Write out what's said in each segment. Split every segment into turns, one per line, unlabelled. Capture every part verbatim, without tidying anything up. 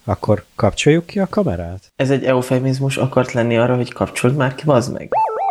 Akkor kapcsoljuk ki a kamerát?
Ez egy eufemizmus akart lenni arra, hogy kapcsold már ki, bazd meg.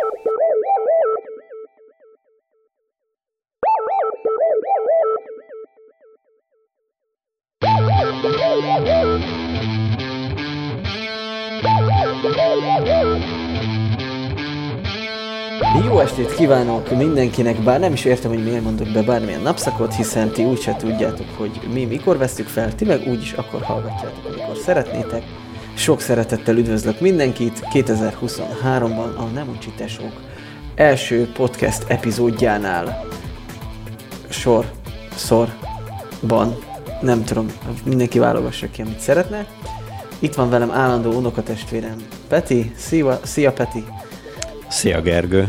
Jó estét kívánok mindenkinek, bár nem is értem, hogy miért mondok be bármilyen napszakot, hiszen ti úgyse tudjátok, hogy mi mikor vesztük fel, ti meg úgyis akkor hallgatjátok, amikor szeretnétek. Sok szeretettel üdvözlök mindenkit kétezer-huszonháromban a Nem Uncsi Tesók első podcast epizódjánál. Sor, szorban, nem tudom, mindenki válogassa ki, amit szeretne. Itt van velem állandó unokatestvérem Peti. Szia, szia Peti!
Szia Gergő!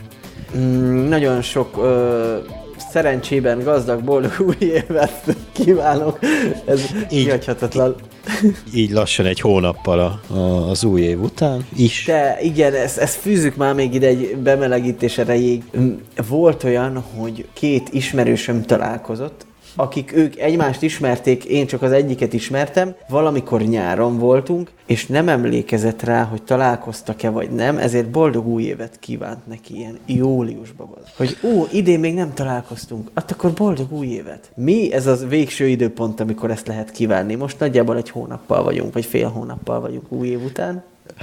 Mm, nagyon sok ö, szerencsében gazdag, boldog új évet kívánok. Ez kihagyhatatlan.
Így, így lassan egy hónappal a, a, az új év után is.
De igen, ezt, ezt fűzzük már még ide egy bemelegítés erejéig. Volt olyan, hogy két ismerősöm találkozott, akik ők egymást ismerték, én csak az egyiket ismertem, valamikor nyáron voltunk, és nem emlékezett rá, hogy találkoztak-e vagy nem, ezért boldog új évet kívánt neki ilyen júliusban. Hogy ó, idén még nem találkoztunk, hát akkor boldog új évet. Mi ez az végső időpont, amikor ezt lehet kívánni? Most nagyjából egy hónappal vagyunk, vagy fél hónappal vagyunk új év után.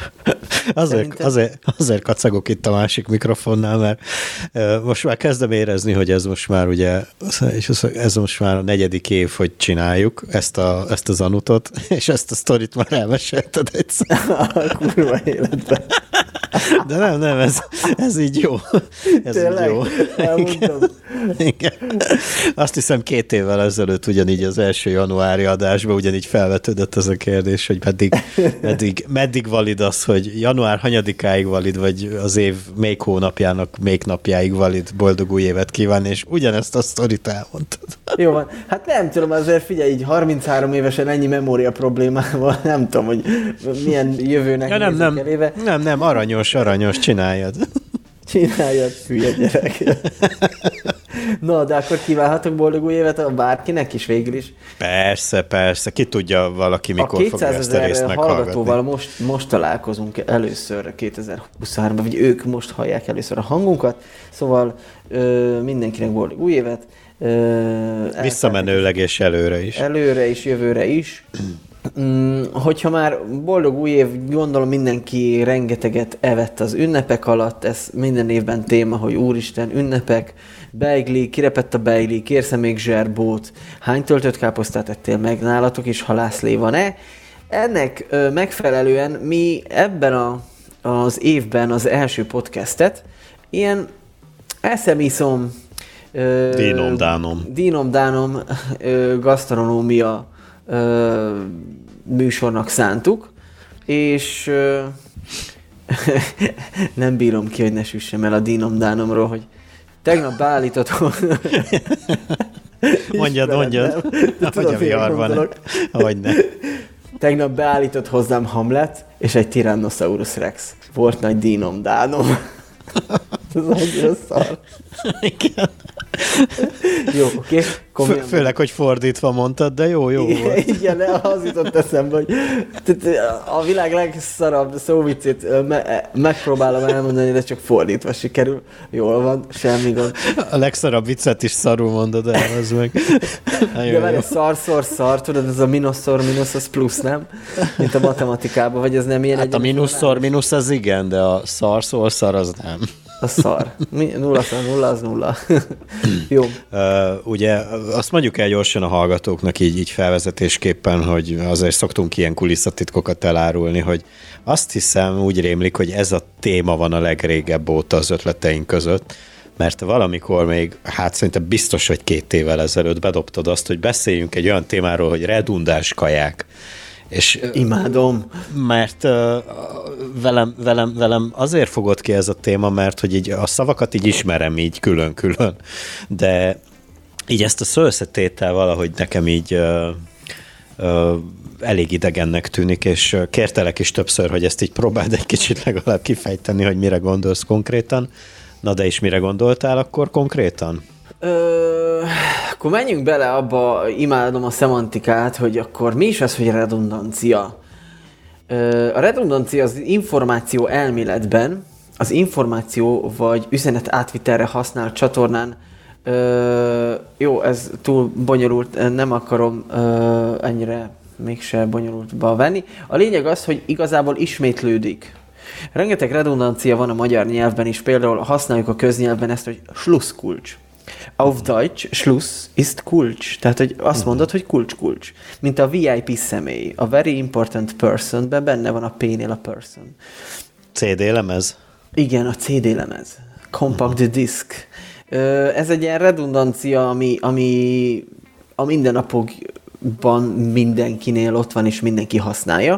Azért, azért, azért kacagok itt a másik mikrofonnál, mert uh, most már kezdem érezni, hogy ez most már ugye, és ez most már a negyedik év, hogy csináljuk ezt, a, ezt az anutot, és ezt a sztorit már elmesélted egyszer.
A kurva életben.
De nem, nem, ez, ez így jó. Ez
Tényleg?
így jó.
Elmondtam.
Igen. Azt hiszem két évvel ezelőtt ugyanígy az első januári adásban ugyanígy felvetődött ez a kérdés, hogy meddig, meddig, meddig valid az, hogy január hanyadikáig valid, vagy az év még hónapjának még napjáig valid boldog új évet kívánni, és ugyanezt a sztorit elmondtad.
Jó van. Hát nem tudom, azért figyelj, így harminchárom évesen ennyi memória problémával, nem tudom, hogy milyen jövőnek
ja, nem, nem,
elébe.
Nem, nem, aranyos, aranyos, csináljad.
Csináljad, hülye gyerek. Na, de akkor kívánhatok boldog új évet a bárkinek is végül is.
Persze, persze. Ki tudja valaki, mikor fogja ezt a részt meghallgatni.
hallgatóval most, most találkozunk először kétezer-huszonháromban, vagy ők most hallják először a hangunkat. Szóval ö, mindenkinek boldog új évet. Ö,
Visszamenőleg és előre is.
Előre is, jövőre is. Mm, hogyha már boldog új év, gondolom mindenki rengeteget evett az ünnepek alatt, ez minden évben téma, hogy úristen, ünnepek, beigli, kirepett a beigli, kérsz még zserbót, hány töltött káposztát ettél meg, nálatok is halászlé van-e? Ennek ö, megfelelően mi ebben a, az évben az első podcastet ilyen eszemiszom,
dínom-dánom,
dínom-dánom gasztronómia Ö, műsornak szántuk, és ö, nem bírom ki, hogy ne süssem el a dínom-dánomról, hogy tegnap beállított
mondjad, mondjad, hogy a viharban, hogy ne.
Tegnap beállított hozzám Hamlet, és egy Tyrannosaurus Rex. Volt nagy dínom-dánom. Ez annyira szar.
Igen.
Jó, oké. Okay.
Fő, főleg, hogy fordítva mondtad, de jó, jó
igen,
volt.
Igen, az jutott eszembe, hogy a világ legszarabb szóviccét me- megpróbálom elmondani, de csak fordítva sikerül. Jól van, semmi gond.
A legszarabb viccet is szarul mondod el, az meg.
Na, de várj, szar, szor, szar, tudod, ez a minuszszor, minusz, az plusz, nem? Mint a matematikában, vagy ez nem ilyen
hát a minuszszor, minusz az igen, de a szar, szor, szar az nem.
A szar. Mi? Nulla, szar, nulla, az nulla. Jó.
Uh, ugye azt mondjuk el gyorsan a hallgatóknak így, így felvezetésképpen, hogy azért szoktunk ilyen kulisszatitkokat elárulni, hogy azt hiszem, úgy rémlik, hogy ez a téma van a legrégebb óta az ötleteink között, mert valamikor még, hát szerintem biztos, hogy két évvel ezelőtt bedobtad azt, hogy beszéljünk egy olyan témáról, hogy redundáns kaják. És,
imádom.
Mert uh, velem, velem, velem azért fogott ki ez a téma, mert hogy így a szavakat így ismerem így külön-külön, de így ezt a szó összetétel valahogy nekem így uh, uh, elég idegennek tűnik, és kértelek is többször, hogy ezt így próbáld egy kicsit legalább kifejteni, hogy mire gondolsz konkrétan. Na de is mire gondoltál akkor konkrétan?
Ö, akkor menjünk bele abba, imádom a szemantikát, hogy akkor mi is az, hogy redundancia. Ö, a redundancia az információ elméletben, az információ vagy üzenet átvitelre használt csatornán, ö, jó, ez túl bonyolult, nem akarom ö, ennyire mégse bonyolultba venni. A lényeg az, hogy igazából ismétlődik. Rengeteg redundancia van a magyar nyelvben is, például használjuk a köznyelvben ezt, hogy Schlusskulcs. Auf Deutsch, Schluss ist Kulcs. Tehát, hogy azt mondod, hogy kulcs, kulcs. Mint a vé i pé személy. A very important person-ben benne van a P-nél a person.
cé dé lemez?
Igen, a cé dé lemez. Compact uh-huh. disc. Ez egy ilyen redundancia, ami, ami a mindennapokban mindenkinél ott van, és mindenki használja.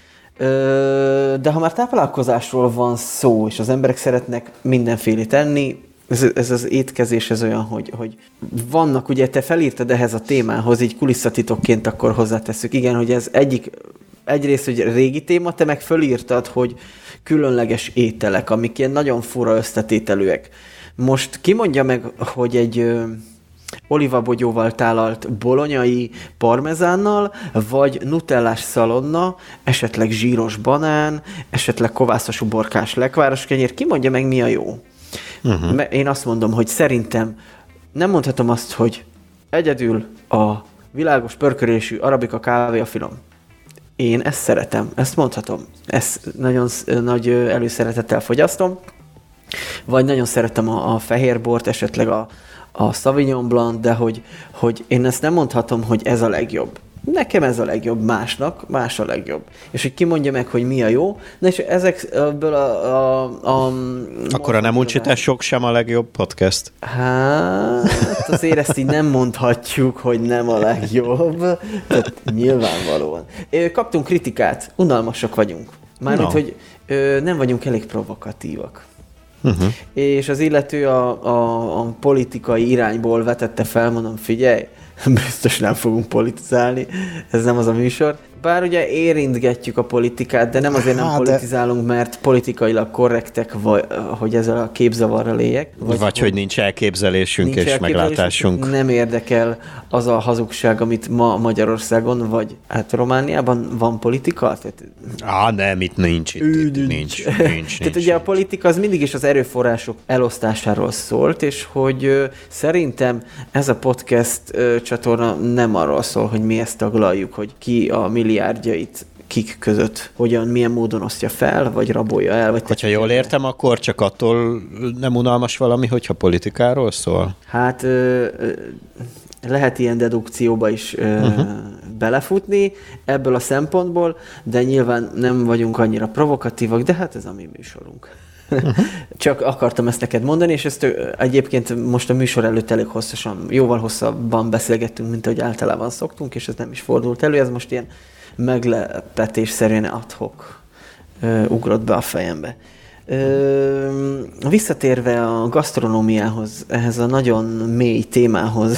De ha már táplálkozásról van szó, és az emberek szeretnek mindenfélét enni, ez, ez az étkezés, ez olyan, hogy, hogy vannak, ugye te felírtad ehhez a témához, így kulisszatitokként akkor hozzátesszük. Igen, hogy ez egyik, egyrészt, hogy régi téma, te meg fölírtad, hogy különleges ételek, amik ilyen nagyon fura összetételűek. Most ki mondja meg, hogy egy ö, olivabogyóval tálalt bolonyai parmezánnal, vagy nutellás szalonna, esetleg zsíros banán, esetleg kovászos uborkás lekváros kenyér, ki mondja meg, mi a jó? Uh-huh. Én azt mondom, hogy szerintem nem mondhatom azt, hogy egyedül a világos pörkölésű arabika kávé a finom. Én ezt szeretem, ezt mondhatom. Ezt nagyon nagy előszeretettel fogyasztom. Vagy nagyon szeretem a, a fehérbort, esetleg a, a Sauvignon Blanc, de hogy, hogy én ezt nem mondhatom, hogy ez a legjobb. Nekem ez a legjobb, másnak más a legjobb. És hogy ki mondja meg, hogy mi a jó. Na és ezekből a... a, a
Akkor a Nem Uncsitások sem a legjobb podcast?
Hát azért ezt így nem mondhatjuk, hogy nem a legjobb. Tehát nyilvánvalóan. Kaptunk kritikát, unalmasak vagyunk. Mármint, no. hogy nem vagyunk elég provokatívak. Uh-huh. És az illető a, a, a politikai irányból vetette fel, mondom, figyelj, biztos nem fogunk politizálni, ez nem az a műsor. Bár ugye érintgetjük a politikát, de nem azért nem Há, politizálunk, de... mert politikailag korrektek, vagy hogy ezzel a képzavarral éljek.
Vagy, vagy hogy nincs elképzelésünk nincs és elképzelésünk, meglátásunk.
Nem érdekel az a hazugság, amit ma Magyarországon, vagy hát Romániában van politika? Tehát...
Á, nem, itt nincs. Itt, itt, nincs, nincs, nincs, nincs.
Tehát ugye a politika az mindig is az erőforrások elosztásáról szólt, és hogy ö, szerintem ez a podcast ö, csatorna nem arról szól, hogy mi ezt taglaljuk, hogy ki a milliárdjait kik között, hogyan, milyen módon osztja fel, vagy rabolja el. Vagy
hogyha jól értem, akkor csak attól nem unalmas valami, hogyha politikáról szól?
Hát ö, ö, lehet ilyen dedukcióba is ö, uh-huh. belefutni ebből a szempontból, de nyilván nem vagyunk annyira provokatívak, de hát ez a mi műsorunk. Uh-huh. Csak akartam ezt neked mondani, és ezt egyébként most a műsor előtt elég hosszasan, jóval hosszabban beszélgettünk, mint ahogy általában szoktunk, és ez nem is fordult elő, ez most ilyen meglepetésszerűen ad-hoc ugrott be a fejembe. Ö, visszatérve a gasztronómiához, ehhez a nagyon mély témához,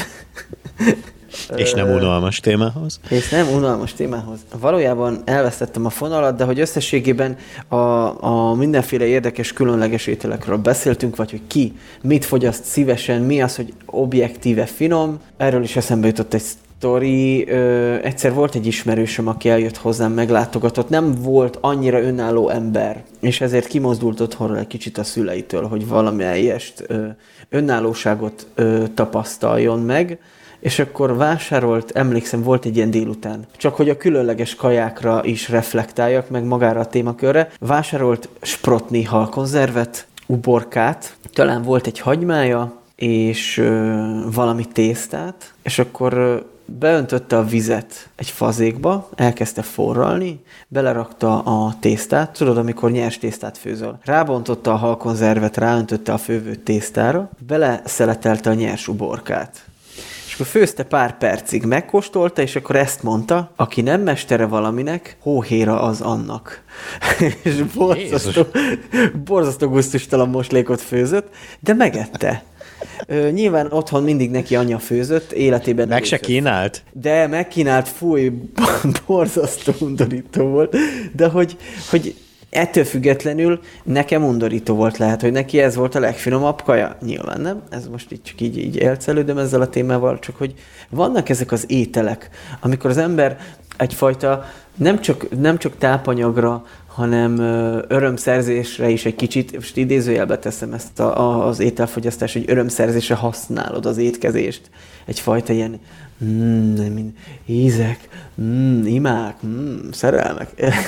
és nem unalmas témához.
És nem unalmas témához. Valójában elvesztettem a fonalat, de hogy összességében a, a mindenféle érdekes, különleges ételekről beszéltünk, vagy hogy ki mit fogyaszt szívesen, mi az, hogy objektíve finom. Erről is eszembe jutott egy sztori. Ö, egyszer volt egy ismerősöm, aki eljött hozzám, meglátogatott. Nem volt annyira önálló ember, és ezért kimozdult otthonról egy kicsit a szüleitől, hogy valamelyest ö, önállóságot ö, tapasztaljon meg. És akkor vásárolt, emlékszem, volt egy ilyen délután, csak hogy a különleges kajákra is reflektáljak, meg magára a témakörre, vásárolt sprotni halkonzervet, uborkát, talán volt egy hagymája, és ö, valami tésztát, és akkor ö, beöntötte a vizet egy fazékba, elkezdte forralni, belerakta a tésztát, tudod, amikor nyers tésztát főzöl. Rábontotta a halkonzervet, ráöntötte a fővő tésztára, beleszeletelte a nyers uborkát. És akkor főzte pár percig, megkóstolta, és akkor ezt mondta, aki nem mestere valaminek, hóhéra az annak. És borzasztó, borzasztó gusztustalan moslékot főzött, de megette. Ö, nyilván otthon mindig neki anyja főzött, életében...
Meg se kínált?
De megkínált, fúj, borzasztó undorító volt, de hogy, hogy Ettől függetlenül nekem undorító volt, lehet, hogy neki ez volt a legfinomabb kaja. Nyilván nem, ez most így csak így, így élcelődöm ezzel a témával, csak hogy vannak ezek az ételek, amikor az ember egyfajta nem csak, nem csak tápanyagra, hanem örömszerzésre is egy kicsit, most idézőjelbe teszem ezt a, a, az ételfogyasztás, hogy örömszerzésre használod az étkezést. Egyfajta ilyen mm, ízek, mm, imák, mm, szerelmek.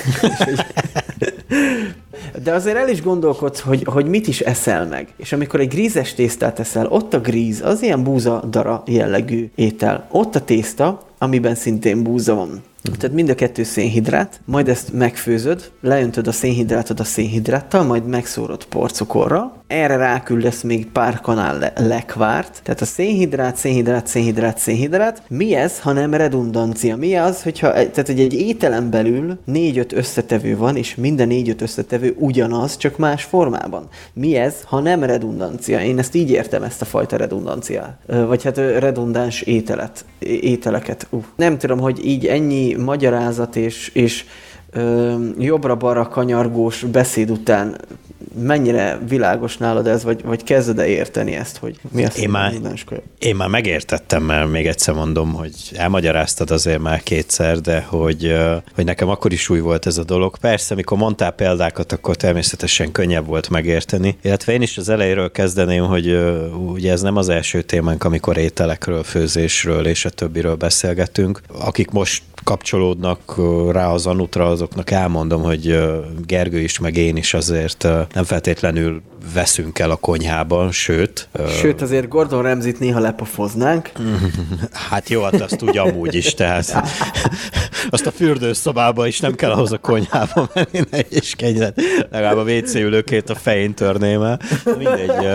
De azért el is gondolkodsz, hogy, hogy mit is eszel meg. És amikor egy grízes tésztát eszel, ott a gríz, az ilyen búzadara jellegű étel. Ott a tészta, amiben szintén búza van. Tehát mind a kettő szénhidrát, majd ezt megfőzöd, leöntöd a szénhidrátot a szénhidráttal, majd megszórod porcukorral, erre ráküldesz még pár kanál le- lekvárt, tehát a szénhidrát, szénhidrát, szénhidrát, szénhidrát. Mi ez, hanem redundancia? Mi az, hogyha tehát egy, egy ételen belül négy-öt összetevő van, és minden négy-öt összetevő ugyanaz, csak más formában? Mi ez, ha nem redundancia? Én ezt így értem, ezt a fajta redundanciát. Vagy hát redundáns ételet, ételeket. Uh. Nem tudom, hogy így ennyi magyarázat és, és ö, jobbra-balra kanyargós beszéd után mennyire világos nálad ez, vagy, vagy kezded-e érteni ezt, hogy mi az
én már, én már megértettem, mert még egyszer mondom, hogy elmagyaráztad azért már kétszer, de hogy, hogy nekem akkor is új volt ez a dolog. Persze, amikor mondtál példákat, akkor természetesen könnyebb volt megérteni, illetve én is az elejéről kezdeném, hogy ugye ez nem az első témánk, amikor ételekről, főzésről és a többiről beszélgetünk. Akik most kapcsolódnak rá az Anutra, azoknak elmondom, hogy Gergő is, meg én is azért nem feltétlenül veszünk el a konyhában, sőt...
Sőt, azért Gordon Ramsayt néha lepofoznánk.
Hát jó, hát azt úgy amúgy is, tehát azt a fürdőszobába is nem kell ahhoz a konyhába menni, ne is kegyet. Legalább a vé cé ülőkét a fején törném el. Mindegy.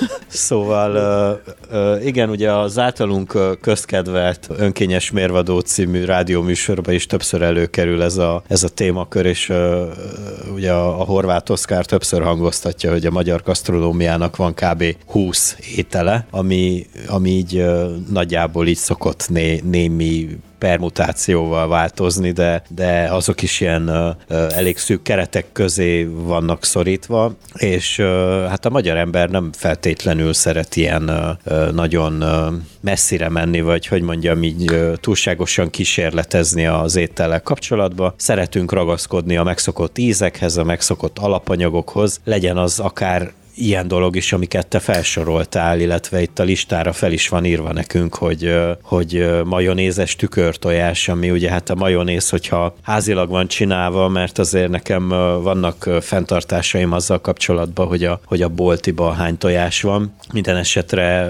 Szóval igen, ugye az általunk közkedvelt Önkényes Mérvadó című rádióműsorban is többször előkerül ez a, ez a témakör, és ugye a, a Horváth Oszkár többször hangoztatja, hogy a magyar gasztronómiának van kb. húsz étele, ami, ami így nagyjából így szokott né, némi permutációval változni, de, de azok is ilyen uh, elég szűk keretek közé vannak szorítva, és uh, hát a magyar ember nem feltétlenül szeret ilyen uh, nagyon uh, messzire menni, vagy hogy mondjam, így uh, túlságosan kísérletezni az étellel kapcsolatban. Szeretünk ragaszkodni a megszokott ízekhez, a megszokott alapanyagokhoz, legyen az akár ilyen dolog is, amiket te felsoroltál, illetve itt a listára fel is van írva nekünk, hogy, hogy majonézes tükörtojás, ami ugye hát a majonéz, hogyha házilag van csinálva, mert azért nekem vannak fenntartásaim azzal kapcsolatban, hogy a, hogy a boltiba hány tojás van. Minden esetre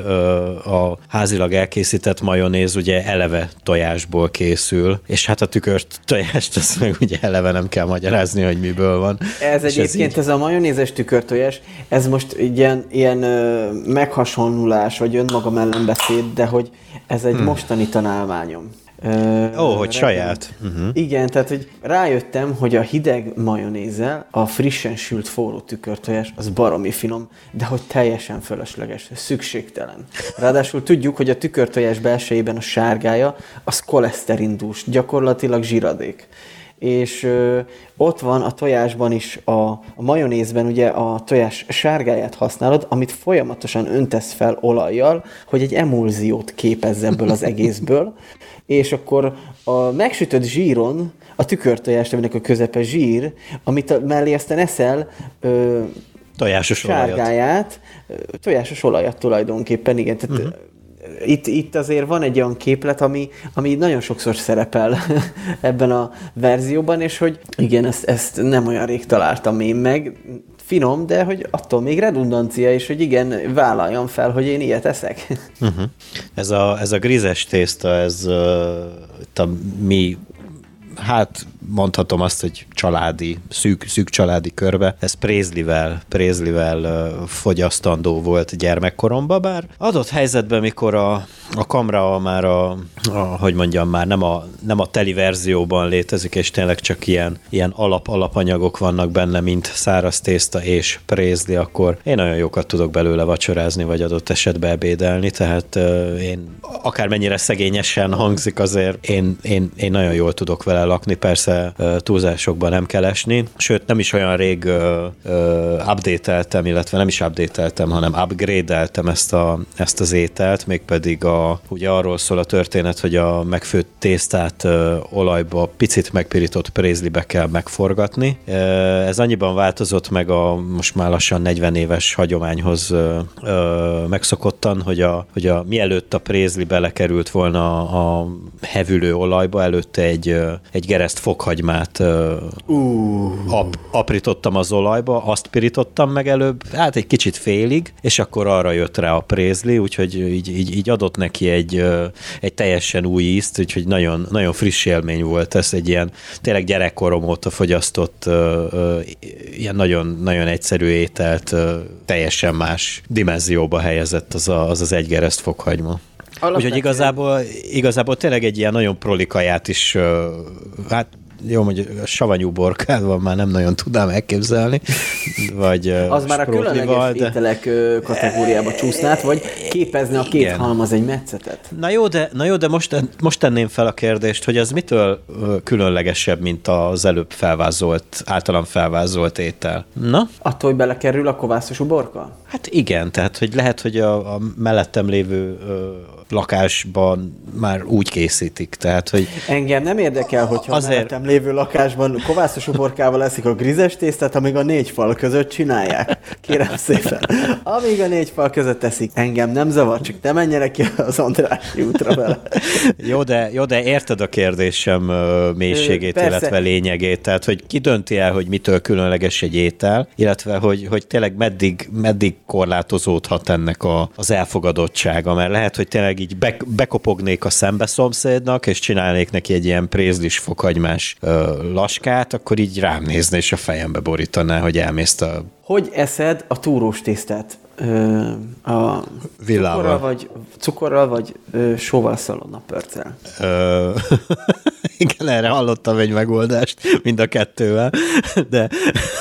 a házilag elkészített majonéz ugye eleve tojásból készül, és hát a tükörtojást azt meg ugye eleve nem kell magyarázni, hogy miből van.
Ez és egyébként ez, így... ez a majonézes tükörtojás, ez most ilyen, ilyen ö, meghasonlulás, vagy önmagam ellen beszéd, de hogy ez egy hmm. mostani tanálmányom.
Ó, oh, hogy saját. Uh-huh.
Igen, tehát hogy rájöttem, hogy a hideg majonézzel a frissen sült forró tükörtojás az baromi finom, de hogy teljesen fölösleges, szükségtelen. Ráadásul tudjuk, hogy a tükörtojás belsejében a sárgája az koleszterindús, gyakorlatilag zsiradék. És ö, ott van a tojásban is, a, a majonézben ugye a tojás sárgáját használod, amit folyamatosan öntesz fel olajjal, hogy egy emulziót képezz ebből az egészből, és akkor a megsütött zsíron a tükörtojást, aminek a közepe zsír, amit a, mellé aztán eszel ö,
tojásos
sárgáját, olajat. tojásos olajat tulajdonképpen, igen, tehát uh-huh. Itt, itt azért van egy olyan képlet, ami, ami nagyon sokszor szerepel ebben a verzióban, és hogy igen, ezt, ezt nem olyan rég találtam én meg, finom, de hogy attól még redundancia, és hogy igen, vállaljam fel, hogy én ilyet eszek.
Uh-huh. Ez a, ez a grízes tészta, ez uh, a mi, hát mondhatom azt, hogy családi, szűk, szűk családi körbe. Ez prézlivel, prézlivel uh, fogyasztandó volt gyermekkoromban, bár adott helyzetben, mikor a, a kamra már a, a, hogy mondjam, már nem a, nem a teli verzióban létezik, és tényleg csak ilyen, ilyen alap, alapanyagok vannak benne, mint száraz tészta és prézli, akkor én nagyon jókat tudok belőle vacsorázni, vagy adott esetben ebédelni, tehát uh, én akármennyire szegényesen hangzik, azért én, én, én nagyon jól tudok vele lakni, persze ebbe túlzásokba nem kell esni. Sőt, nem is olyan rég ö, ö, update-eltem, illetve nem is update-eltem, hanem upgrade-eltem ezt, a, ezt az ételt, mégpedig a, ugye arról szól a történet, hogy a megfőtt tésztát ö, olajba picit megpirított prézlibe kell megforgatni. Ez annyiban változott meg a most már lassan negyven éves hagyományhoz ö, ö, megszokottan, hogy, a, hogy a, mielőtt a prézli belekerült volna a, a hevülő olajba, előtte egy, egy gereszt fokhagymát uh. ap, aprítottam az olajba, azt pirítottam meg előbb, hát egy kicsit félig, és akkor arra jött rá a prézli, úgyhogy így, így, így adott neki egy, egy teljesen új ízt, úgyhogy nagyon, nagyon friss élmény volt ez, egy ilyen tényleg gyerekkorom óta fogyasztott ilyen nagyon, nagyon egyszerű ételt teljesen más dimenzióba helyezett az a, az, az egy gereszt fokhagyma. Úgyhogy igazából, igazából tényleg egy ilyen nagyon proli kaját is, hát jó, hogy savanyú borkád van, már nem nagyon tudnám elképzelni, vagy
az már a különleges de... ételek kategóriába csúsznád, vagy képezne a két igen. halmaz egy metszetet?
Na jó, de, na jó, de most, most tenném fel a kérdést, hogy az mitől különlegesebb, mint az előbb felvázolt, általam felvázolt étel? Na?
Attól, hogy belekerül a kovászos uborka?
Hát igen, tehát hogy lehet, hogy a, a mellettem lévő ö, lakásban már úgy készítik, tehát hogy...
Engem nem érdekel, hogyha azért... mellettem lévő lakásban kovászos uborkával eszik a grizes tésztát, amíg a négy fal között csinálják. Kérem szépen. Amíg a négy fal között eszik, engem nem zavar, csak ne menjenek ki az Andrássy útra vele.
jó, de, jó, de érted a kérdésem mélységét, Persze. illetve lényegét, tehát hogy ki dönti el, hogy mitől különleges egy étel, illetve hogy, hogy tényleg meddig, meddig korlátozódhat ennek a, az elfogadottsága, mert lehet, hogy tényleg így be, bekopognék a szembeszomszédnak, és csinálnék neki egy ilyen prézlis fokhagymás ö, laskát, akkor így rám nézne, és a fejembe borítaná, hogy elmész a...
Hogy eszed a túrós tésztát? Ö, a
Villával.
Cukorral vagy, cukorral, vagy ö, sóval szalonnapörccel?
Ö... Igen, erre hallottam egy megoldást, mind a kettővel, de...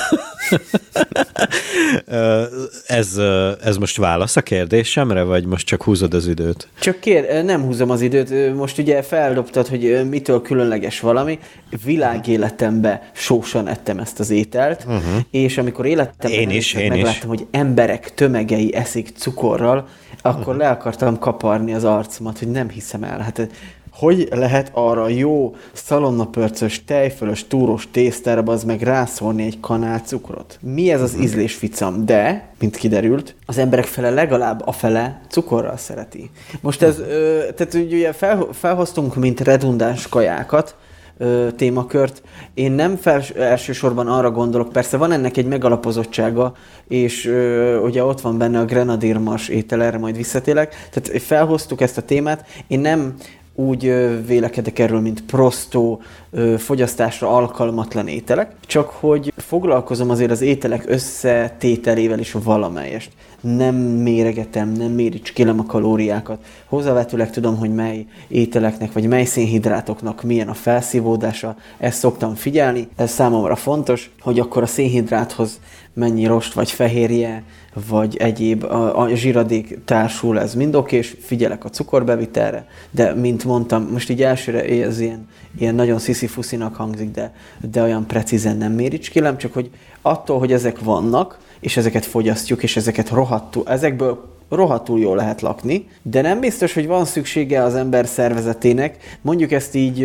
ez, ez most válasz a kérdésemre, vagy most csak húzod az időt?
Csak kér, nem húzom az időt. Most ugye feldobtad, hogy mitől különleges valami. Világéletemben sósan ettem ezt az ételt, uh-huh. és amikor életemben
én is, én
megláttam,
is.
hogy emberek tömegei eszik cukorral, akkor uh-huh. le akartam kaparni az arcomat, hogy nem hiszem el. Hát hogy lehet arra jó szalonnapörcös, tejfölös, túrós tésztára az meg rászórni egy kanál cukrot? Mi ez az ízlésficam? De, mint kiderült, az emberek fele legalább a fele cukorral szereti. Most ez, ö, tehát ugye fel, felhoztunk, mint redundáns kajákat, ö, témakört. Én nem fel, elsősorban arra gondolok, persze van ennek egy megalapozottsága, és ö, ugye ott van benne a grenadírmars étel, erre majd visszatérek. Tehát felhoztuk ezt a témát. Én nem úgy ö, vélekedek erről, mint prostó, ö, fogyasztásra alkalmatlan ételek, csak hogy foglalkozom azért az ételek összetételével is valamelyest. Nem méregetem, nem méricskélem a kalóriákat. Hozzávetőleg tudom, hogy mely ételeknek, vagy mely szénhidrátoknak milyen a felszívódása. Ezt szoktam figyelni. Ez számomra fontos, hogy akkor a szénhidráthoz mennyi rost, vagy fehérje, vagy egyéb a, a zsíradék társul, ez mind oké, és figyelek a cukorbevitelre, de mint mondtam, most így elsőre ez ilyen, ilyen nagyon sziszifuszinak hangzik, de, de olyan precízen nem méricskélem, csak hogy attól, hogy ezek vannak, és ezeket fogyasztjuk, és ezeket rohadtul, ezekből rohadtul jól lehet lakni, de nem biztos, hogy van szüksége az ember szervezetének. Mondjuk ezt így,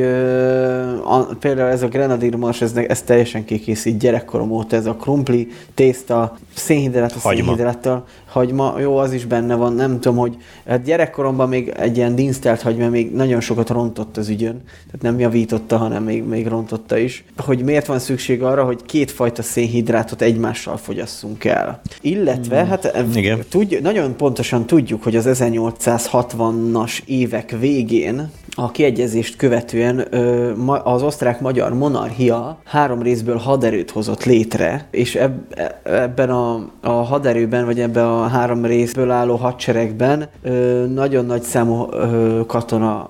a, például ez a grenadírmars, ez, ez teljesen kikészít gyerekkorom óta, ez a krumpli, tészta, szénhidrát a szénhidráttal, hagyma, jó, az is benne van, nem tudom, hogy hát gyerekkoromban még egy ilyen dinsztelt hagyma még nagyon sokat rontott az ügyön, tehát nem javította, hanem még, még rontotta is, hogy miért van szükség arra, hogy kétfajta szénhidrátot egymással fogyasszunk el. Illetve, hmm. hát tudj, nagyon pontosan tudjuk, hogy az ezernyolcszázhatvanas évek végén a kiegyezést követően az osztrák-magyar monarchia három részből haderőt hozott létre, és ebben a, a haderőben, vagy ebben a három részből álló hadseregben nagyon nagy számú katona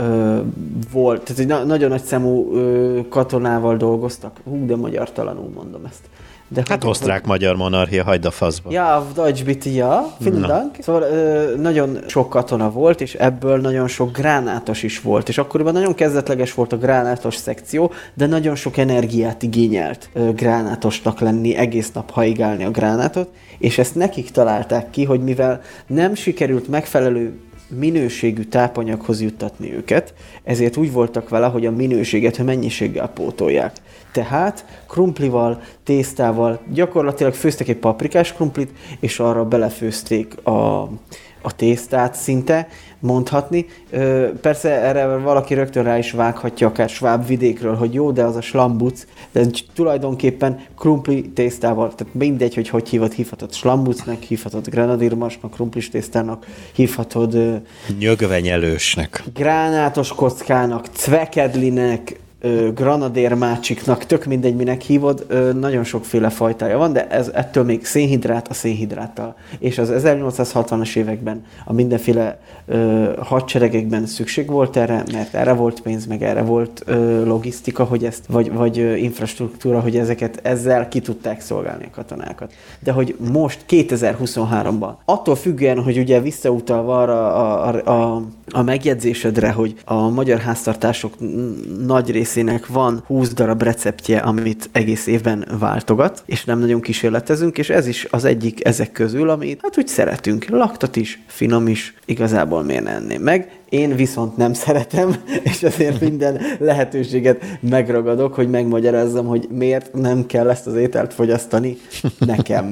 volt, tehát egy nagyon nagy számú katonával dolgoztak. Hú, de magyartalanul mondom ezt. De
hát
hogy,
osztrák-magyar monarchia, hagyd a faszba.
Ja, Deutsch bitte, ja, vielen Dank. Szóval ö, nagyon sok katona volt, és ebből nagyon sok gránátos is volt, és akkoriban nagyon kezdetleges volt a gránátos szekció, de nagyon sok energiát igényelt ö, gránátosnak lenni, egész nap haigálni a gránátot, és ezt nekik találták ki, hogy mivel nem sikerült megfelelő minőségű tápanyaghoz juttatni őket, ezért úgy voltak vele, hogy a minőséget a mennyiséggel pótolják. Tehát krumplival, tésztával, gyakorlatilag főztek egy paprikás krumplit, és arra belefőzték a, a tésztát szinte, mondhatni. Persze erre valaki rögtön rá is vághatja, akár Sváb vidékről, hogy jó, de az a slambuc, de tulajdonképpen krumpli tésztával, tehát mindegy, hogy hogy hívod, hívhatod slambucnak, hívhatod grenadírmasnak, krumplis tésztának, hívhatod
nyögvenyelősnek,
gránátos kockának, cvekedlinek, granadérmácsiknak, tök mindegy, minek hívod, nagyon sokféle fajtája van, de ez ettől még szénhidrát a szénhidráttal. És az ezernyolcszázhatvanas években a mindenféle ö, hadseregekben szükség volt erre, mert erre volt pénz, meg erre volt ö, logisztika, hogy ezt, vagy, vagy ö, infrastruktúra, hogy ezeket ezzel ki tudták szolgálni a katonákat. De hogy most kétezer-huszonháromban, attól függően, hogy ugye visszautalva arra a, a, a, a megjegyzésedre, hogy a magyar háztartások nagy részének van húsz darab receptje, amit egész évben váltogat, és nem nagyon kísérletezünk, és ez is az egyik ezek közül, amit hát úgy szeretünk. Laktat is, finom is, igazából miért ne enném meg. Én viszont nem szeretem, és azért minden lehetőséget megragadok, hogy megmagyarázzam, hogy miért nem kell ezt az ételt fogyasztani nekem.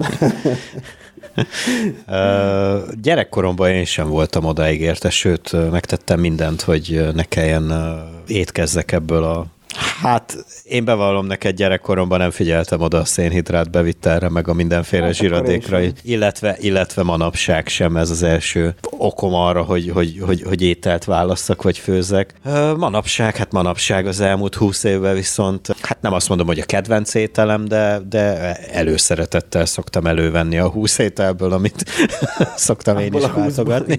Uh, gyerekkoromban én sem voltam odáig érte, sőt, megtettem mindent, hogy ne kelljen uh, étkezzek ebből a... Hát, én bevallom neked, gyerekkoromban nem figyeltem oda a szénhidrát bevittelre, meg a mindenféle hát zsiradékra, illetve, illetve manapság sem ez az első okom arra, hogy, hogy, hogy, hogy ételt válasszak, vagy főzzek. Manapság, hát manapság az elmúlt húsz évben viszont, hát nem azt mondom, hogy a kedvenc ételem, de, de előszeretettel szoktam elővenni a húsz ételből, amit szoktam én is váltogatni.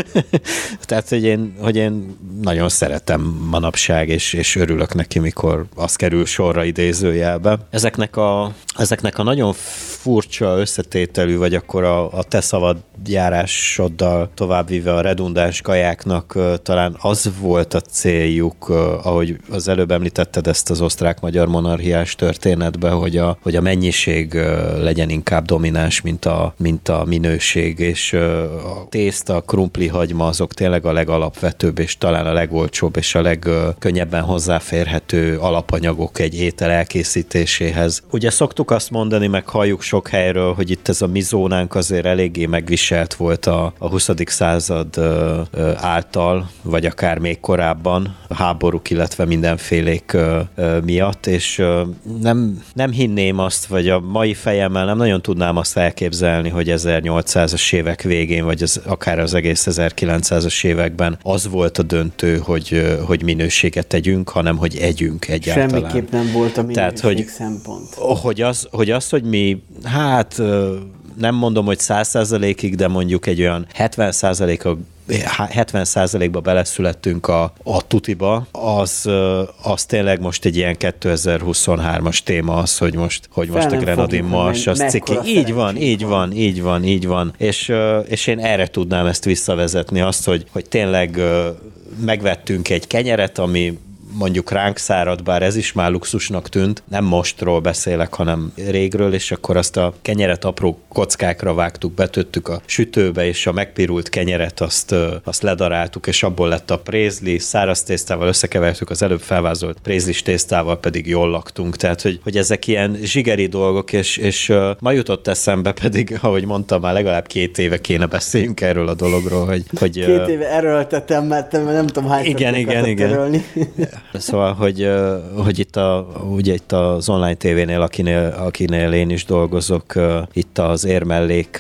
Tehát, hogy én, hogy én nagyon szeretem manapság, és, és örülök neki, mikor az kerül sorra idézőjelbe. Ezeknek a, ezeknek a nagyon furcsa összetételű, vagy akkor a, a te szabadjárásoddal továbbvíve a redundáns kajáknak talán az volt a céljuk, ahogy az előbb említetted ezt az osztrák-magyar monarchiás történetben, hogy a, hogy a mennyiség legyen inkább domináns, mint a, mint a minőség, és a tészta, a krumpli, hagyma, azok tényleg a legalapvetőbb, és talán a legolcsóbb, és a legkönnyebben hozzáférhető alapanyagok egy étel elkészítéséhez. Ugye szoktuk azt mondani, meg halljuk sok helyről, hogy itt ez a mi zónánk azért eléggé megviselt volt a, a huszadik század ö, ö, által, vagy akár még korábban a háborúk, illetve mindenfélék ö, ö, miatt, és ö, nem, nem hinném azt, vagy a mai fejemmel nem nagyon tudnám azt elképzelni, hogy ezernyolcszázas évek végén, vagy az, akár az egész ezerkilencszázas években az volt a döntő, hogy, hogy minőséget tegyünk, hanem hogy együnk egyáltalán.
Semmiképp nem volt a minőség
Tehát, hogy,
szempont.
Hogy az, hogy az, hogy mi, hát nem mondom, hogy száz százalékig, de mondjuk egy olyan hetven százalék a hetven százalékba beleszülettünk a, a tutiba, az, az tényleg most egy ilyen kétezer-huszonhármas téma az, hogy most, hogy most a Grenadin Mars, az ciki. Így van, így van, így van, így van. És, és én erre tudnám ezt visszavezetni, azt, hogy, hogy tényleg megvettünk egy kenyeret, ami mondjuk ránk szárad, bár ez is már luxusnak tűnt, nem mostról beszélek, hanem régről, és akkor azt a kenyeret apró kockákra vágtuk, betöttük a sütőbe, és a megpirult kenyeret azt, azt ledaráltuk, és abból lett a prézli, száraz tésztával összekevertük, az előbb felvázolt prézlis tésztával pedig jól laktunk, tehát hogy, hogy ezek ilyen zsigeri dolgok, és, és ma jutott eszembe pedig, ahogy mondtam, már legalább két éve kéne beszéljünk erről a dologról, hogy... hogy
két éve erőltetem, mert nem tudom hányszor
igen, igen, igen. Törölni. Szóval, hogy, hogy itt, a, ugye itt az online tévénél, akinél, akinél én is dolgozok, itt az érmellék,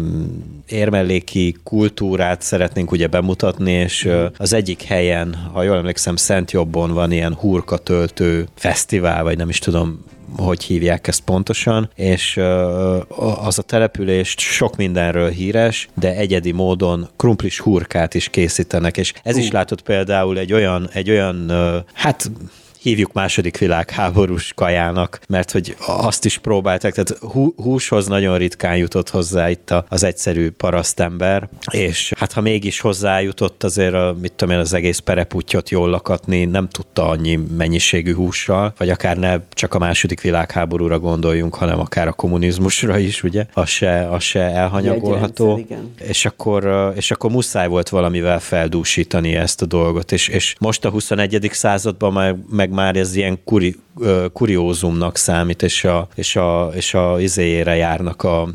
érmelléki kultúrát szeretnénk ugye bemutatni, és az egyik helyen, ha jól emlékszem, Szentjobbon van ilyen hurkatöltő fesztivál, vagy nem is tudom, hogy hívják ezt pontosan, és az a települést sok mindenről híres, de egyedi módon krumplis hurkát is készítenek, és ez uh. is látott például egy olyan, egy olyan hát hívjuk második világháborús kajának, mert hogy azt is próbálták, tehát hú, húshoz nagyon ritkán jutott hozzá itt az egyszerű parasztember, és hát ha mégis hozzájutott, azért a, mit tudom én, az egész pereputtyot jól lakatni nem tudta annyi mennyiségű hússal, vagy akár ne csak a második világháborúra gondoljunk, hanem akár a kommunizmusra is, ugye? Az se, az se elhanyagolható. És akkor, és akkor muszáj volt valamivel feldúsítani ezt a dolgot, és, és most a huszonegyedik században meg, meg már ez ilyen kuri, kuriózumnak számít, és a, és a, és a izéjére járnak a,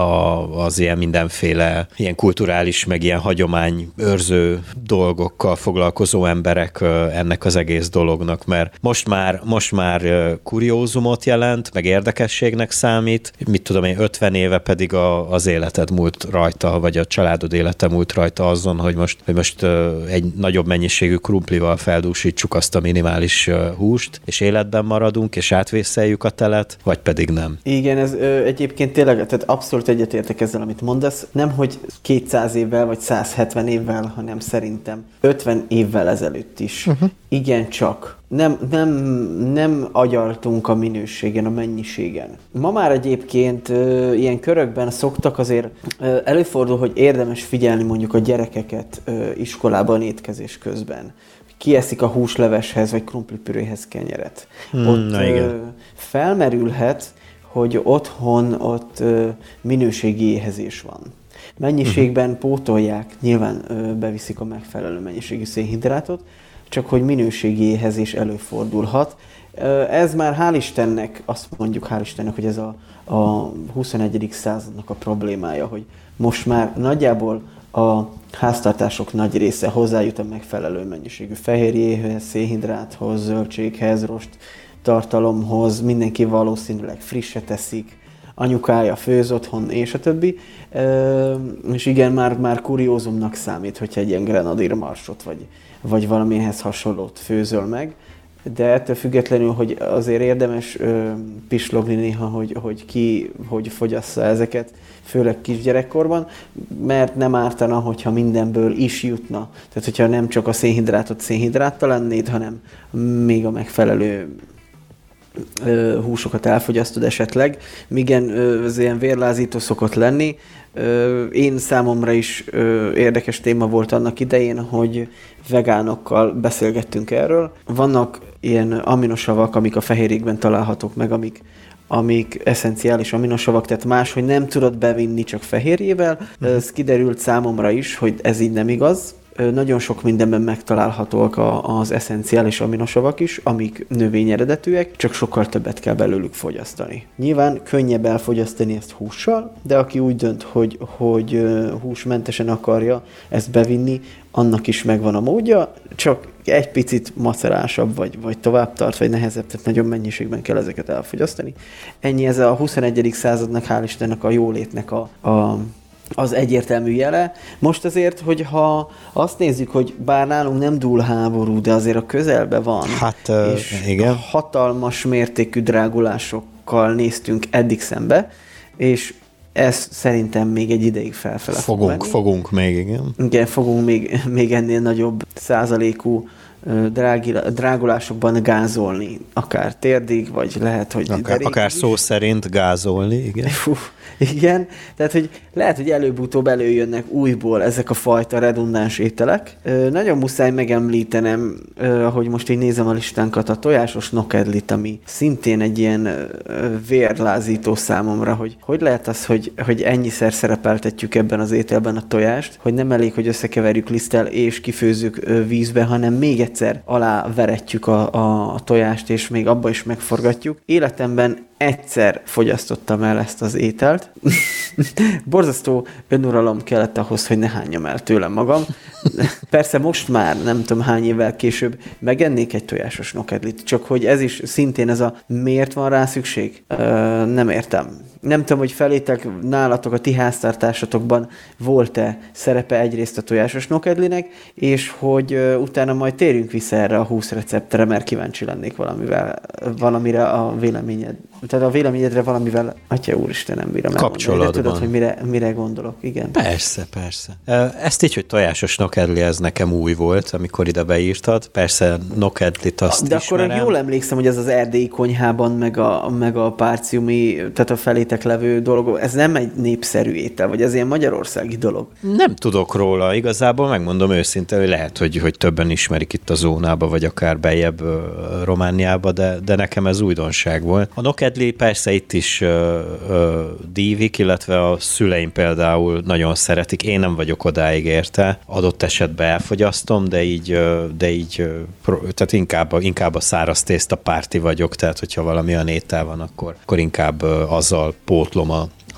a, az ilyen mindenféle ilyen kulturális, meg ilyen hagyományőrző dolgokkal foglalkozó emberek ennek az egész dolognak, mert most már, most már kuriózumot jelent, meg érdekességnek számít, mit tudom én, ötven éve pedig a, az életed múlt rajta, vagy a családod élete múlt rajta azon, hogy most, hogy most egy nagyobb mennyiségű krumplival feldúsítsuk azt a minimális húst, és életben maradunk, és átvészeljük a telet, vagy pedig nem.
Igen, ez ö, egyébként tényleg, tehát abszolút egyetértek ezzel, amit mondasz. Nem, hogy kétszáz évvel, vagy száz hetven évvel, hanem szerintem ötven évvel ezelőtt is. Uh-huh. Igen, csak. Nem, nem, nem agyaltunk a minőségen, a mennyiségen. Ma már egyébként ö, ilyen körökben szoktak azért, ö, előfordul, hogy érdemes figyelni mondjuk a gyerekeket ö, iskolában étkezés közben. Kieszik a húsleveshez, vagy krumplipüréhez kenyeret. Hmm, ott ö, felmerülhet, hogy otthon ott ö, minőségi éhezés van. Mennyiségben uh-huh. pótolják, nyilván ö, beviszik a megfelelő mennyiségű szénhidrátot, csak hogy minőségi éhezés előfordulhat. Ez már hál' Istennek, azt mondjuk hál' Istennek, hogy ez a, a huszonegyedik századnak a problémája, hogy most már nagyjából a háztartások nagy része hozzájut a megfelelő mennyiségű fehérjéhez, szénhidráthoz, zöldséghez, rost tartalomhoz, mindenki valószínűleg frisset eszik, anyukája főz otthon, és a többi. És igen, már, már kuriózumnak számít, hogyha egy ilyen grenadírmarsot, vagy, vagy valamihez hasonlót főzöl meg. De ettől függetlenül, hogy azért érdemes ö, pislogni néha, hogy, hogy ki hogy fogyassza ezeket, főleg kisgyerekkorban, mert nem ártana, hogyha mindenből is jutna. Tehát, hogyha nem csak a szénhidrátot szénhidráttal lennéd, hanem még a megfelelő ö, húsokat elfogyasztod esetleg. Igen, ez ilyen vérlázító szokott lenni. Ö, én számomra is ö, érdekes téma volt annak idején, hogy vegánokkal beszélgettünk erről. Vannak ilyen aminosavak, amik a fehérjékben találhatók meg, amik, amik eszenciális aminosavak, tehát máshogy nem tudod bevinni csak fehérjével. Uh-huh. Ez kiderült számomra is, hogy ez így nem igaz. Nagyon sok mindenben megtalálhatóak az eszenciális aminosavak is, amik növényeredetűek, csak sokkal többet kell belőlük fogyasztani. Nyilván könnyebb elfogyasztani ezt hússal, de aki úgy dönt, hogy, hogy húsmentesen akarja ezt bevinni, annak is megvan a módja, csak egy picit macerásabb, vagy, vagy tovább tart, vagy nehezebb, tehát nagyon mennyiségben kell ezeket elfogyasztani. Ennyi, ez a huszonegyedik századnak, hál' Istennek a jólétnek a, a az egyértelmű jele. Most azért, hogyha azt nézzük, hogy bár nálunk nem dúl háború, de azért a közelben van,
hát, uh,
és
igen.
hatalmas mértékű drágulásokkal néztünk eddig szembe, és ez szerintem még egy ideig felfele
fogunk,
fog menni.
Fogunk még, igen.
Igen, fogunk még, még ennél nagyobb százalékú drágulásokban gázolni, akár térdig, vagy lehet, hogy...
Akár, akár szó szerint gázolni, igen.
Fú, igen, tehát, hogy lehet, hogy előbb-utóbb előjönnek újból ezek a fajta redundáns ételek. Nagyon muszáj megemlítenem, ahogy most így nézem a listánkat, a tojásos nokedlit, ami szintén egy ilyen vérlázító számomra, hogy hogy lehet az, hogy, hogy ennyiszer szerepeltetjük ebben az ételben a tojást, hogy nem elég, hogy összekeverjük liszttel és kifőzzük vízbe, hanem még egyszer alá veretjük a, a tojást, és még abba is megforgatjuk. Életemben egyszer fogyasztottam el ezt az ételt. Borzasztó önuralom kellett ahhoz, hogy ne hányjam el tőlem magam. Persze most már, nem tudom hány évvel később, megennék egy tojásos nokedlit, csak hogy ez is szintén ez a miért van rá szükség? Ö, nem értem. Nem tudom, hogy felétek nálatok a ti háztartásatokban volt-e szerepe egyrészt a tojásos nokedlinek, és hogy ö, utána majd térjünk vissza erre a húsz receptre, mert kíváncsi lennék valamivel, valamire a véleményed, tehát a véleményedre valamivel, atya úristen, nem bírom
kapcsolatban.
De tudod, hogy mire, mire gondolok, igen.
Persze, persze. Ezt így, hogy tojásos nokedli, ez nekem új volt, amikor ide beírtad. Persze nokedlit azt
De
ismerem.
akkor jól emlékszem, hogy ez az erdélyi konyhában, meg a, meg a párciumi, tehát a felétek levő dolog, ez nem egy népszerű étel, vagy ez ilyen magyarországi dolog?
Nem tudok róla. Igazából megmondom őszintén, hogy lehet, hogy, hogy többen ismerik itt a zónába, vagy akár beljebb uh, Romániába, de, de nekem ez újdonság volt. A nokedli persze itt is uh, uh, dívik, illetve a szüleim például nagyon szeretik. Én nem vagyok odáig érte. Adott esetben elfogyasztom, de így, uh, de így uh, tehát inkább, inkább a száraz tészta párti vagyok, tehát hogyha valami olyan étel van, akkor, akkor inkább uh, azzal pótlom a A,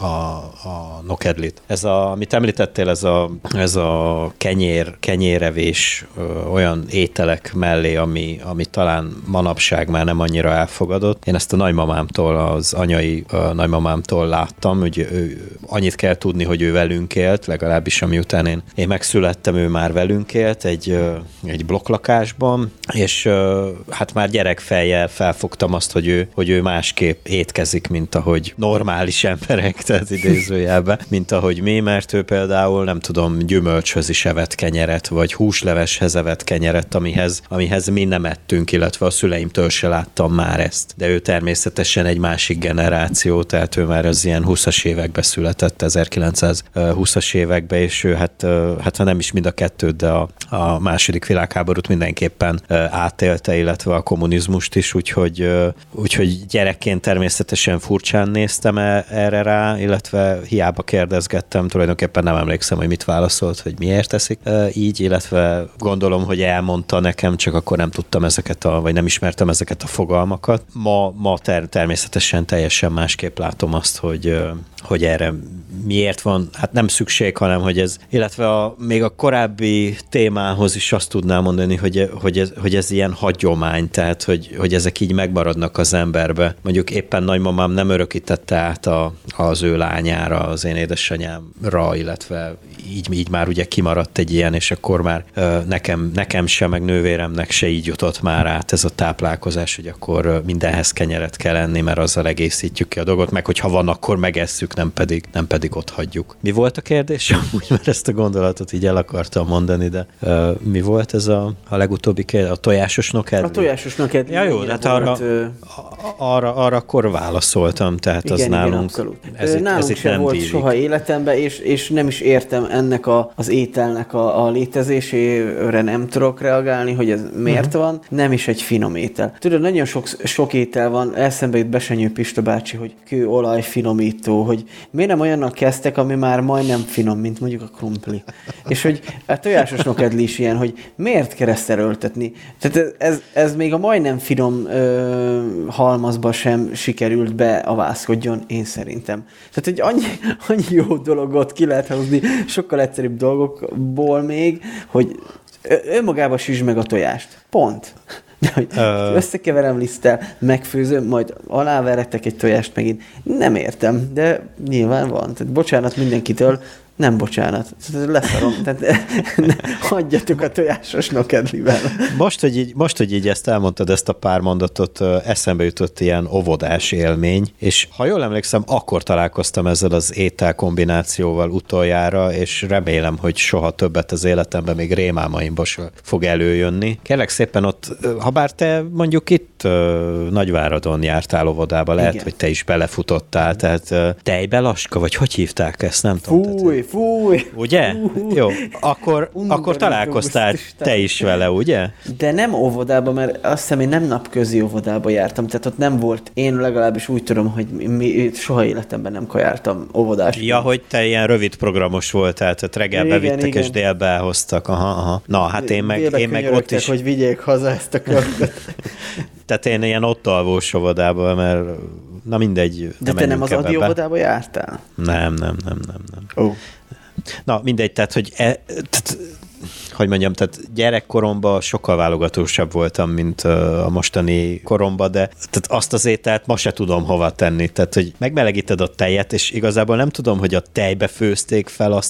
a nokedlit. Ez a, amit említettél, ez a, ez a kenyér, kenyérevés ö, olyan ételek mellé, ami, ami talán manapság már nem annyira elfogadott. Én ezt a nagymamámtól, az anyai ö, nagymamámtól láttam, hogy ő, annyit kell tudni, hogy ő velünk élt, legalábbis amiután én, én megszülettem, ő már velünk élt egy, ö, egy blokklakásban, és ö, hát már gyerekfejjel felfogtam azt, hogy ő, hogy ő másképp étkezik, mint ahogy normális emberek, tehát idézőjelben, mint ahogy mi, mert ő például, nem tudom, gyümölcshöz is evett kenyeret, vagy húsleveshez evett kenyeret, amihez, amihez mi nem ettünk, illetve a szüleimtől se láttam már ezt. De ő természetesen egy másik generáció, tehát ő már az ilyen húszas években született, ezerkilencszázhúszas években, és ő hát, hát ha nem is mind a kettőt, de a, a második világháborút mindenképpen átélte, illetve a kommunizmust is, úgyhogy, úgyhogy gyerekként természetesen furcsán néztem erre rá, illetve hiába kérdezgettem, tulajdonképpen nem emlékszem, hogy mit válaszolt, hogy miért teszik így, illetve gondolom, hogy elmondta nekem, csak akkor nem tudtam ezeket a, vagy nem ismertem ezeket a fogalmakat. Ma, ma ter- természetesen teljesen másképp látom azt, hogy, hogy erre miért van, hát nem szükség, hanem hogy ez, illetve a, még a korábbi témához is azt tudnám mondani, hogy, hogy, ez, hogy ez ilyen hagyomány, tehát hogy, hogy ezek így megmaradnak az emberbe. Mondjuk éppen nagymamám nem örökítette át a, az ő lányára, az én édesanyámra, illetve így, így már ugye kimaradt egy ilyen, és akkor már nekem, nekem se, meg nővéremnek se így jutott már át ez a táplálkozás, hogy akkor mindenhez kenyeret kell enni, mert azzal egészítjük ki a dolgot, meg hogyha van, akkor megesszük, nem pedig, nem pedig ott hagyjuk. Mi volt a kérdés? Úgy, mert ezt a gondolatot így el akartam mondani, de uh, mi volt ez a, a legutóbbi kérdés? A tojásos nokedli?
A tojásos nokedli.
Ja jó, hát arra, volt, ö... arra, arra akkor válaszoltam, tehát igen, az igen, nálunk.
Ez itt, nálunk ez itt sem nem volt dívik. Soha életemben, és, és nem is értem ennek a, az ételnek a, a létezésére nem tudok reagálni, hogy ez miért uh-huh. van. Nem is egy finom étel. Tudod, nagyon sok, sok étel van, eszembe jut Besenyő Pista bácsi, hogy kőolaj finomító, hogy miért nem olyannal kezdtek, ami már majdnem finom, mint mondjuk a krumpli. És hogy a tojásos nokedli is ilyen, hogy miért kell ezt erőltetni. Tehát ez, ez, ez még a majdnem finom ö, halmazba sem sikerült beavászkodjon, én szerintem. Tehát, hogy annyi, annyi jó dologot ki lehet hozni, sokkal egyszerűbb dolgokból még, hogy önmagában süsd meg a tojást. Pont. De hogy uh... összekeverem liszttel, megfőzöm, majd aláveretek egy tojást megint. Nem értem, de nyilván van. Tehát bocsánat mindenkitől, nem bocsánat. Leszarom. Tehát hagyjatok a tojásos nokedlivel.
Most hogy, így, most, hogy így ezt elmondtad, ezt a pár mondatot, eszembe jutott ilyen óvodás élmény, és ha jól emlékszem, akkor találkoztam ezzel az étel kombinációval utoljára, és remélem, hogy soha többet az életemben még rémálmaimba fog előjönni. Kérlek szépen ott, ha bár te mondjuk itt Nagyváradon jártál óvodába, lehet, igen, hogy te is belefutottál, tehát tejbelaska, vagy hogy hívták ezt, nem tudom.
Fúj, fúj!
Ugye?
Fúj.
Jó, akkor, akkor találkoztál te is vele, ugye?
De nem óvodába, mert azt hiszem, én nem napközi óvodába jártam, tehát ott nem volt, én legalábbis úgy tudom, hogy mi, soha életemben nem kajártam óvodás.
Ja, hogy te ilyen rövid programos voltál, tehát reggel igen, bevittek igen, és délbe elhoztak. Aha, aha. Na, hát én meg, én meg ott is...
hogy vigyék haza ezt a könyvet.
Tehát én ilyen ott alvós óvodában, mert na mindegy.
De te nem az Adi óvodába jártál?
Nem, nem, nem, nem. nem.
Oh.
Na, mindegy, tehát, hogy e, tehát, hogy mondjam, tehát gyerekkoromban sokkal válogatósabb voltam, mint a mostani koromban, de tehát azt az ételt ma se tudom hova tenni. Tehát, hogy megmelegíted a tejet, és igazából nem tudom, hogy a tejbe főzték fel azt a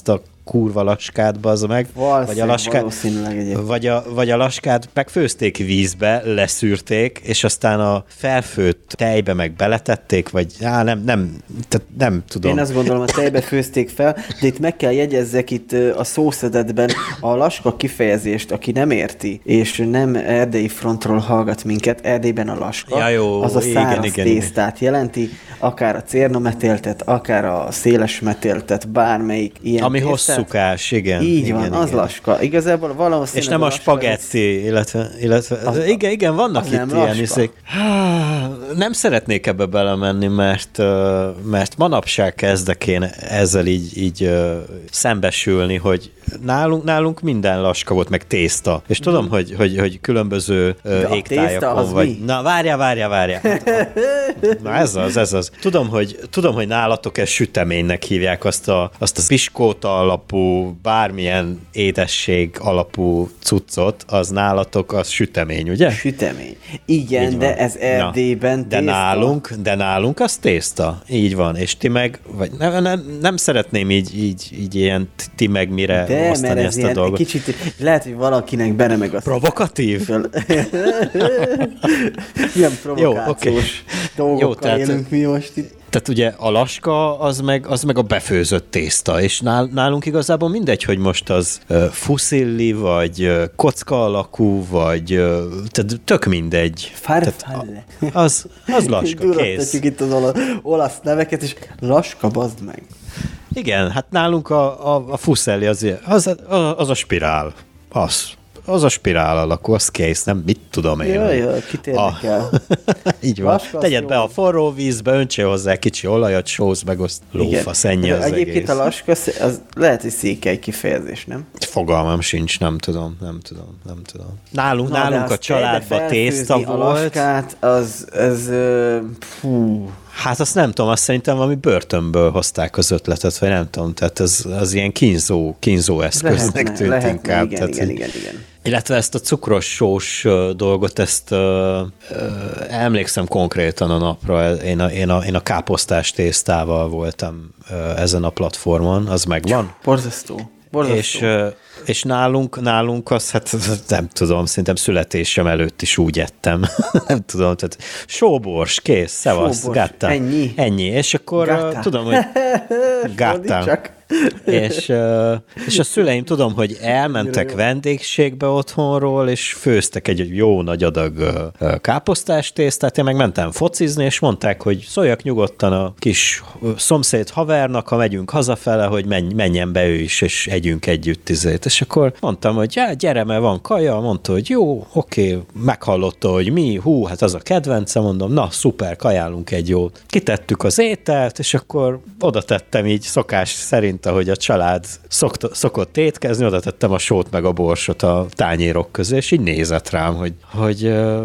kurva laskát, bazd meg. Vagy a laskát, vagy a, vagy a laskát megfőzték vízbe, leszűrték, és aztán a felfőtt tejbe meg beletették, vagy á, nem, nem, tehát nem tudom.
Én azt gondolom, a tejbe főzték fel, de itt meg kell jegyezzek itt a szószedetben a laska kifejezést, aki nem érti, és nem erdélyi frontról hallgat minket, Erdélyben a laska,
ja, jó,
az a száraz
igen,
tésztát
igen.
jelenti, akár a cérnametéltet, akár a széles metéltet, bármelyik ilyen
ami
tésztát.
Hosszúkás, igen.
Így
igen,
van,
igen.
az laska. Igazából valahol
és nem a spagetti, illetve, illetve az, igen, igen, vannak itt ilyen iszék. Nem szeretnék ebbe belemenni, mert, mert manapság kezdek én ezzel így, így szembesülni, hogy nálunk, nálunk minden laska volt, meg tészta. És tudom, mm. hogy, hogy, hogy különböző égtájakon vagy. Mi? Na, várjál, várjál, várjál. Hát, na ez az, ez az. Tudom, hogy, tudom, hogy nálatok ezt süteménynek hívják azt a, azt a piskóta alapú, bármilyen édesség alapú cuccot, az nálatok az sütemény, ugye?
Sütemény. Igen, de ez Erdélyben
na, de nálunk, de nálunk az tészta. Így van. És ti meg, vagy nem, nem, nem szeretném így, így, így ilyen ti meg mire
de,
osztani ezt a dolgot.
Kicsit, lehet, hogy valakinek benne meg az...
Provokatív?
Ilyen provokációs
jó, okay.
dolgokkal jó, tehát, élünk mi most itt.
Tehát ugye a laska az meg, az meg a befőzött tészta, és nál, nálunk igazából mindegy, hogy most az uh, fuszilli, vagy uh, kocka alakú, vagy uh, tehát tök mindegy.
Farfalle.
Az, az laska, kész.
Itt az olasz, olasz neveket, és laska, bazd meg.
Igen, hát nálunk a, a, a fuszilli az, az, az a spirál. Az. Az a spirál alakú, az kész, nem mit tudom én.
Jaj, jaj, kit érdekel.
Így van. Laska, tegyed be a forró vízbe, öntsél hozzá kicsi olajat, sóz meg azt lófasz, ennyi az
egyébként
egész.
A laska, az lehet, hogy székely kifejezés, nem?
Fogalmam sincs, nem tudom, nem tudom, nem tudom. Nálunk, Na, nálunk a családban tészta volt.
A laskát, az, az, fú...
Hát azt nem tudom, azt szerintem valami börtönből hozták az ötletet, vagy nem tudom, tehát az, az ilyen kínzó, kínzó eszköznek lehetne, tűnt
lehetne,
inkább.
Igen,
tehát,
igen, igen, igen.
Illetve ezt a cukros-sós dolgot, ezt uh, uh, emlékszem konkrétan a napra, én a, én a, én a káposztás tésztával voltam uh, ezen a platformon, az megvan.
Borzasztó. Borzasztó.
És, uh, és nálunk, nálunk az, hát nem tudom, szerintem születésem előtt is úgy ettem. Nem tudom, tehát sóbors, kész, szevasz, gátta.
Ennyi.
Ennyi, és akkor uh, tudom, hogy gátta. és, és a szüleim tudom, hogy elmentek vendégségbe otthonról, és főztek egy jó nagy adag káposztás tésztát, én meg mentem focizni, és mondták, hogy szóljak nyugodtan a kis szomszéd havernak, ha megyünk hazafele, hogy menj, menjen be ő is, és együnk együtt izét. És akkor mondtam, hogy já, gyere, mert van kaja, mondta, hogy jó, oké, meghallotta, hogy mi, hú, hát az a kedvence, mondom, na, szuper, kajálunk egy jót. Kitettük az ételt, és akkor oda tettem így szokás szerint, ahogy a család szokta, szokott étkezni, oda tettem a sót meg a borsot a tányérok közé, és így nézett rám, hogy, hogy uh,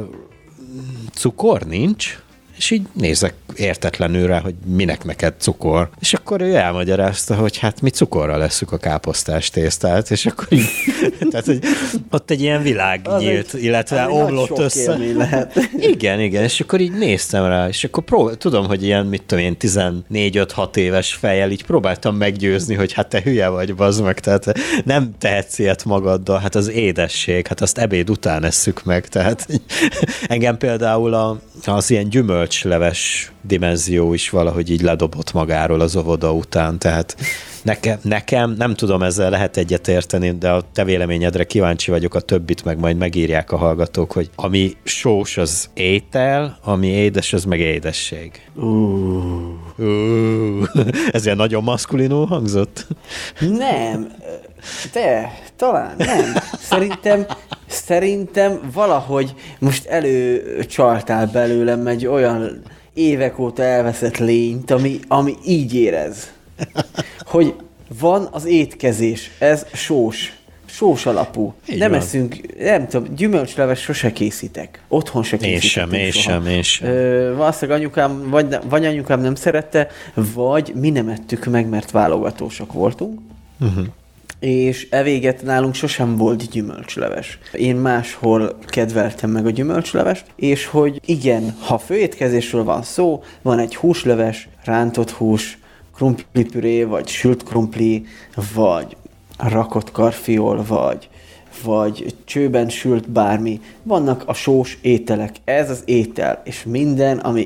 cukor nincs, és így nézek értetlenül rá, hogy minek neked cukor. És akkor ő elmagyarázta, hogy hát mi cukorral lesszük a káposztás tésztát, és akkor így, tehát, hogy ott egy ilyen világ az nyílt, egy, illetve omlott össze.
Lehet.
Igen, igen, és akkor így néztem rá, és akkor prób- tudom, hogy ilyen, mit tudom én, tizennégy öt hat éves fejjel így próbáltam meggyőzni, hogy hát te hülye vagy, bazd meg, tehát nem tehetsz ilyet magaddal, hát az édesség, hát azt ebéd után esszük meg, tehát engem például a, az ilyen gyümölcsleves dimenzió is valahogy így ledobott magáról az óvoda után, tehát nekem, nekem nem tudom, ezzel lehet egyetérteni, de a te véleményedre kíváncsi vagyok, a többit meg majd megírják a hallgatók, hogy ami sós, az étel, ami édes, az meg édesség.
Uh.
Uh. Ez ilyen nagyon maszkulinul hangzott?
Nem, de talán nem. Szerintem Szerintem valahogy most előcsaltál belőlem egy olyan évek óta elveszett lényt, ami, ami így érez. Hogy van az étkezés, ez sós, sós alapú. Így nem van. Eszünk, nem tudom, gyümölcsleves sose készítek. Otthon se készítek.
Én sem, én sem, én sem.
Ö, valószínűleg anyukám, vagy, vagy anyukám nem szerette, vagy mi nem ettük meg, mert válogatósak voltunk. Uh-huh. És evéget nálunk sosem volt gyümölcsleves. Én máshol kedveltem meg a gyümölcslevest, és hogy igen, ha főétkezésről van szó, van egy húsleves, rántott hús, krumplipüré, vagy sült krumpli, vagy rakott karfiol, vagy, vagy csőben sült bármi. Vannak a sós ételek. Ez az étel, és minden, ami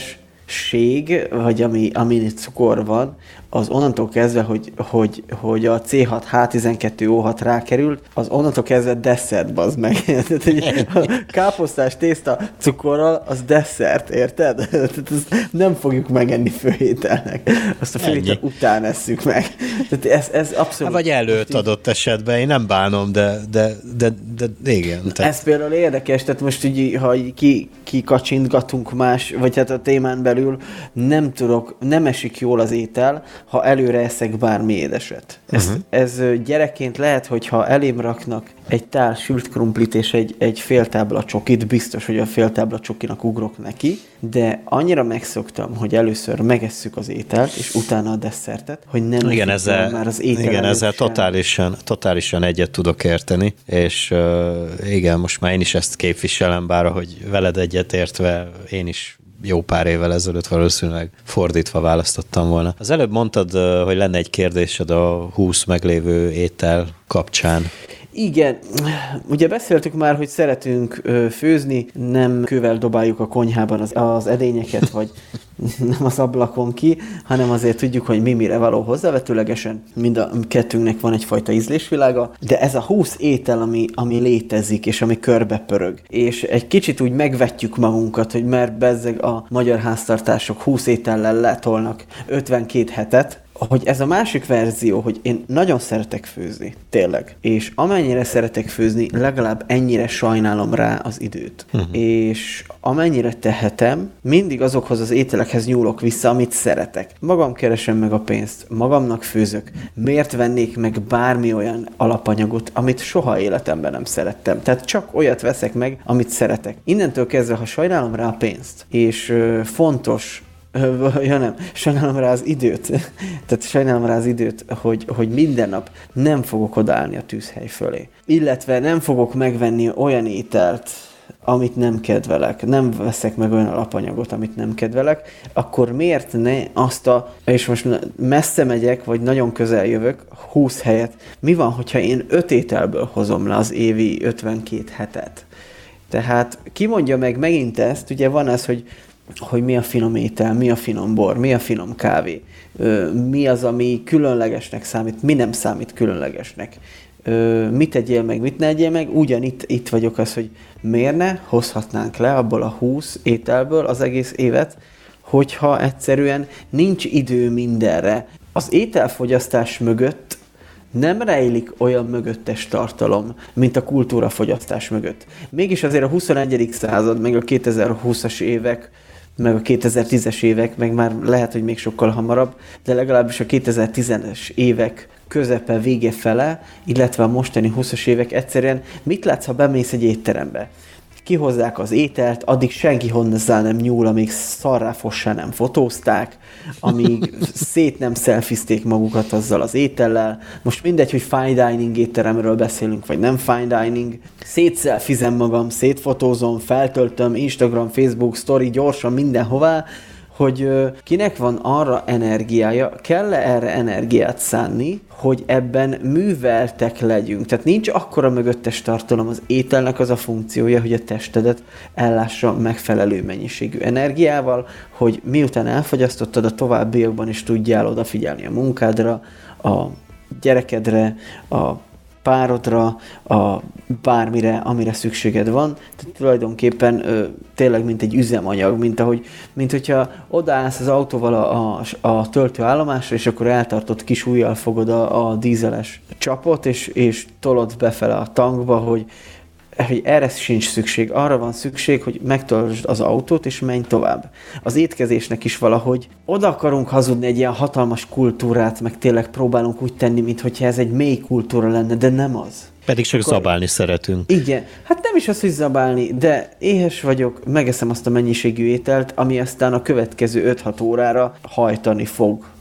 édesség, vagy ami, ami cukor van, az onnantól kezdve, hogy, hogy, hogy a cé hat há tizenkettő ó hat rákerült, az onnantól kezdve desszert, bazd meg. Tehát, hogy a káposztás tészta cukorral, az desszert, érted? Tehát nem fogjuk megenni főételnek. Azt a főétel után esszük meg. Tehát ez, ez abszolút...
Vagy előtt adott esetben, én nem bánom, de, de, de, de igen.
Tehát... Ez például érdekes, tehát most így, ha ki, ki kacsintgatunk más, vagy hát a témán belül, nem tudok, nem esik jól az étel, ha előre eszek bármi édeset. Ez, uh-huh. ez gyerekként lehet, hogyha elém raknak egy tál sült krumplit és egy, egy fél tábla csokit, biztos, hogy a fél tábla csokinak ugrok neki, de annyira megszoktam, hogy először megesszük az ételt, és utána a desszertet, hogy nem
igen, ezzel,
már az étel.
Igen, ezzel totálisan, totálisan egyet tudok érteni, és uh, igen, most már én is ezt képviselem, bár ahogy veled egyetértve én is jó pár évvel ezelőtt valószínűleg fordítva választottam volna. Az előbb mondtad, hogy lenne egy kérdésed a húsz meglévő étel kapcsán.
Igen, ugye beszéltük már, hogy szeretünk főzni, nem kővel dobáljuk a konyhában az, az edényeket, vagy nem az ablakon ki, hanem azért tudjuk, hogy mi mire való hozzávetőlegesen. Mind a kettőnknek van egyfajta ízlésvilága, de ez a húsz étel, ami, ami létezik, és ami körbe pörög. És egy kicsit úgy megvetjük magunkat, hogy mert bezzeg a magyar háztartások húsz étellel letolnak ötvenkét hetet, hogy ez a másik verzió, hogy én nagyon szeretek főzni, tényleg. És amennyire szeretek főzni, legalább ennyire sajnálom rá az időt. Uh-huh. És amennyire tehetem, mindig azokhoz az ételekhez nyúlok vissza, amit szeretek. Magam keresem meg a pénzt, magamnak főzök. Miért vennék meg bármi olyan alapanyagot, amit soha életemben nem szerettem? Tehát csak olyat veszek meg, amit szeretek. Innentől kezdve, ha sajnálom rá a pénzt, és ö, fontos, ja nem, sajnálom rá az időt, tehát sajnálom rá az időt, hogy, hogy minden nap nem fogok odaállni a tűzhely fölé. Illetve nem fogok megvenni olyan ételt, amit nem kedvelek, nem veszek meg olyan alapanyagot, amit nem kedvelek, akkor miért ne azt a, és most messze megyek, vagy nagyon közel jövök, húsz helyet, mi van, hogyha én öt ételből hozom le az évi ötvenkét hetet? Tehát ki mondja meg megint ezt, ugye van ez, hogy hogy mi a finom étel, mi a finom bor, mi a finom kávé, mi az, ami különlegesnek számít, mi nem számít különlegesnek, mit tegyél meg, mit ne egyél meg, ugyanitt itt vagyok az, hogy miért ne hozhatnánk le abból a húsz ételből az egész évet, hogyha egyszerűen nincs idő mindenre. Az ételfogyasztás mögött nem rejlik olyan mögöttes tartalom, mint a kultúrafogyasztás mögött. Mégis azért a huszonegyedik század, meg a kétezer-húszas évek, meg a kétezer-tízes évek, meg már lehet, hogy még sokkal hamarabb, de legalábbis a kétezer-tízes évek közepe, vége fele, illetve a mostani húszas évek egyszerűen mit látsz, ha bemész egy étterembe? Kihozzák az ételt, addig senki hozzá nem nyúl, amíg szarráfossá nem fotózták, amíg szét nem szelfizték magukat azzal az étellel. Most mindegy, hogy fine dining étteremről beszélünk, vagy nem fine dining. Szétszelfizem magam, szétfotózom, feltöltöm, Instagram, Facebook, story, gyorsan mindenhová, hogy kinek van arra energiája, kell-e erre energiát szánni, hogy ebben műveltek legyünk. Tehát nincs akkora mögöttes tartalom, az ételnek az a funkciója, hogy a testedet ellássa megfelelő mennyiségű energiával, hogy miután elfogyasztottad, a továbbiakban is tudjál odafigyelni a munkádra, a gyerekedre, a párodra, a bármire, amire szükséged van. Tehát tulajdonképpen ö, tényleg mint egy üzemanyag, mint ahogy, mint hogyha odaállsz az autóval a, a, a töltőállomásra, és akkor eltartott kis ujjal fogod a, a dízeles csapot, és, és tolod befele a tankba, hogy hogy erre sincs szükség. Arra van szükség, hogy megtöltsd az autót, és menj tovább. Az étkezésnek is valahogy oda akarunk hazudni egy ilyen hatalmas kultúrát, meg tényleg próbálunk úgy tenni, mintha ez egy mély kultúra lenne, de nem az.
Pedig csak Akkor... zabálni szeretünk.
Igen. Hát nem is az, hogy zabálni, de éhes vagyok, megeszem azt a mennyiségű ételt, ami aztán a következő öt-hat órára hajtani fog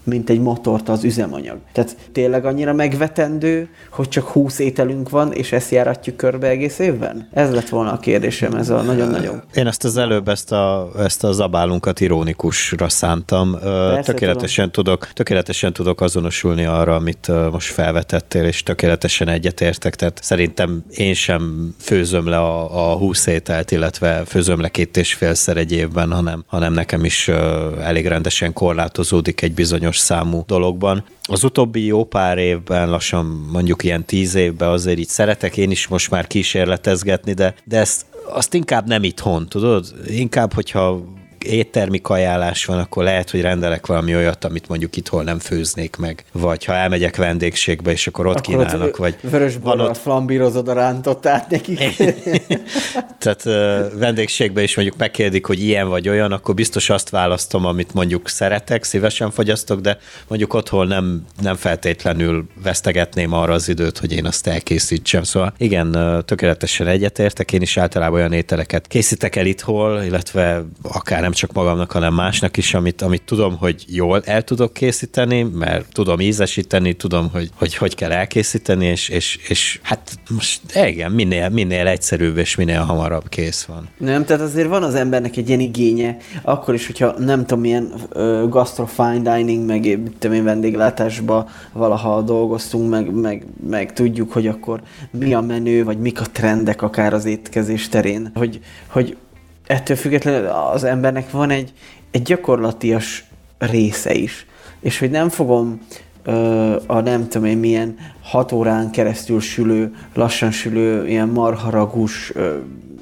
mint egy motort az üzemanyag. Tehát tényleg annyira megvetendő, hogy csak húsz ételünk van, és ezt járatjuk körbe egész évben? Ez lett volna a kérdésem, ez a nagyon-nagyon.
Én ezt az előbb, ezt a, ezt a zabálunkat ironikusra szántam. Persze, tökéletesen tudok, tökéletesen tudok azonosulni arra, amit most felvetettél, és tökéletesen egyetértek. Tehát szerintem én sem főzöm le a, a húsz ételt, illetve főzöm le két és félszer egy évben, hanem, hanem nekem is elég rendesen korlátozódik egy bizonyos számú dologban. Az utóbbi jó pár évben, lassan mondjuk ilyen tíz évben azért így szeretek én is most már kísérletezgetni, de, de ezt azt inkább nem itthon, tudod? Inkább, hogyha éttermi kajálás van, akkor lehet, hogy rendelek valami olyat, amit mondjuk itthon nem főznék meg. Vagy ha elmegyek vendégségbe, és akkor ott akkor kínálnak, ott vagy...
Vörösborral ott... flambírozod a rántottát nekik.
Tehát uh, vendégségbe is mondjuk megkérdik, hogy ilyen vagy olyan, akkor biztos azt választom, amit mondjuk szeretek, szívesen fogyasztok, de mondjuk otthon nem, nem feltétlenül vesztegetném arra az időt, hogy én azt elkészítsem. Szóval igen, tökéletesen egyetértek, én is általában olyan ételeket készítek el itthon, illetve akár nem csak magamnak, hanem másnak is, amit, amit tudom, hogy jól el tudok készíteni, mert tudom ízesíteni, tudom, hogy hogy, hogy kell elkészíteni, és, és, és hát most igen, minél, minél egyszerűbb és minél hamarabb kész van.
Nem, tehát azért van az embernek egy ilyen igénye, akkor is, hogyha nem tudom, milyen uh, gastro fine dining, meg tudom én vendéglátásba valaha dolgoztunk, meg, meg, meg tudjuk, hogy akkor mi a menő, vagy mik a trendek akár az étkezés terén, hogy, hogy ettől függetlenül az embernek van egy, egy gyakorlatias része is. És hogy nem fogom ö, a nem tudom én milyen hat órán keresztül sülő, lassan sülő, ilyen marharagús, ö,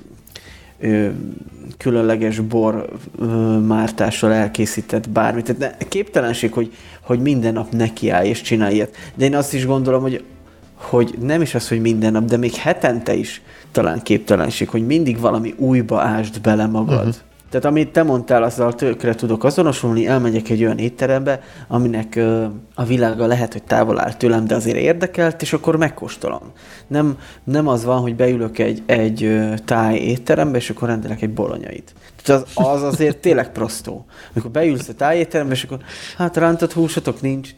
ö, különleges bor ö, mártással elkészített bármit. Tehát ne, képtelenség, hogy, hogy minden nap nekiáll és csinálj ilyet. De én azt is gondolom, hogy hogy nem is az, hogy minden nap, de még hetente is talán képtelenség, hogy mindig valami újba ásd bele magad. Uh-huh. Tehát amit te mondtál, azzal tökre tudok azonosulni, elmegyek egy olyan étterembe, aminek ö, a világa lehet, hogy távol áll tőlem, de azért érdekelt, és akkor megkóstolom. Nem, nem az van, hogy beülök egy, egy ö, táj étterembe, és akkor rendelek egy bolonyait. Tehát az, az azért tényleg prostó. Amikor beülsz a táj étterembe, és akkor hát rántott húsotok nincs.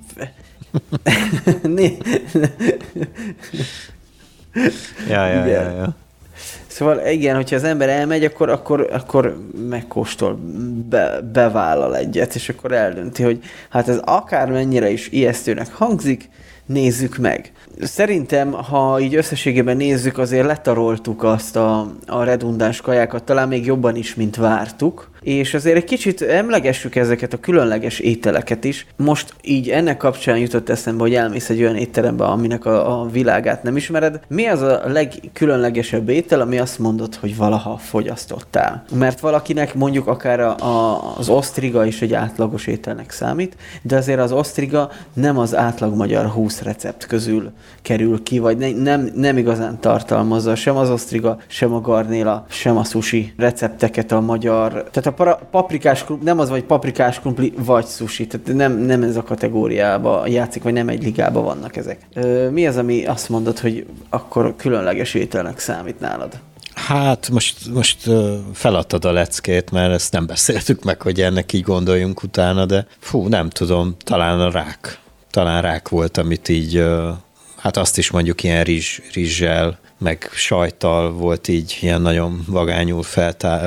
ja, ja, ja, ja.
Szóval igen, hogyha az ember elmegy, akkor, akkor, akkor megkóstol, be, bevállal egyet, és akkor eldönti, hogy hát ez akármennyire is ijesztőnek hangzik, nézzük meg. Szerintem, ha így összességében nézzük, azért letaroltuk azt a, a redundáns kajákat, talán még jobban is, mint vártuk, és azért egy kicsit emlegessük ezeket a különleges ételeket is. Most így ennek kapcsán jutott eszembe, hogy elmész egy olyan étterembe, aminek a, a világát nem ismered. Mi az a legkülönlegesebb étel, ami azt mondod, hogy valaha fogyasztottál? Mert valakinek mondjuk akár a, a, az osztriga is egy átlagos ételnek számít, de azért az osztriga nem az átlag magyar húsz recept közül kerül ki, vagy ne, nem, nem igazán tartalmazza sem az osztriga, sem a garnéla, sem a sushi recepteket a magyar. Tehát a para, paprikás krumpli, nem az vagy paprikás krumpli, vagy sushi, tehát nem, nem ez a kategóriába játszik, vagy nem egy ligába vannak ezek. Ö, mi az, ami azt mondod, hogy akkor különleges ételnek számít nálad?
Hát most, most feladtad a leckét, mert ezt nem beszéltük meg, hogy ennek így gondoljunk utána, de fú, nem tudom, talán a rák. Talán rák volt, amit így, hát azt is mondjuk ilyen rizs, rizssel, meg sajttal volt így ilyen nagyon vagányul feltá,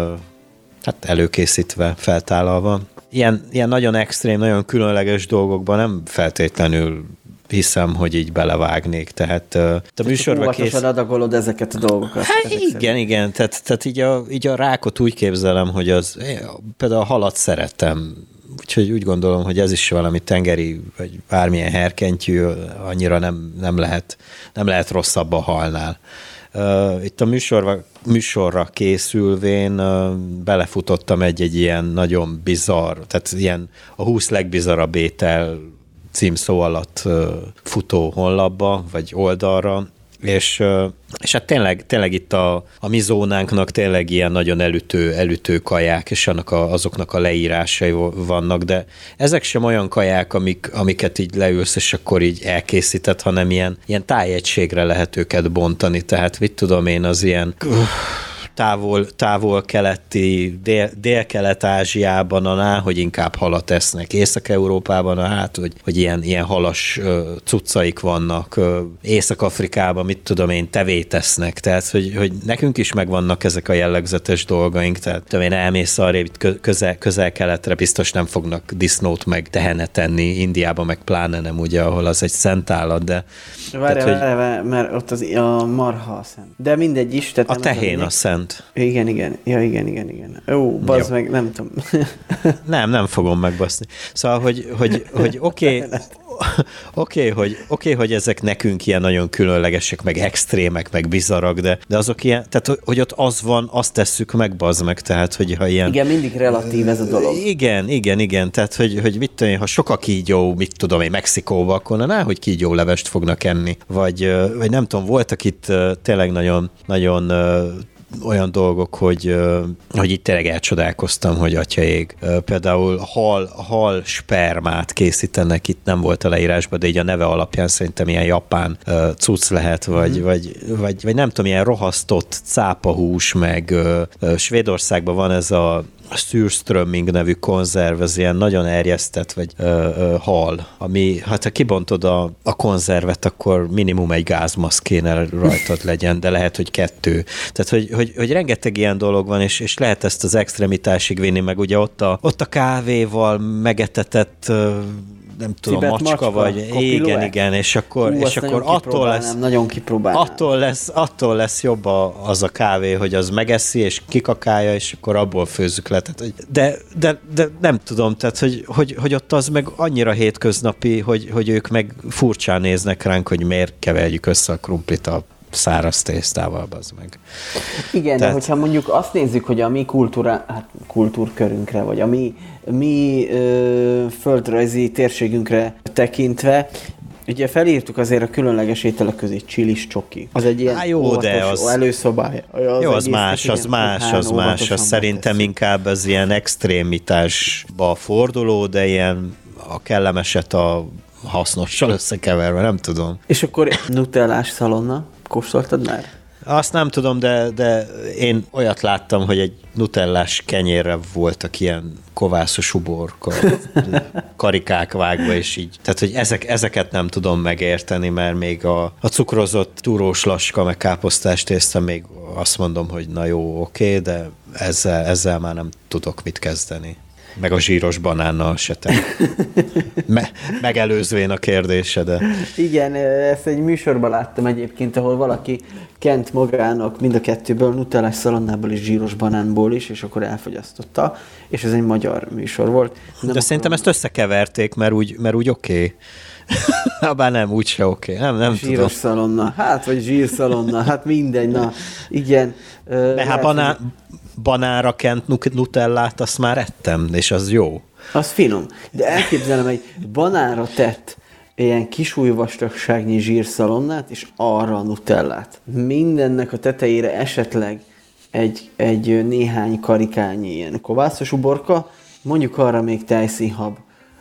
hát előkészítve, feltálalva. Ilyen, ilyen nagyon extrém, nagyon különleges dolgokban nem feltétlenül hiszem, hogy így belevágnék, tehát a műsorba kész...
Óvatosan adagolod ezeket a dolgokat.
Hát igen, szerint. igen, tehát, tehát így, a, így a rákot úgy képzelem, hogy az, például a halat szeretem, úgyhogy úgy gondolom, hogy ez is valami tengeri, vagy bármilyen herkentyű, annyira nem, nem, lehet, nem lehet rosszabb a halnál. Itt a műsorra, műsorra készülvén belefutottam egy-egy ilyen nagyon bizarr, tehát ilyen a húsz legbizarabb étel címszó alatt futó honlapba, vagy oldalra, és, és hát tényleg, tényleg itt a, a mi zónánknak tényleg ilyen nagyon elütő, elütő kaják, és annak a, azoknak a leírásai vannak, de ezek sem olyan kaják, amik, amiket így leülsz, és akkor így elkészített, hanem ilyen, ilyen tájegységre lehet őket bontani, tehát mit tudom én, az ilyen távol, távol-keleti, dél, dél-kelet-ázsiában, aná, hogy inkább halat esznek. Észak-Európában, hát, hogy, hogy ilyen, ilyen halas uh, cuccaik vannak. Uh, Észak-Afrikában, mit tudom én, tevét esznek. Tehát, hogy, hogy nekünk is megvannak ezek a jellegzetes dolgaink. Tehát, tudom én, elmész arrébb közel, közel-keletre, biztos nem fognak disznót meg tehenet enni, Indiában meg pláne nem, ugye, ahol az egy szent állat, de...
Várj, tehát, várj, várj, mert ott az a marha a szent. De mindegy is. Tehát
a tehén a szent.
Igen, igen. Ja, igen, igen, igen. Ó, bazd meg, nem tudom.
Nem, nem fogom megbaszni. Szóval, hogy, hogy, hogy oké, okay, Oké, okay, hogy, okay, hogy ezek nekünk ilyen nagyon különlegesek, meg extrémek, meg bizarak, de, de azok ilyen, tehát hogy ott az van, azt tesszük meg, bazd meg, tehát hogy ha ilyen...
Igen, mindig relatív ez a dolog.
Igen, igen, igen, tehát hogy, hogy mit tudom én, ha sok a kígyó, mit tudom én, Mexikóba, akkor na, hogy kígyólevest fognak enni, vagy, vagy nem tudom, voltak itt tényleg nagyon, nagyon olyan dolgok, hogy, hogy itt tényleg elcsodálkoztam, hogy atyaég. Például hal, hal spermát készítenek, itt nem volt a leírásban, de így a neve alapján szerintem ilyen japán cucc lehet, vagy, mm. vagy, vagy, vagy nem tudom, ilyen rohasztott cápahús, meg Svédországban van ez a Surströmming nevű konzerv, ez ilyen nagyon erjesztett, vagy ö, ö, hal, ami, hát ha kibontod a, a konzervet, akkor minimum egy gázmaszk kéne rajtad legyen, de lehet, hogy kettő. Tehát, hogy, hogy, hogy rengeteg ilyen dolog van, és, és lehet ezt az extremitásig vinni, meg ugye ott a, ott a kávéval megetetett nem tudom, Tibet macska, macska vagy, igen, igen, és akkor, Ú, és akkor attól lesz,
nagyon
attól lesz, attól lesz jobb a, az a kávé, hogy az megeszi, és kikakálja, és akkor abból főzzük le. Tehát, de, de, de nem tudom, tehát, hogy, hogy, hogy ott az meg annyira hétköznapi, hogy, hogy ők meg furcsán néznek ránk, hogy miért keverjük össze a krumplit a száraz tésztával, az meg.
Igen, tehát... de hogyha mondjuk azt nézzük, hogy a mi kultúra, hát kultúrkörünkre, vagy a mi, mi ö, földrajzi térségünkre tekintve, ugye felírtuk azért a különleges ételek közé csilis csoki. Az egy ilyen Há,
jó, de az...
előszobája. Az
jó, az más, az más, az más. Az szerintem inkább az ilyen extrémitásba forduló, de ilyen a kellemeset a hasznossal összekeverve, nem tudom.
És akkor nutellás szalonna, kóstoltad már?
Azt nem tudom, de, de én olyat láttam, hogy egy nutellás kenyérre voltak ilyen kovászos uborka, karikák vágva, és így. Tehát, hogy ezek, ezeket nem tudom megérteni, mert még a, a cukrozott túrós laska, meg káposztás tészta még azt mondom, hogy na jó, oké, de ezzel, ezzel már nem tudok mit kezdeni. Meg a zsíros banánnal se te. Me- megelőzvén a kérdésedet.
Igen, ezt egy műsorban láttam egyébként, ahol valaki kent magának mind a kettőből, nutellás szalonnából és zsíros banánból is, és akkor elfogyasztotta, és ez egy magyar műsor volt. Nem
De akarom... szerintem ezt összekeverték, mert úgy, mert úgy oké. Okay. Bár nem, úgyse oké. Okay. Nem, nem
zsíros
tudom.
szalonna, hát vagy zsírszalonna, hát mindegy, na, igen.
De hát banán, banánra kent nutellát, azt már ettem, és az jó.
Az finom, de elképzelem egy banánra tett ilyen kisújvastagságnyi zsírszalonnát, és arra a nutellát. Mindennek a tetejére esetleg egy, egy néhány karikányi ilyen kovászos uborka, mondjuk arra még tejszínhab.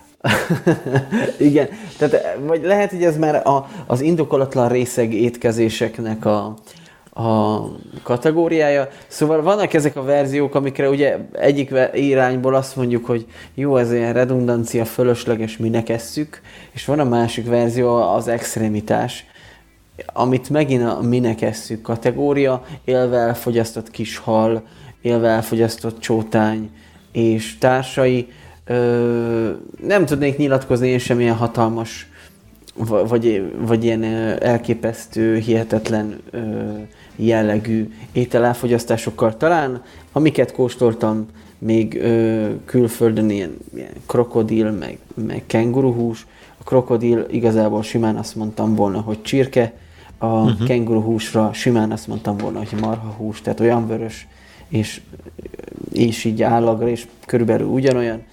Igen, tehát vagy lehet, hogy ez már a, az indokolatlan részeg étkezéseknek a, a kategóriája. Szóval vannak ezek a verziók, amikre ugye egyik irányból azt mondjuk, hogy jó, ez ilyen redundancia, fölösleges, minek esszük, és van a másik verzió, az extremitás, amit megint a minek esszük kategória, élve elfogyasztott kis hal, élve elfogyasztott csótány és társai. Ö, nem tudnék nyilatkozni én sem ilyen hatalmas, vagy, vagy ilyen elképesztő, hihetetlen ö, jellegű ételelfogyasztásokkal. Talán, amiket kóstoltam még ö, külföldön, ilyen, ilyen krokodil, meg, meg kenguruhús. A krokodil igazából simán azt mondtam volna, hogy csirke, a uh-huh. kenguruhúsra simán azt mondtam volna, hogy marhahús, tehát olyan vörös, és, és így állagra, és körülbelül ugyanolyan.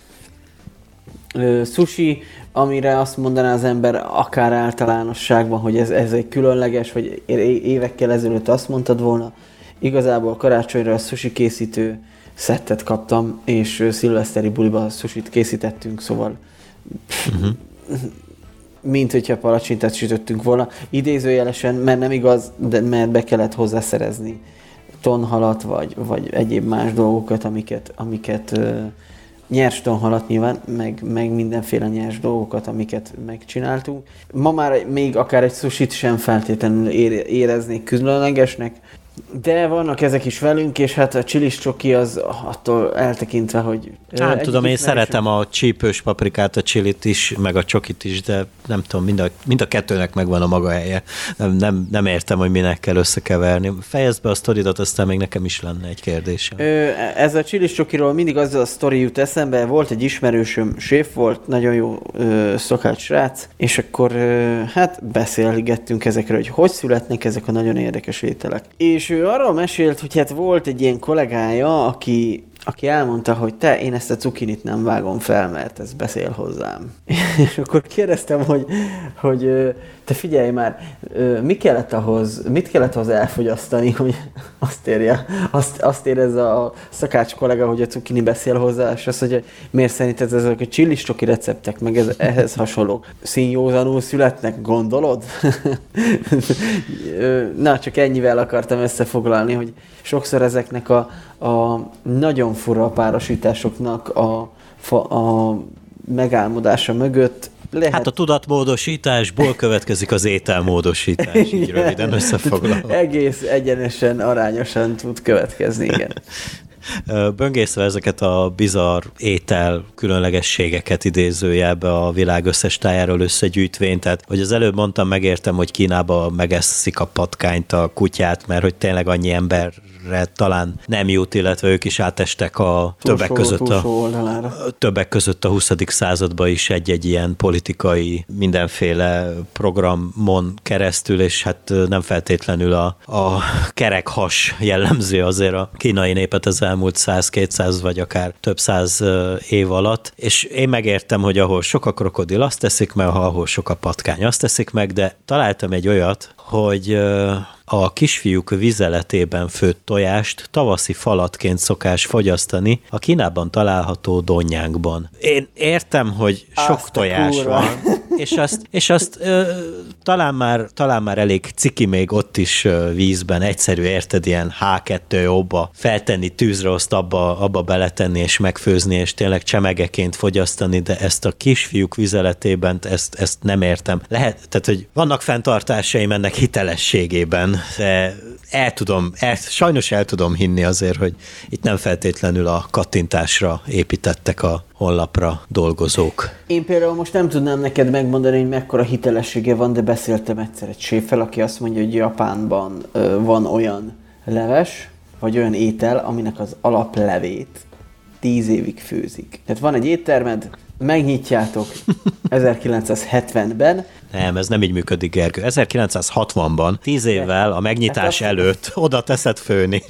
Ö, sushi, amire azt mondaná az ember akár általánosságban, hogy ez, ez egy különleges, vagy évekkel ezelőtt azt mondtad volna. Igazából karácsonyra a sushi készítő szettet kaptam, és szilveszteri buliba sushit készítettünk, szóval uh-huh. mint hogyha palacsintát sütöttünk volna. Idézőjelesen, mert nem igaz, de mert be kellett hozzá szerezni tonhalat, vagy, vagy egyéb más dolgokat, amiket, amiket ö, nyers tonhalat nyilván, meg, meg mindenféle nyers dolgokat, amiket megcsináltunk. Ma már még akár egy sushit sem feltétlenül éreznék különlegesnek, de vannak ezek is velünk, és hát a csilis csoki az attól eltekintve, hogy...
Nem tudom, én szeretem a csípős paprikát, a csilit is, meg a csokit is, de nem tudom, mind a, mind a kettőnek megvan a maga helye. Nem, nem, nem értem, hogy minek kell összekeverni. Fejezd be a sztoridat, aztán még nekem is lenne egy kérdésem.
Ez a csilis csokiról mindig az a sztori jut eszembe, volt egy ismerősöm, séf volt, nagyon jó ö, szokált srác, és akkor ö, hát beszélgettünk ezekről, hogy hogy születnek ezek a nagyon érdekes ételek. És ő arról mesélt, hogy hát volt egy ilyen kollégája, aki, aki elmondta, hogy te, én ezt a cukinit nem vágom fel, mert ez beszél hozzám. És akkor kérdeztem, hogy, hogy te figyelj már, mi kellett ahhoz, mit kellett ahhoz elfogyasztani, hogy azt érje, azt, azt érezze a szakács kollega, hogy a cukini beszél hozzá, és azt, hogy miért szerinted ezek a csillis csoki receptek, meg ez, ehhez hasonlók színjózanul születnek, gondolod? Na, csak ennyivel akartam összefoglalni, hogy sokszor ezeknek a, a nagyon fura párosításoknak a, a megálmodása mögött lehet...
Hát a tudatmódosításból következik az ételmódosítás, így röviden összefoglalva.
Egész egyenesen, arányosan tud következni, igen.
Böngészve ezeket a bizarr étel különlegességeket idézőjelbe a világ összes tájáról összegyűjtvén, tehát hogy az előbb mondtam, megértem, hogy Kínában megeszik a patkányt, a kutyát, mert hogy tényleg annyi ember talán nem jut, illetve ők is átestek a
túlsó,
többek között a, többek között a huszadik században is egy-egy ilyen politikai mindenféle programon keresztül, és hát nem feltétlenül a, a kerekhas jellemző azért a kínai népet az elmúlt száz-kétszáz vagy akár több száz év alatt, és én megértem, hogy ahol sok a krokodil, azt teszik meg, ahol sok a patkány, azt teszik meg, de találtam egy olyat, hogy a kisfiúk vizeletében főtt tojást tavaszi falatként szokás fogyasztani a Kínában található donnyánkban. Én értem, hogy sok azt tojás van, és azt, és azt ö, talán, már, talán már elég ciki még ott is ö, vízben, egyszerű, érted, ilyen há kettő ó-ba feltenni, tűzre azt abba, abba beletenni és megfőzni, és tényleg csemegeként fogyasztani, de ezt a kisfiúk vizeletében, ezt, ezt nem értem. Lehet, tehát, hogy vannak fenntartásaim ennek hitelességében, de el tudom, el, sajnos el tudom hinni azért, hogy itt nem feltétlenül a kattintásra építettek a honlapra dolgozók.
Én például most nem tudnám neked megmondani, hogy mekkora hitelessége van, de beszéltem egyszer egy séffel, aki azt mondja, hogy Japánban ö, van olyan leves, vagy olyan étel, aminek az alaplevét tíz évig főzik. Tehát van egy éttermed, megnyitjátok ezerkilencszázhetvenben.
Nem, ez nem így működik, Gergő. ezerkilencszázhatvanban, tíz évvel a megnyitás hát előtt oda teszed főni.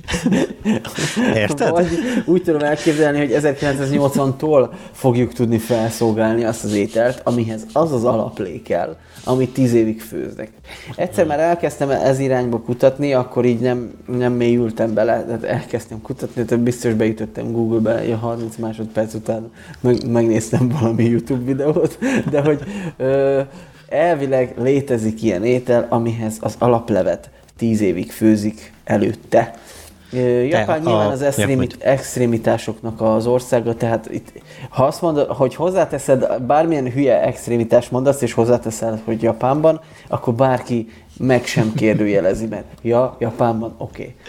Érted?
Vagy úgy tudom elképzelni, hogy ezerkilencszáznyolcvantól fogjuk tudni felszolgálni azt az ételt, amihez az az alaplé kell, amit tíz évig főznek. Egyszer már elkezdtem ez irányba kutatni, akkor így nem, nem mélyültem bele, tehát elkezdtem kutatni, tehát biztos beütöttem Google-be, a harminc másodperc után meg, megnéztem valami YouTube videót, de hogy ö, elvileg létezik ilyen étel, amihez az alaplevet tíz évig főzik előtte. Japán Te, nyilván a, az extrémit, extrémitásoknak az országa, tehát itt, ha azt mondod, hogy hozzáteszed, bármilyen hülye extrémitást mondasz, és hozzáteszed, hogy Japánban, akkor bárki meg sem kérdőjelezi, mert ja, Japánban, oké. Okay.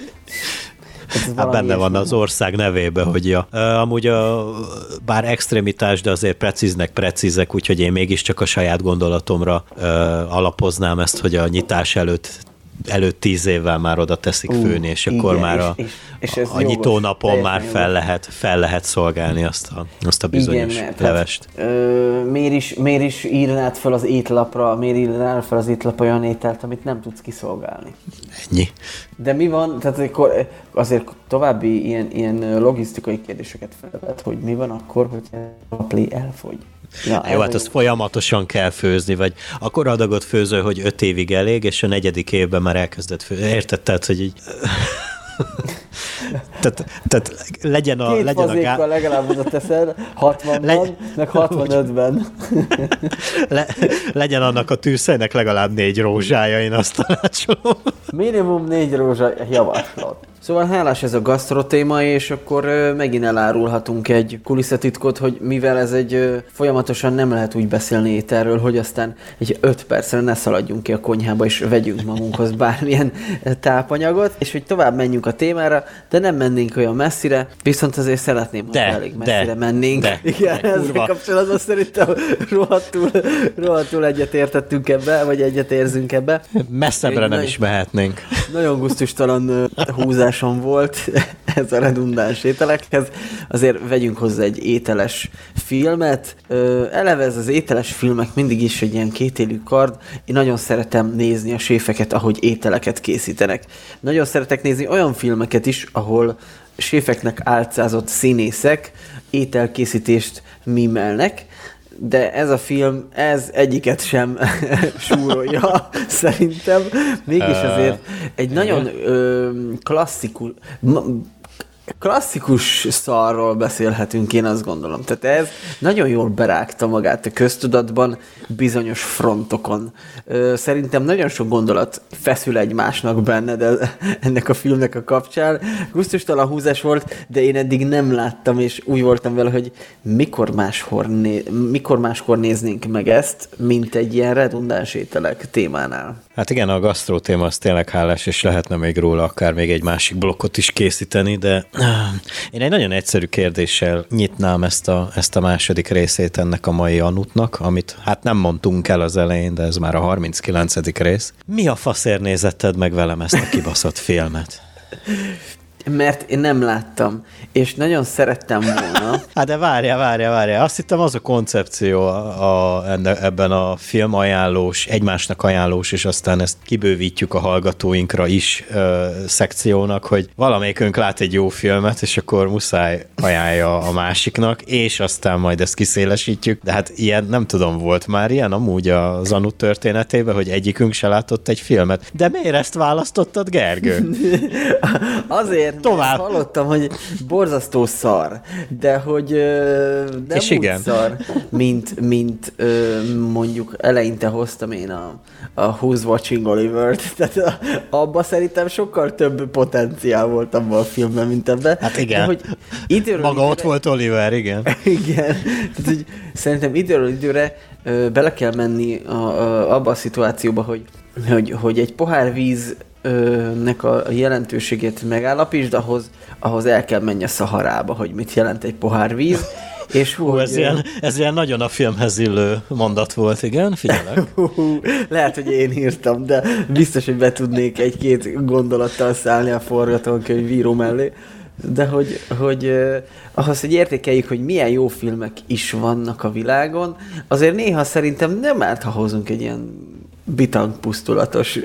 Hát benne van az ország nevébe, hogy ja. Amúgy a, bár extrémitás, de azért precíznek precízek, úgyhogy én mégiscsak a saját gondolatomra ö, alapoznám ezt, hogy a nyitás előtt előtt tíz évvel már oda teszik uh, főni, és igen, akkor már a, és, és, és a nyitónapon már fel lehet, fel lehet szolgálni azt a, azt a bizonyos igen, levest.
Hát, ö, miért, is, miért is írnád fel az étlapra, miért írnád fel az étlapra olyan ételt, amit nem tudsz kiszolgálni?
Ennyi.
De mi van, tehát akkor azért további ilyen, ilyen logisztikai kérdéseket felvet, hogy mi van akkor, hogy a play elfogy?
Ja, jó, hát azt folyamatosan kell főzni, vagy akkor adagot főzöl, hogy öt évig elég, és a negyedik évben már elkezdett főzni. Érted? Tehát, hogy így... tehát, tehát legyen a...
Két
legyen a gá...
legalább oda teszed, hatvanban, Le... meg hatvanötben.
Le... legyen annak a tűzhelynek legalább négy rózsája, én azt tanácsolom.
Minimum négy rózsa, javaslat. Szóval hálás ez a gasztro téma, és akkor ö, megint elárulhatunk egy kulisszatitkot, hogy mivel ez egy ö, folyamatosan nem lehet úgy beszélni ételről, hogy aztán egy öt percre ne szaladjunk ki a konyhába, és vegyünk magunkhoz bármilyen tápanyagot, és hogy tovább menjünk a témára, de nem mennénk olyan messzire, viszont azért szeretném, hogy elég messzire de, mennénk. De, igen, de, ezzel kapcsolatban szerintem rohadtul, rohadtul egyetértettünk ebbe, vagy egyetérzünk ebbe.
Messzebbre nem is mehetnénk.
Nagyon gusztustalan húzásom volt ez a redundáns ételekhez. Azért vegyünk hozzá egy ételes filmet. Eleve ez az ételes filmek mindig is egy ilyen kétélű kard. Én nagyon szeretem nézni a séfeket, ahogy ételeket készítenek. Nagyon szeretek nézni olyan filmeket is, ahol séfeknek álcázott színészek ételkészítést mimelnek, de ez a film, ez egyiket sem súrolja, szerintem. Mégis azért egy nagyon ö, klasszikus, klasszikus szarról beszélhetünk, én azt gondolom. Tehát ez nagyon jól berágta magát a köztudatban bizonyos frontokon. Szerintem nagyon sok gondolat feszül egymásnak benne, de ennek a filmnek a kapcsán gusztustalan húzás volt, de én eddig nem láttam, és úgy voltam vele, hogy mikor máskor, né- mikor máskor néznénk meg ezt, mint egy ilyen redundáns ételek témánál.
Hát igen, a gasztró téma az tényleg hálás, és lehetne még róla akár még egy másik blokkot is készíteni, de én egy nagyon egyszerű kérdéssel nyitnám ezt a, ezt a második részét ennek a mai Anutnak, amit hát nem mondtunk el az elején, de ez már a harminckilencedik rész. Mi a faszért nézetted meg velem ezt a kibaszott filmet?
Mert én nem láttam, és nagyon szerettem volna.
Hát de várjál, várjál, várjál. Azt hittem az a koncepció a, a, ebben a film ajánlós, egymásnak ajánlós, és aztán ezt kibővítjük a hallgatóinkra is ö, szekciónak, hogy valamelyikünk lát egy jó filmet, és akkor muszáj ajánlja a másiknak, és aztán majd ezt kiszélesítjük. De hát ilyen, nem tudom, volt már ilyen amúgy a Zanut történetében, hogy egyikünk se látott egy filmet. De miért ezt választottad, Gergő?
Azért, tovább. Hallottam, hogy borzasztó szar, de hogy ö, nem és úgy igen. szar, mint, mint ö, mondjuk eleinte hoztam én a, a Who's Watching Oliver-t, tehát a, abban szerintem sokkal több potenciál volt abban a filmben, mint ebben.
Hát igen,
hogy időről
maga
időre,
ott volt Oliver, igen.
Igen, tehát hogy szerintem időről időre ö, bele kell menni a, a, abba a szituációba, hogy, hogy, hogy egy pohár víz nek a jelentőségét megállapítsd, ahhoz, ahhoz el kell menni a Szaharába, hogy mit jelent egy pohár víz. És
Hú, hogy, ez, ilyen, ez ilyen nagyon a filmhez illő mondat volt, igen, figyelek.
Lehet, hogy én írtam, de biztos, hogy be tudnék egy-két gondolattal szállni a forgatókönyvíró mellé. De hogy, hogy eh, ahhoz, hogy értékeljük, hogy milyen jó filmek is vannak a világon, azért néha szerintem nem árt, ha hozunk egy ilyen bitangpusztulatos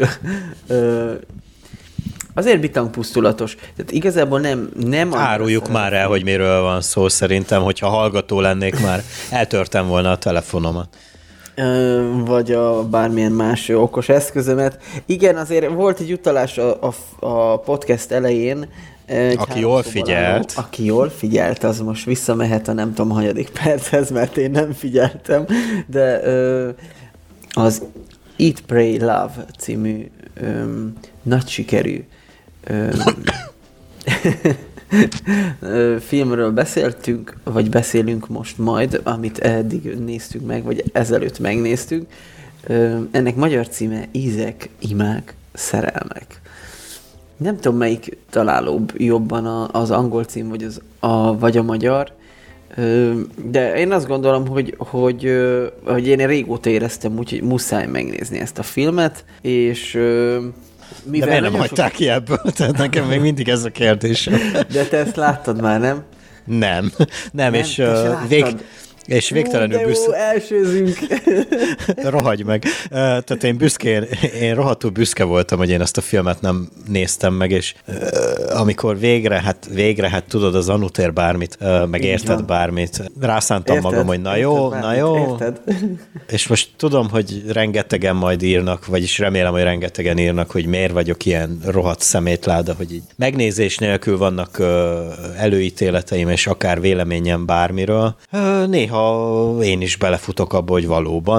azért bitangpusztulatos. Tehát igazából nem... nem
Áruljuk már el, hogy miről van szó szerintem, hogyha hallgató lennék már, eltörtem volna a telefonomat.
Vagy a bármilyen más okos eszközömet. Igen, azért volt egy utalás a, a, a podcast elején,
aki jól figyelt.
Álló, aki jól figyelt, az most visszamehet a nem tudom, hanyadik perchez, mert én nem figyeltem, de az Eat, Pray, Love című öm, nagy sikerű öm, filmről beszéltünk, vagy beszélünk most majd, amit eddig néztünk meg, vagy ezelőtt megnéztünk. Öm, ennek magyar címe Ízek, imák, szerelmek. Nem tudom, melyik találóbb jobban az angol cím, vagy, az, a, vagy a magyar, de én azt gondolom, hogy, hogy, hogy én régóta éreztem úgy, hogy muszáj megnézni ezt a filmet, és
mivel de miért nem hagyták sok... ki ebből? Tehát nekem még mindig ez a kérdés.
De te ezt láttad már, nem?
Nem. Nem, nem és uh, vég... És végtelenül
jó,
büszke...
elsőzünk.
Rohagy meg. Tehát én büszkén, én rohadtul büszke voltam, hogy én ezt a filmet nem néztem meg, és amikor végre, hát végre, hát tudod, az Anut ér bármit, meg érted bármit. Rászántam érted? magam, hogy na jó, bármit, na jó. Érted? És most tudom, hogy rengetegen majd írnak, vagyis remélem, hogy rengetegen írnak, hogy miért vagyok ilyen rohadt szemétláda, hogy így megnézés nélkül vannak előítéleteim, és akár véleményem bármiről. Néha én is belefutok abba, hogy valóban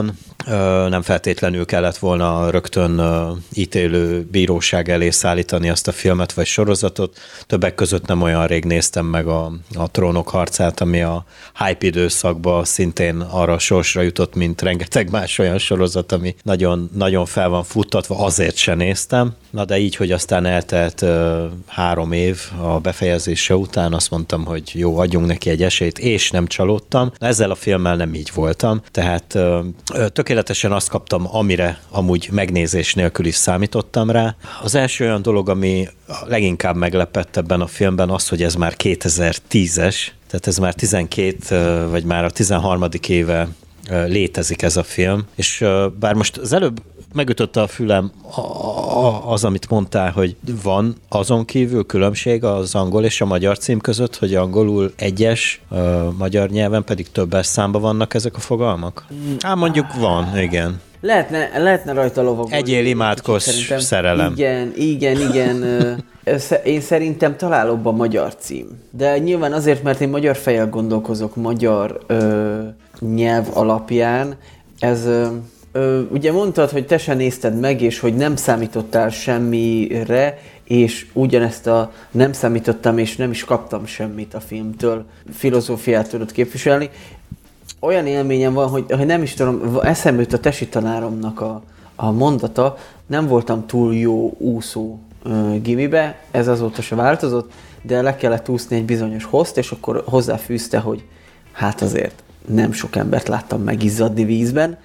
nem feltétlenül kellett volna rögtön ítélő bíróság elé szállítani azt a filmet vagy sorozatot. Többek között nem olyan rég néztem meg a, a Trónok harcát, ami a hype időszakban szintén arra a sorsra jutott, mint rengeteg más olyan sorozat, ami nagyon, nagyon fel van futtatva, azért se néztem. Na de így, hogy aztán eltelt uh, három év a befejezése után, azt mondtam, hogy jó, adjunk neki egy esélyt, és nem csalódtam. Na, ezzel a filmmel nem így voltam, tehát uh, tökéletesen azt kaptam, amire amúgy megnézés nélkül is számítottam rá. Az első olyan dolog, ami leginkább meglepett ebben a filmben az, hogy ez már kétezer-tízes, tehát ez már tizenkét, uh, vagy már a tizenharmadik éve uh, létezik ez a film, és uh, bár most az előbb megütötte a fülem az, amit mondtál, hogy van azon kívül különbség az angol és a magyar cím között, hogy angolul egyes, magyar nyelven pedig többes számban vannak ezek a fogalmak? Á, mondjuk van, igen.
Lehetne, lehetne rajta lovagolni.
Egyél, imádkozz, szerelem.
Igen, igen, igen. Én szerintem találóbb a magyar cím. De nyilván azért, mert én magyar fejjel gondolkozok, magyar ö, nyelv alapján. Ez... Ö, Ö, ugye mondtad, hogy te sem nézted meg, és hogy nem számítottál semmire, és ugyanezt a nem számítottam, és nem is kaptam semmit a filmtől, filozófiát tudod képviselni. Olyan élményem van, hogy, hogy nem is tudom, eszembe jut a tesi tanáromnak a, a mondata, nem voltam túl jó úszó ö, gimibe, ez azóta se változott, de le kellett úszni egy bizonyos hozt, és akkor hozzáfűzte, hogy hát azért nem sok embert láttam megizzadni vízben.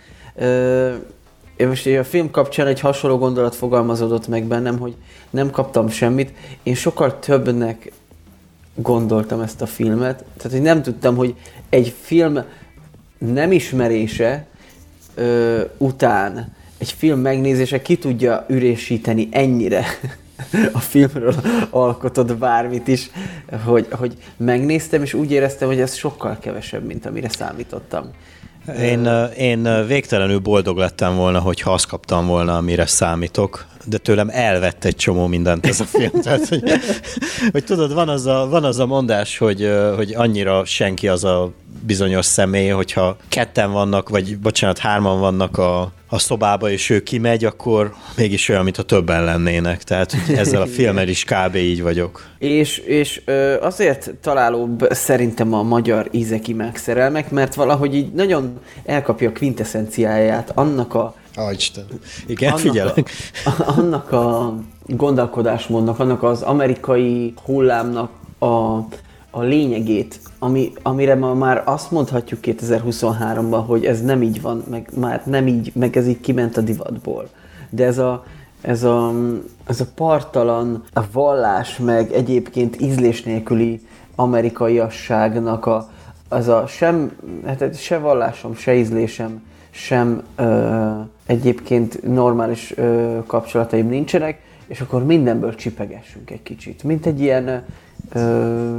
Én most a film kapcsán egy hasonló gondolat fogalmazódott meg bennem, hogy nem kaptam semmit. Én sokkal többnek gondoltam ezt a filmet. Tehát, hogy nem tudtam, hogy egy film nem ismerése ö, után egy film megnézése ki tudja ürésíteni ennyire a filmről alkotott bármit is, hogy, hogy megnéztem, és úgy éreztem, hogy ez sokkal kevesebb, mint amire számítottam.
Én, én végtelenül boldog lettem volna, hogyha azt kaptam volna, amire számítok, de tőlem elvett egy csomó mindent ez a film. Tehát, hogy, hogy tudod, van az a, van az a mondás, hogy, hogy annyira senki az a bizonyos személy, hogyha ketten vannak, vagy bocsánat, hárman vannak a, a szobába, és ő kimegy, akkor mégis olyan, mintha többen lennének. Tehát ezzel a filmmel is kb. Így vagyok.
És, és azért találóbb szerintem a magyar ízeki megszerelmek, mert valahogy így nagyon elkapja a kvintessenciáját annak a
Ó, Isten. Igen, figyelek.
A, annak a gondolkodásmódnak, annak az amerikai hullámnak a, a lényegét, ami, amire ma már azt mondhatjuk kétezer-huszonháromban, hogy ez nem így van, meg már nem így, meg ez így kiment a divatból. De ez a, ez a, ez a parttalan a vallás, meg egyébként ízlés nélküli amerikaiasságnak a, az a sem, hát se vallásom, se ízlésem, sem ö, egyébként normális ö, kapcsolataim nincsenek, és akkor mindenből csipegessünk egy kicsit. Mint egy ilyen, ö,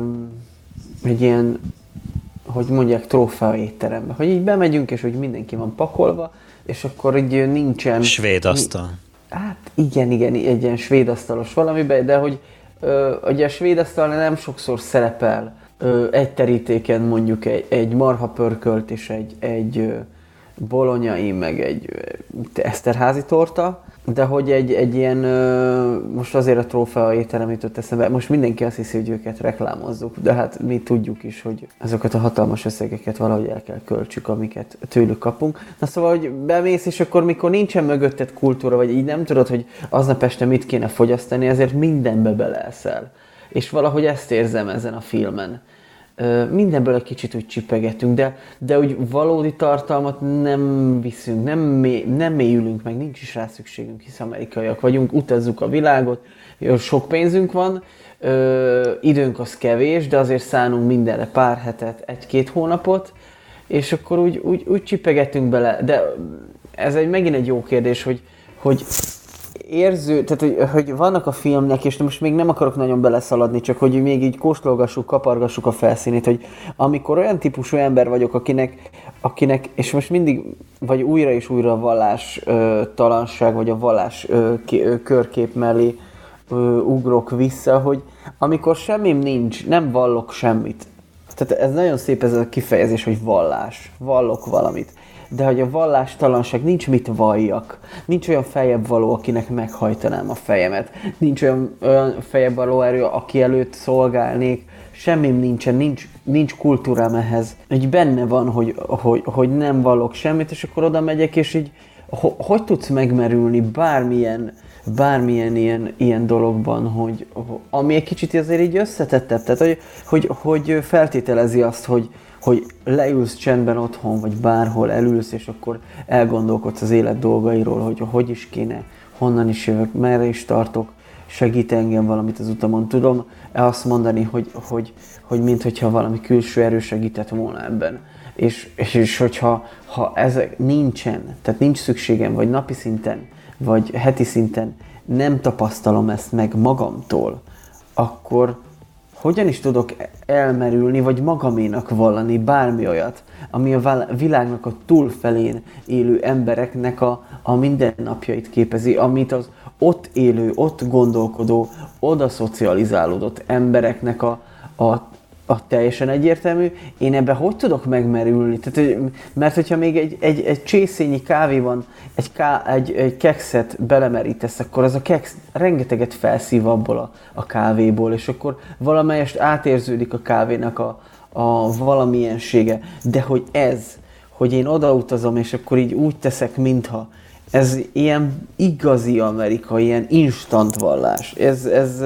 egy ilyen, hogy mondják, trófea étterembe. Hogy így bemegyünk, és hogy mindenki van pakolva, és akkor így nincsen...
Svéd asztal.
Hát igen, igen, egy ilyen svéd asztalos valamiben, de hogy ö, ugye a svéd asztalnál nem sokszor szerepel ö, egy terítéken mondjuk egy, egy marha pörkölt és egy, egy ö, bolonyai, meg egy eszterházi torta, de hogy egy, egy ilyen, most azért a trófea étterem jutott eszembe, most mindenki azt hiszi, hogy őket reklámozzuk, de hát mi tudjuk is, hogy azokat a hatalmas összegeket valahogy el kell költsük, amiket tőlük kapunk. Na szóval, hogy bemész, és akkor mikor nincsen mögötted kultúra, vagy így nem tudod, hogy aznap este mit kéne fogyasztani, ezért mindenbe beleeszel. És valahogy ezt érzem ezen a filmen. Mindenből egy kicsit úgy csipegetünk, de, de úgy valódi tartalmat nem viszünk, nem, mély, nem mélyülünk meg, nincs is rá szükségünk, hisz amerikaiak vagyunk, utazzuk a világot, sok pénzünk van, ö, időnk az kevés, de azért szánunk mindenre pár hetet, egy-két hónapot, és akkor úgy, úgy, úgy csipegetünk bele, de ez egy, megint egy jó kérdés, hogy, hogy érző, tehát hogy, hogy vannak a filmnek, és most még nem akarok nagyon beleszaladni, csak hogy még így kóstolgassuk, kapargassuk a felszínét, hogy amikor olyan típusú ember vagyok, akinek, akinek és most mindig, vagy újra és újra a vallás ö, talanság, vagy a vallás ö, ki, ö, körkép mellé ö, ugrok vissza, hogy amikor semmim nincs, nem vallok semmit, tehát ez nagyon szép ez a kifejezés, hogy vallás. Vallok valamit. De hogy a vallástalanság, nincs mit valljak. Nincs olyan feljebb való, akinek meghajtanám a fejemet. Nincs olyan, olyan feljebb való erő, aki előtt szolgálnék. Semmim nincsen, nincs, nincs kultúrám ehhez. Hogy benne van, hogy, hogy, hogy nem vallok semmit, és akkor oda megyek, és így ho, hogy tudsz megmerülni bármilyen, bármilyen ilyen, ilyen dologban, hogy, ami egy kicsit azért így összetettebb. Tehát, hogy, hogy, hogy feltételezi azt, hogy hogy leülsz csendben otthon, vagy bárhol elülsz, és akkor elgondolkodsz az élet dolgairól, hogy hogy is kéne, honnan is jövök, merre is tartok, segít engem valamit az utamon. Tudom azt mondani, hogy, hogy, hogy minthogyha valami külső erő segített volna ebben. És, és, és hogyha ha ezek nincsen, tehát nincs szükségem, vagy napi szinten, vagy heti szinten nem tapasztalom ezt meg magamtól, akkor hogyan is tudok elmerülni, vagy magaménak vallani bármi olyat, ami a világnak a túlfelén élő embereknek a, a mindennapjait képezi, amit az ott élő, ott gondolkodó, oda szocializálódott embereknek a, a a teljesen egyértelmű, én ebben hogy tudok megmerülni? Tehát, mert hogyha még egy, egy, egy csészényi kávé van, egy, ká, egy, egy kekszet belemerítesz, akkor az a keksz rengeteget felszív abból a, a kávéból, és akkor valamelyest átérződik a kávénak a, a valamilyensége. De hogy ez, hogy én odautazom, és akkor így úgy teszek, mintha, ez ilyen igazi amerikai, ilyen instant vallás. Ez, ez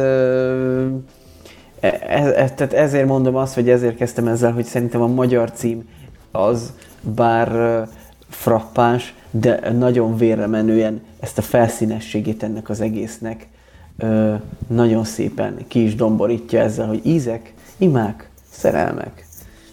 Ez, ez, tehát ezért mondom azt, vagy ezért kezdtem ezzel, hogy szerintem a magyar cím az, bár uh, frappáns, de nagyon vérre menően ezt a felszínességét ennek az egésznek uh, nagyon szépen ki is domborítja ezzel, hogy ízek, imák, szerelmek.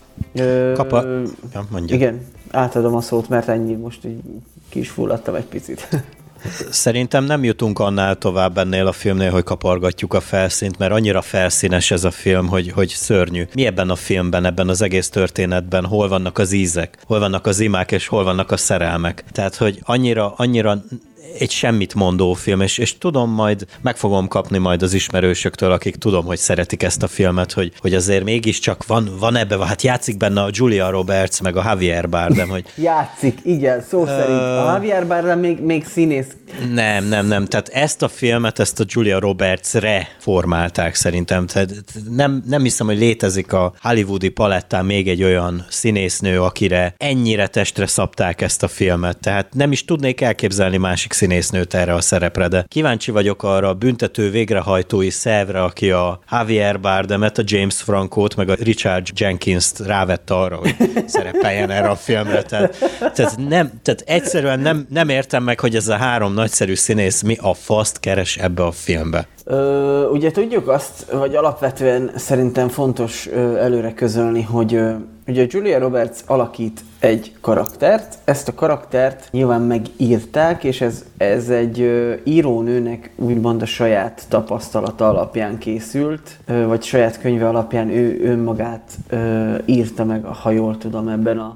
Uh,
Kapa... Ja, mondja.
Igen, átadom a szót, mert ennyi, most így ki is fulladtam egy picit.
Szerintem nem jutunk annál tovább ennél a filmnél, hogy kapargatjuk a felszínt, mert annyira felszínes ez a film, hogy, hogy szörnyű. Mi ebben a filmben, ebben az egész történetben, hol vannak az ízek, hol vannak az imák, és hol vannak a szerelmek. Tehát, hogy annyira, annyira egy semmit mondó film, és, és tudom, majd meg fogom kapni majd az ismerősöktől, akik tudom, hogy szeretik ezt a filmet, hogy, hogy azért mégiscsak van, van ebbe, hát játszik benne a Julia Roberts, meg a Javier Bardem, hogy...
Játszik, igen, szó uh, szerint. A Javier Bardem még, még színész.
Nem, nem, nem. Tehát ezt a filmet, ezt a Julia Roberts-re formálták szerintem. Tehát nem, nem hiszem, hogy létezik a hollywoodi palettán még egy olyan színésznő, akire ennyire testre szabták ezt a filmet. Tehát nem is tudnék elképzelni másik színésznőt erre a szerepre, de kíváncsi vagyok arra a büntető végrehajtói szervre, aki a Javier Bardemet, a James Francót, meg a Richard Jenkins-t rávette arra, hogy szerepeljen erre a filmre. Tehát, tehát, nem, tehát egyszerűen nem, nem értem meg, hogy ez a három nagyszerű színész mi a faszt keres ebbe a filmbe.
Ö, ugye tudjuk azt, hogy alapvetően szerintem fontos ö, előre közölni, hogy ö, ugye Julia Roberts alakít egy karaktert, ezt a karaktert nyilván megírták, és ez, ez egy ö, írónőnek úgymond a saját tapasztalata alapján készült, ö, vagy saját könyve alapján ő önmagát ö, írta meg, ha jól tudom, ebben a,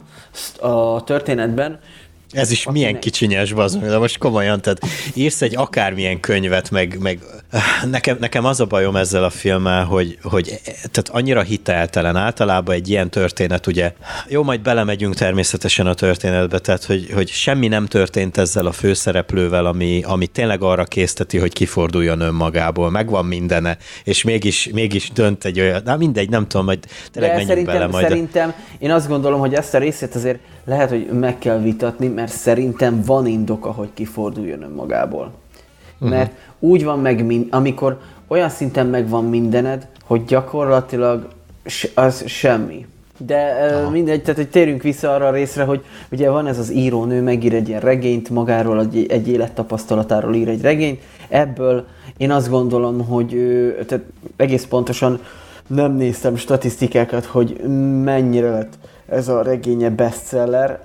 a történetben.
Ez is milyen ne... kicsinyes, bazd, de most komolyan, tehát írsz egy akármilyen könyvet, meg, meg nekem, nekem az a bajom ezzel a filmmel, hogy, hogy tehát annyira hiteltelen általában egy ilyen történet, ugye, jó, majd belemegyünk természetesen a történetbe, tehát hogy, hogy semmi nem történt ezzel a főszereplővel, ami, ami tényleg arra készteti, hogy kiforduljon önmagából, megvan mindene, és mégis, mégis dönt egy olyan, na mindegy, nem tudom, majd tényleg menjünk
szerintem, bele majd. Szerintem én azt gondolom, hogy ezt a részét azért lehet, hogy meg kell vitatni, mert szerintem van indoka, hogy kiforduljon önmagából. Uh-huh. Mert úgy van meg, amikor olyan szinten megvan mindened, hogy gyakorlatilag az semmi. De uh, mindegy, tehát hogy térjünk vissza arra a részre, hogy ugye van ez az írónő, megír egy ilyen regényt, magáról egy, egy élettapasztalatáról ír egy regényt. Ebből én azt gondolom, hogy tehát egész pontosan nem néztem statisztikákat, hogy mennyire lett ez a regénye bestseller,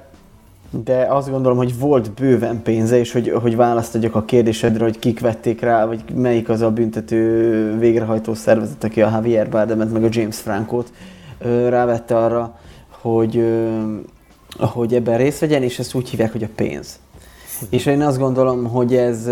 de azt gondolom, hogy volt bőven pénze, és hogy, hogy választ adjak a kérdésedre, hogy kik vették rá, vagy melyik az a büntető végrehajtó szervezet, aki a Javier Bardemet, meg a James Francót rávette arra, hogy, hogy ebben részt vegyen, és ezt úgy hívják, hogy a pénz. És én azt gondolom, hogy ez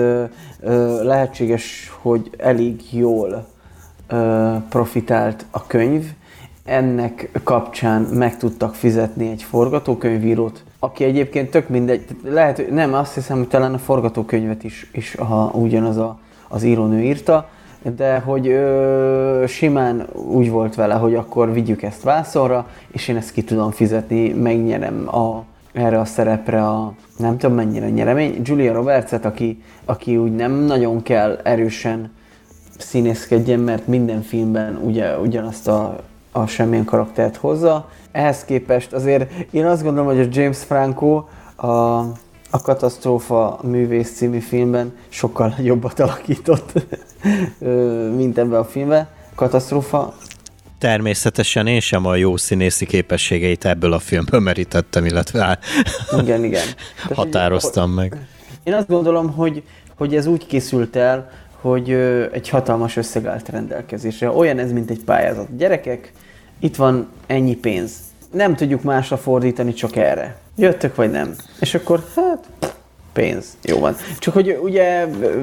lehetséges, hogy elég jól profitált a könyv. ennek kapcsán meg tudtak fizetni egy forgatókönyvírót, aki egyébként tök mindegy, lehet, hogy nem, azt hiszem, hogy talán a forgatókönyvet is, is ha ugyanaz a, az írónő írta, de hogy ö, simán úgy volt vele, hogy akkor vigyük ezt vászonra, és én ezt ki tudom fizetni, megnyerem a, erre a szerepre a nem tudom mennyire nyeremény. Julia Robertset, aki, aki úgy nem nagyon kell erősen színészkedjen, mert minden filmben ugye, ugyanazt a, a semmilyen karaktert hozza. Ehhez képest azért én azt gondolom, hogy a James Franco a A Katasztrófa művész című filmben sokkal jobbat alakított, mint ebben a filmben. Katasztrófa.
Természetesen én sem a jó színészi képességeit ebből a filmből merítettem, illetve
igen, igen.
határoztam
Tehát,
meg.
Én azt gondolom, hogy, hogy ez úgy készült el, hogy egy hatalmas összeg állt rendelkezésre. Olyan ez, mint egy pályázat. Gyerekek, itt van ennyi pénz. Nem tudjuk másra fordítani, csak erre. Jöttök vagy nem? És akkor, hát, pénz. Jó van. Csak hogy ugye ö,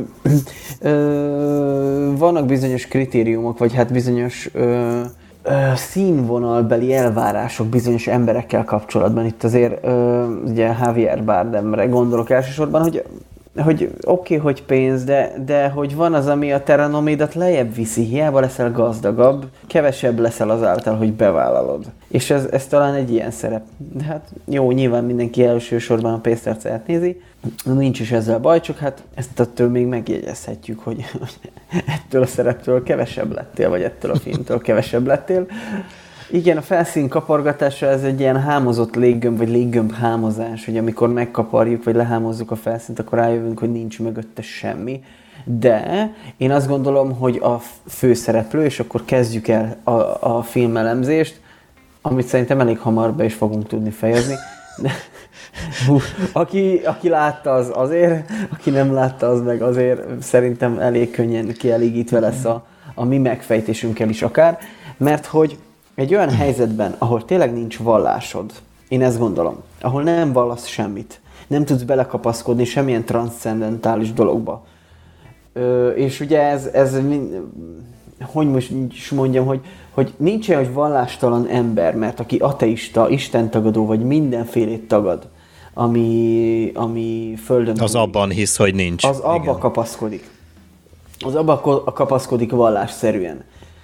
ö, vannak bizonyos kritériumok, vagy hát bizonyos ö, ö, színvonalbeli elvárások bizonyos emberekkel kapcsolatban. Itt azért ö, ugye Javier Bardemre gondolok elsősorban, hogy hogy oké, okay, hogy pénz, de, de hogy van az, ami a Terra Nomidat lejjebb viszi, hiába leszel gazdagabb, kevesebb leszel azáltal, hogy bevállalod. És ez, ez talán egy ilyen szerep. De hát jó, nyilván mindenki elsősorban a pénztárcáját nézi, nincs is ezzel baj, csak hát ezt attól még megjegyezhetjük, hogy, hogy ettől a szereptől kevesebb lettél, vagy ettől a filmtől kevesebb lettél. Igen, a felszín kapargatása ez egy ilyen hámozott léggömb, vagy léggömb hámozás, hogy amikor megkaparjuk, vagy lehámozzuk a felszínt, akkor rájövünk, hogy nincs mögötte semmi. De én azt gondolom, hogy a főszereplő, és akkor kezdjük el a, a filmelemzést, amit szerintem elég hamar be is fogunk tudni fejezni. De, hú, aki, aki látta, az azért, aki nem látta, az meg azért szerintem elég könnyen kielégítve lesz a, a mi megfejtésünkkel is akár, mert hogy egy olyan helyzetben, ahol tényleg nincs vallásod, én ezt gondolom, ahol nem vallasz semmit, nem tudsz belekapaszkodni semmilyen transzcendentális dologba. Ö, és ugye ez, ez hogy most is mondjam, hogy, hogy nincs olyan, hogy vallástalan ember, mert aki ateista, istentagadó, vagy mindenfélét tagad, ami, ami földön...
Az abban hisz, hogy nincs.
Az abba igen. kapaszkodik. Az abba kapaszkodik vallásszerűen.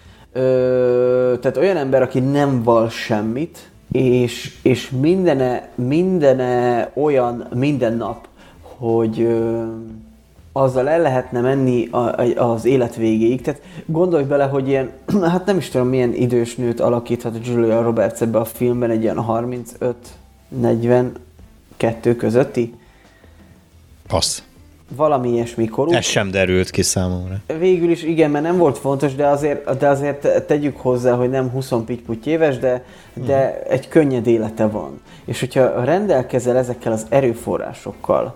Ö, tehát olyan ember, aki nem vall semmit, és, és mindene, mindene olyan minden nap, hogy ö, azzal el lehetne menni a, a, az élet végéig. Tehát gondolj bele, hogy ilyen, hát nem is tudom milyen idős nőt alakíthat a Julia Roberts ebbe a filmben, egy ilyen harmincöt negyvenkettő közötti.
Passz.
Valami ilyesmi korú.
Ez sem derült ki számomra.
Végül is igen, mert nem volt fontos, de azért, de azért tegyük hozzá, hogy nem húsz pitty éves, de, de uh-huh. egy könnyed élete van. És hogyha rendelkezel ezekkel az erőforrásokkal,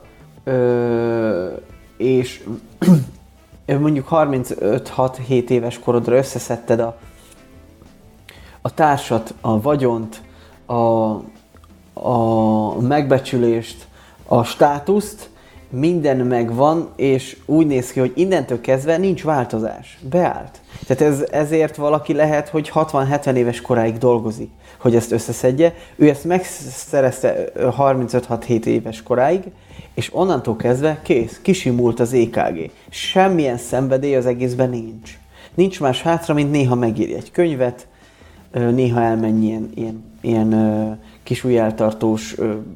ö, és mondjuk harmincöt hat hét éves korodra összeszedted a, a társat, a vagyont, a, a megbecsülést, a státuszt, minden megvan, és úgy néz ki, hogy innentől kezdve nincs változás. Beállt. Tehát ez, ezért valaki lehet, hogy hatvan-hetven éves koráig dolgozik, hogy ezt összeszedje. Ő ezt megszerezte harmincöt hat hét éves koráig, és onnantól kezdve kész, kisimult az é ká gé. Semmilyen szenvedély az egészben nincs. Nincs más hátra, mint néha megírja egy könyvet, néha elmenj ilyen, ilyen, ilyen kis ujjáltartós,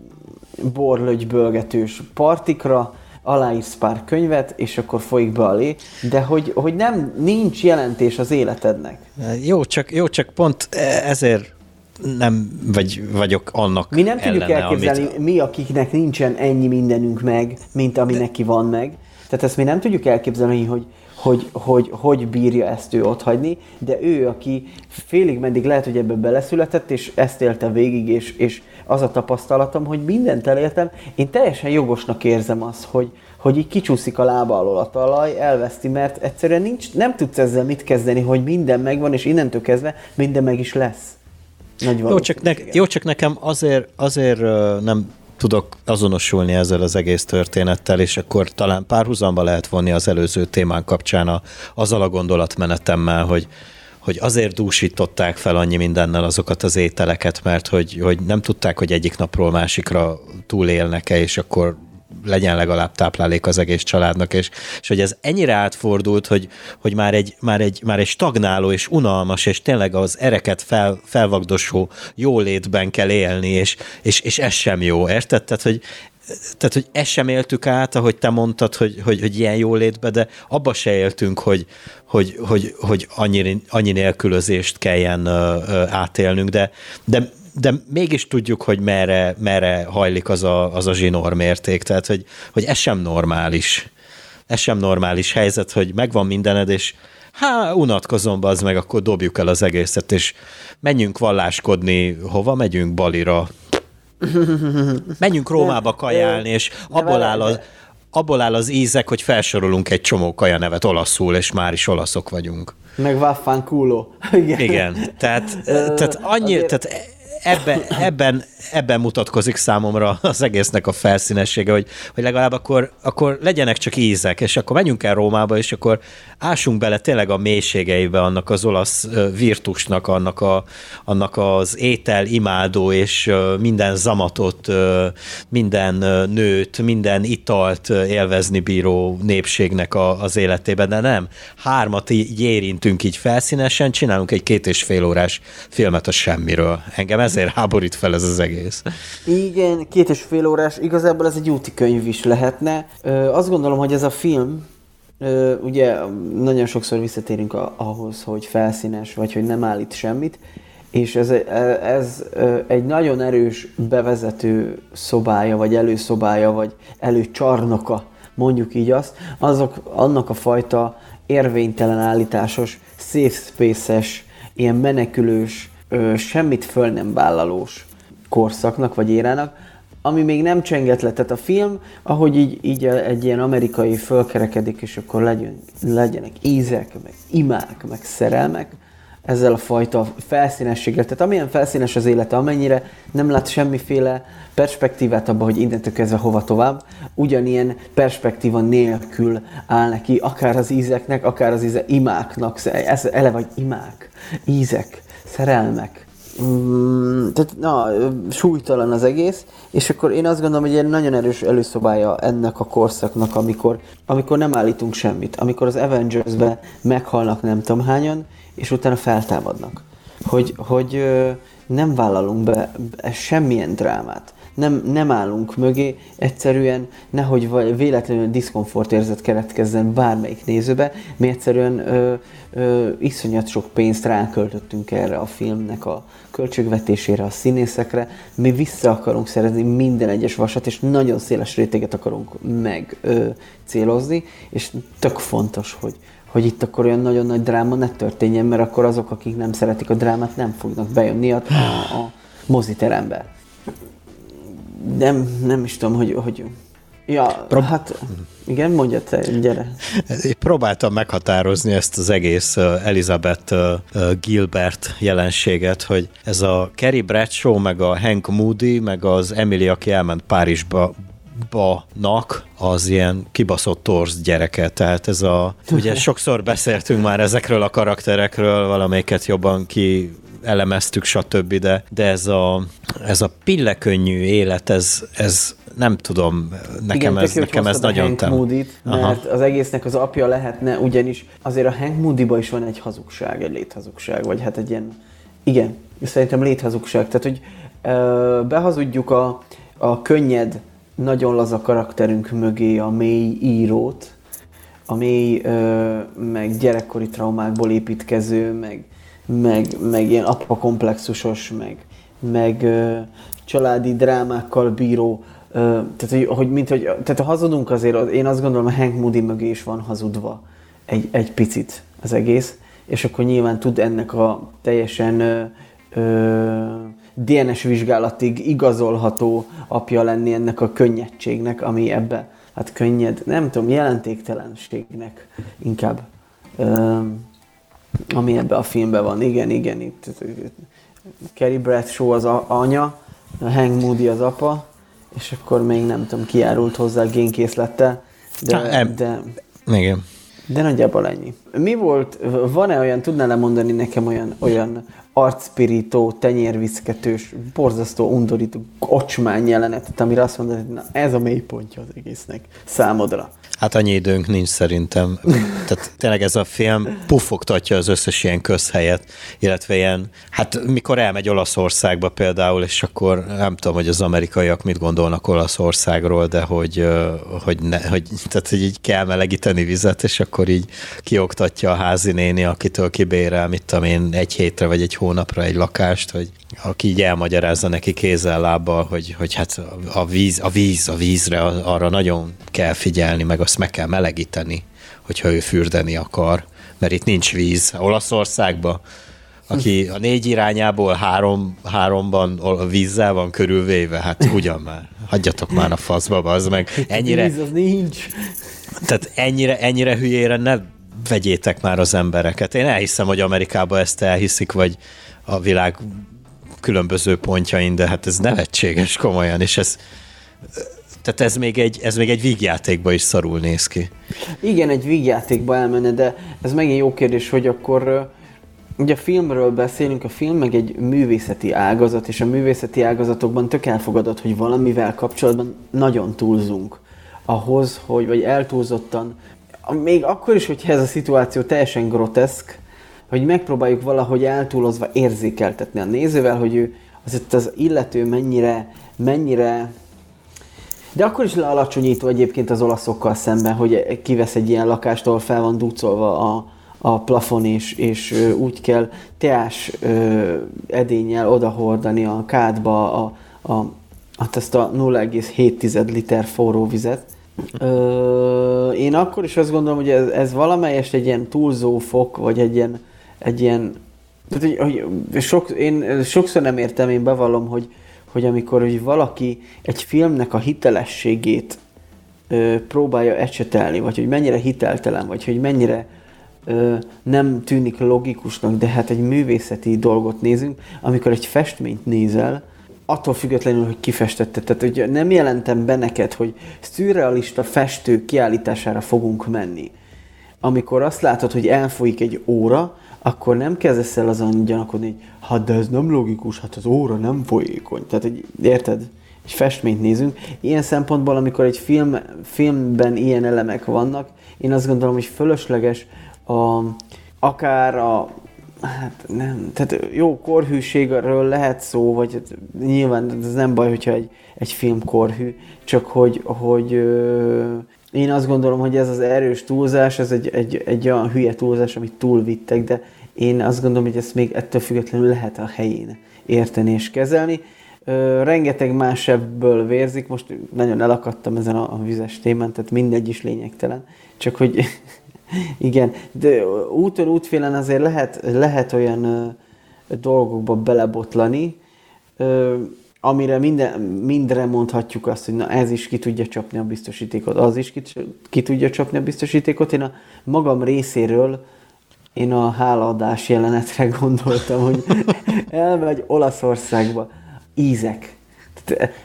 borlögybölgetős partikra, aláírsz pár könyvet, és akkor folyik be a lé, de hogy, hogy nem, nincs jelentés az életednek.
Jó, csak, jó, csak pont ezért nem vagy, vagyok annak
mi nem tudjuk
ellene,
elképzelni,
amit...
mi, akiknek nincsen ennyi mindenünk meg, mint ami de... neki van meg. Tehát ezt mi nem tudjuk elképzelni, hogy hogy, hogy hogy bírja ezt ő otthagyni, de ő, aki félig meddig lehet, hogy ebbe beleszületett, és ezt élte végig, és, és az a tapasztalatom, hogy mindent elértem, én teljesen jogosnak érzem azt, hogy, hogy így kicsúszik a lába alól a talaj, elveszti, mert egyszerűen nincs, nem tudsz ezzel mit kezdeni, hogy minden megvan, és innentől kezdve minden meg is lesz. Nagy
jó, csak ne, jó, csak nekem azért, azért nem tudok azonosulni ezzel az egész történettel, és akkor talán párhuzamba lehet vonni az előző témán kapcsán a, azzal a gondolatmenetemmel, hogy, hogy azért dúsították fel annyi mindennel azokat az ételeket, mert hogy, hogy nem tudták, hogy egyik napról másikra túlélnek-e, és akkor legyen legalább táplálék az egész családnak, és, és hogy ez ennyire átfordult, hogy, hogy már, egy, már, egy, már egy stagnáló és unalmas, és tényleg az ereket fel, felvagdosó jólétben kell élni, és, és, és ez sem jó, érted? Tehát, hogy Tehát, hogy ezt sem éltük át, ahogy te mondtad, hogy, hogy, hogy ilyen jólétbe, de abba se éltünk, hogy, hogy, hogy, hogy annyi, annyi nélkülözést kelljen átélnünk, de, de, de mégis tudjuk, hogy merre, merre hajlik az a, az a zsinór mérték, tehát, hogy, hogy ez sem normális. Ez sem normális helyzet, hogy megvan mindened, és há, unatkozom, az meg, akkor dobjuk el az egészet, és menjünk valláskodni, hova megyünk? Balira. Menjünk Rómába kajálni, és abból áll, az, abból áll az ízek, hogy felsorolunk egy csomó kajanevet olaszul, és már is olaszok vagyunk.
Meg vaffanculo. Igen.
Igen, tehát, tehát annyi, azért... tehát ebben, ebben, ebben mutatkozik számomra az egésznek a felszínessége, hogy, hogy legalább akkor, akkor legyenek csak ízek, és akkor menjünk el Rómába, és akkor ássunk bele tényleg a mélységeibe annak az olasz virtusnak, annak, a, annak az étel imádó, és minden zamatot, minden nőt, minden italt élvezni bíró népségnek a, az életében, de nem. Hármat így érintünk így felszínesen, csinálunk egy két és fél órás filmet a semmiről. Engem ezért háborít fel ez az egész.
Igen, két és fél órás, igazából ez egy úti könyv is lehetne. Ö, azt gondolom, hogy ez a film, ö, ugye nagyon sokszor visszatérünk a, ahhoz, hogy felszínes, vagy hogy nem állít semmit, és ez, ez egy nagyon erős bevezető szobája, vagy előszobája, vagy előcsarnoka, mondjuk így azt, azok, annak a fajta érvénytelen állításos, safe space-es, ilyen menekülős, Ö, semmit föl nem vállalós korszaknak, vagy érának, ami még nem csengett le. Tehát a film, ahogy így, így egy ilyen amerikai fölkerekedik, és akkor legyen, legyenek ízek, meg imák, meg szerelmek, ezzel a fajta felszínességgel. Tehát amilyen felszínes az élete, amennyire nem lát semmiféle perspektívát abban, hogy innentől kezdve hova tovább, ugyanilyen perspektíva nélkül áll neki, akár az ízeknek, akár az íze imáknak, ez eleve vagy imák, ízek, szerelmek. Mm, tehát na, súlytalan az egész, és akkor én azt gondolom, hogy egy nagyon erős előszobája ennek a korszaknak, amikor, amikor nem állítunk semmit, amikor az Avengers-be meghalnak nem tudom hányan, és utána feltámadnak. Hogy, hogy ö, nem vállalunk be, be semmilyen drámát. Nem, nem állunk mögé, egyszerűen nehogy véletlenül diszkomfort érzet keletkezzen bármelyik nézőbe, mi egyszerűen ö, ö, iszonyat sok pénzt ráköltöttünk erre a filmnek a költségvetésére, a színészekre, mi vissza akarunk szerezni minden egyes vasat, és nagyon széles réteget akarunk meg ö, célozni, és tök fontos, hogy hogy itt akkor olyan nagyon nagy dráma ne történjen, mert akkor azok, akik nem szeretik a drámát, nem fognak bejönni a, a, a moziterembe. Nem, nem is tudom, hogy... hogy... Ja, Prób- hát igen, mondja te, gyere.
Én próbáltam meghatározni ezt az egész Elizabeth Gilbert jelenséget, hogy ez a Carrie Bradshaw, meg a Hank Moody, meg az Emily, aki elment Párizsba, Ba-nak az ilyen kibaszott torz gyereke, tehát ez a, ugye sokszor beszéltünk már ezekről a karakterekről, valamelyiket jobban ki elemeztük, stb., de, de ez a, ez a pillekönnyű élet, ez, ez nem tudom, nekem
igen,
ez, nekem ez nagyon
Hank Moody-t, mert az egésznek az apja lehetne, ugyanis azért a Hank Moody-ba is van egy hazugság, egy léthazugság, vagy hát egy ilyen, igen, szerintem léthazugság, tehát hogy ö, behazudjuk a, a könnyed, nagyon laza karakterünk mögé a mély írót, a mély, ö, meg gyerekkori traumákból építkező, meg, meg, meg ilyen apakomplexusos, meg, meg ö, családi drámákkal bíró, ö, tehát, hogy, hogy, mint, hogy, tehát a hazudunk azért, én azt gondolom, a Hank Moody mögé is van hazudva egy, egy picit az egész, és akkor nyilván tud ennek a teljesen ö, ö, dé en es vizsgálatig igazolható apja lenni ennek a könnyedségnek, ami ebbe, hát könnyed, nem tudom, jelentéktelenségnek inkább, um, ami ebbe a filmben van. Igen, igen, itt Carrie Bradshaw az a, anya, Hank Moody az apa, és akkor még nem tudom, kiárult hozzá génkészlettel, de,
ha, em,
de,
igen.
de nagyjából ennyi. Mi volt, van-e olyan, tudnál lemondani nekem olyan, olyan arcpirító, tenyérviszketős, borzasztó, undorító kocsmány jelenetet, amire azt mondod, hogy na, ez a mélypontja az egésznek számodra?
Hát annyi időnk nincs szerintem. Tehát tényleg ez a film puffogtatja az összes ilyen közhelyet, illetve ilyen, hát mikor elmegy Olaszországba például, és akkor nem tudom, hogy az amerikaiak mit gondolnak Olaszországról, de hogy, hogy, ne, hogy, tehát, hogy így kell melegíteni vizet, és akkor így kioktatja a házi néni, akitől kibérel, mit tudom én, egy hétre vagy egy hónapra egy lakást, hogy aki így elmagyarázza neki kézzel, lábbal, hogy, hogy hát a víz, a víz, a vízre arra nagyon kell figyelni, meg azt meg kell melegíteni, hogyha ő fürdeni akar, mert itt nincs víz. Olaszországban, aki a négy irányából három, háromban a vízzel van körülvéve, hát ugyan már, hagyjatok már a faszba, az meg ennyire...
Víz az nincs.
Tehát ennyire, ennyire hülyére ne vegyétek már az embereket. Én elhiszem, hogy Amerikában ezt elhiszik, vagy a világ különböző pontjain, de hát ez nevetséges komolyan, és ez, tehát ez még egy, ez még egy vígjátékba is szarul néz ki.
Igen, egy vígjátékba elmenne, de ez megint jó kérdés, hogy akkor ugye a filmről beszélünk, a film meg egy művészeti ágazat, és a művészeti ágazatokban tök elfogadott, hogy valamivel kapcsolatban nagyon túlzunk ahhoz, hogy, vagy eltúlzottan, még akkor is, hogyha ez a szituáció teljesen groteszk, hogy megpróbáljuk valahogy eltúlozva érzékeltetni a nézővel, hogy ő azért az illető mennyire, mennyire, de akkor is lealacsonyító egyébként az olaszokkal szemben, hogy kivesz egy ilyen lakást, ahol fel van dúcolva a, a plafon, és, és úgy kell teás edénnyel odahordani a kádba a, a, hát ezt a nulla egész hét liter forró vizet. Ö, én akkor is azt gondolom, hogy ez, ez valamelyest egy ilyen túlzó fok, vagy egy ilyen, egy ilyen tehát, hogy, hogy sok, én sokszor nem értem, én bevallom, hogy, hogy amikor hogy valaki egy filmnek a hitelességét ö, próbálja ecsetelni, vagy hogy mennyire hiteltelen, vagy hogy mennyire ö, nem tűnik logikusnak, de hát egy művészeti dolgot nézünk, amikor egy festményt nézel, attól függetlenül, hogy kifestette. Tehát, hogy nem jelentem be neked, hogy szürrealista festő kiállítására fogunk menni. Amikor azt látod, hogy elfolyik egy óra, akkor nem kezdesz el azon gyanakodni, hogy hát de ez nem logikus, hát az óra nem folyékony. Tehát, hogy érted? Egy festményt nézünk. Ilyen szempontból, amikor egy film, filmben ilyen elemek vannak, én azt gondolom, hogy fölösleges a, akár a hát nem, tehát jó korhűségről lehet szó, vagy nyilván ez nem baj, hogyha egy, egy film korhű, csak hogy, hogy ö, én azt gondolom, hogy ez az erős túlzás, ez egy, egy, egy olyan hülye túlzás, amit túlvittek, de én azt gondolom, hogy ezt még ettől függetlenül lehet a helyén érteni és kezelni. Ö, rengeteg más ebből vérzik, most nagyon elakadtam ezen a, a vizes témán, tehát mindegy is lényegtelen, csak hogy igen, de úton útfélen azért lehet, lehet olyan ö, dolgokba belebotlani, ö, amire minden, mindre mondhatjuk azt, hogy na ez is ki tudja csapni a biztosítékot, az is ki, ki tudja csapni a biztosítékot. Én a magam részéről én a hálaadás jelenetre gondoltam, hogy elmegy Olaszországba. Ízek. Tehát,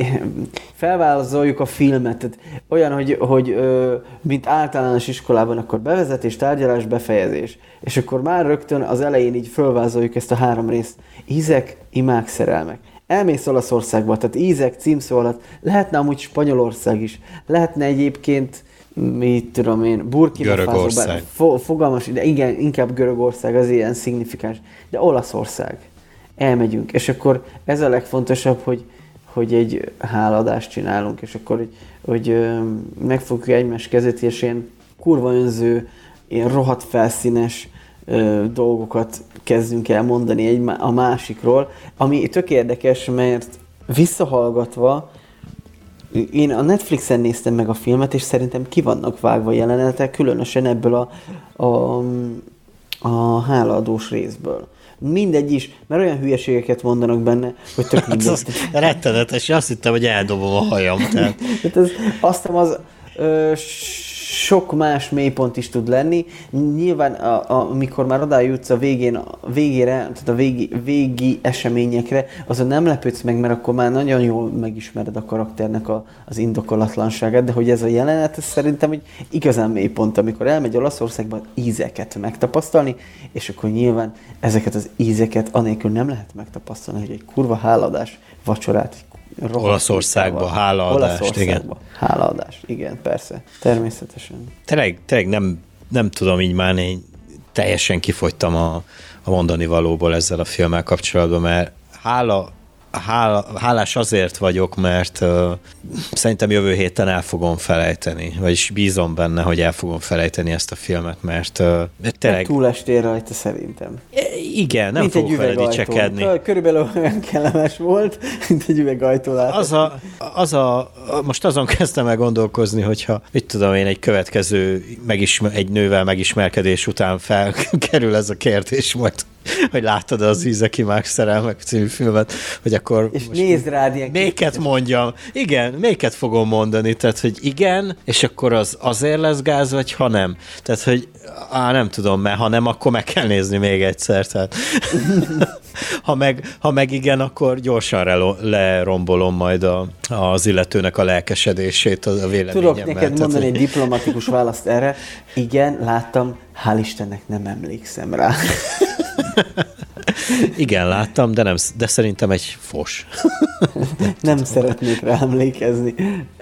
felvázoljuk a filmet, tehát olyan, hogy, hogy mint általános iskolában, akkor bevezetés, tárgyalás, befejezés. És akkor már rögtön az elején így felvázoljuk ezt a három részt. Ízek, imák, szerelmek. Elmész Olaszországba, tehát ízek, címszó alatt. Lehetne amúgy Spanyolország is. Lehetne egyébként, mit tudom én, Burkina Faso. Fo- fogalmas, de igen, inkább Görögország, az ilyen szignifikáns. De Olaszország. Elmegyünk. És akkor ez a legfontosabb, hogy hogy egy háladást csinálunk, és akkor, hogy, hogy megfogjuk egymás kezét, és ilyen kurva önző, ilyen rohadt felszínes ö, dolgokat kezdünk el mondani egy, a másikról, ami tök érdekes, mert visszahallgatva, én a Netflixen néztem meg a filmet, és szerintem ki vannak vágva jelenetek, különösen ebből a, a, a hálaadós részből. Mindegy is, mert olyan hülyeségeket mondanak benne, hogy tök mindegy.
Az rettenetes, azt hittem, hogy eldobom a hajam. Tehát.
ez, aztán az ö, sok más mélypont is tud lenni. Nyilván, a, a, amikor már oda jutsz a végén, a végére, tehát a végi, végi eseményekre, azon nem lepődsz meg, mert akkor már nagyon jól megismered a karakternek a, az indokolatlanságát, de hogy ez a jelenet, ez szerintem egy igazán mélypont, amikor elmegy Olaszországba ízeket megtapasztalni, és akkor nyilván ezeket az ízeket anélkül nem lehet megtapasztalni, hogy egy kurva háladás vacsorát
Olaszországba, hálaadást,
Olaszországba.
igen.
Hálaadást, igen, persze, természetesen.
Tényleg, tényleg nem, nem tudom, így már én teljesen kifogytam a, a mondani valóból ezzel a filmmel kapcsolatban, mert hála, hála, hálás azért vagyok, mert uh, szerintem jövő héten el fogom felejteni, vagyis bízom benne, hogy el fogom felejteni ezt a filmet, mert uh, tényleg...
Túlestél rajta szerintem.
Igen, nem
mint
fogok vele dicsekedni.
Körülbelül olyan kellemes volt, mint egy üvegajtó látod.
Az a, az a, most azon kezdtem el gondolkozni, hogyha, mit tudom én, egy következő megismer, egy nővel megismerkedés után felkerül ez a kérdés majd, hogy láttad az Ízeki Máks szerelmek című filmet, hogy akkor
és nézd rád ilyen
melyiket mondjam. Igen, melyiket fogom mondani, tehát, hogy igen, és akkor az azért lesz gáz, vagy ha nem. Tehát, hogy á, nem tudom, mert ha nem, akkor meg kell nézni még egyszer. Tehát, ha, meg, ha meg igen, akkor gyorsan relo, lerombolom majd a, az illetőnek a lelkesedését, a véleményemmel.
Tudok neked mondani egy diplomatikus választ erre. Igen, láttam, hál' Istennek nem emlékszem rá.
Igen, láttam, de, nem, de szerintem egy fos.
Nem szeretnék rá emlékezni.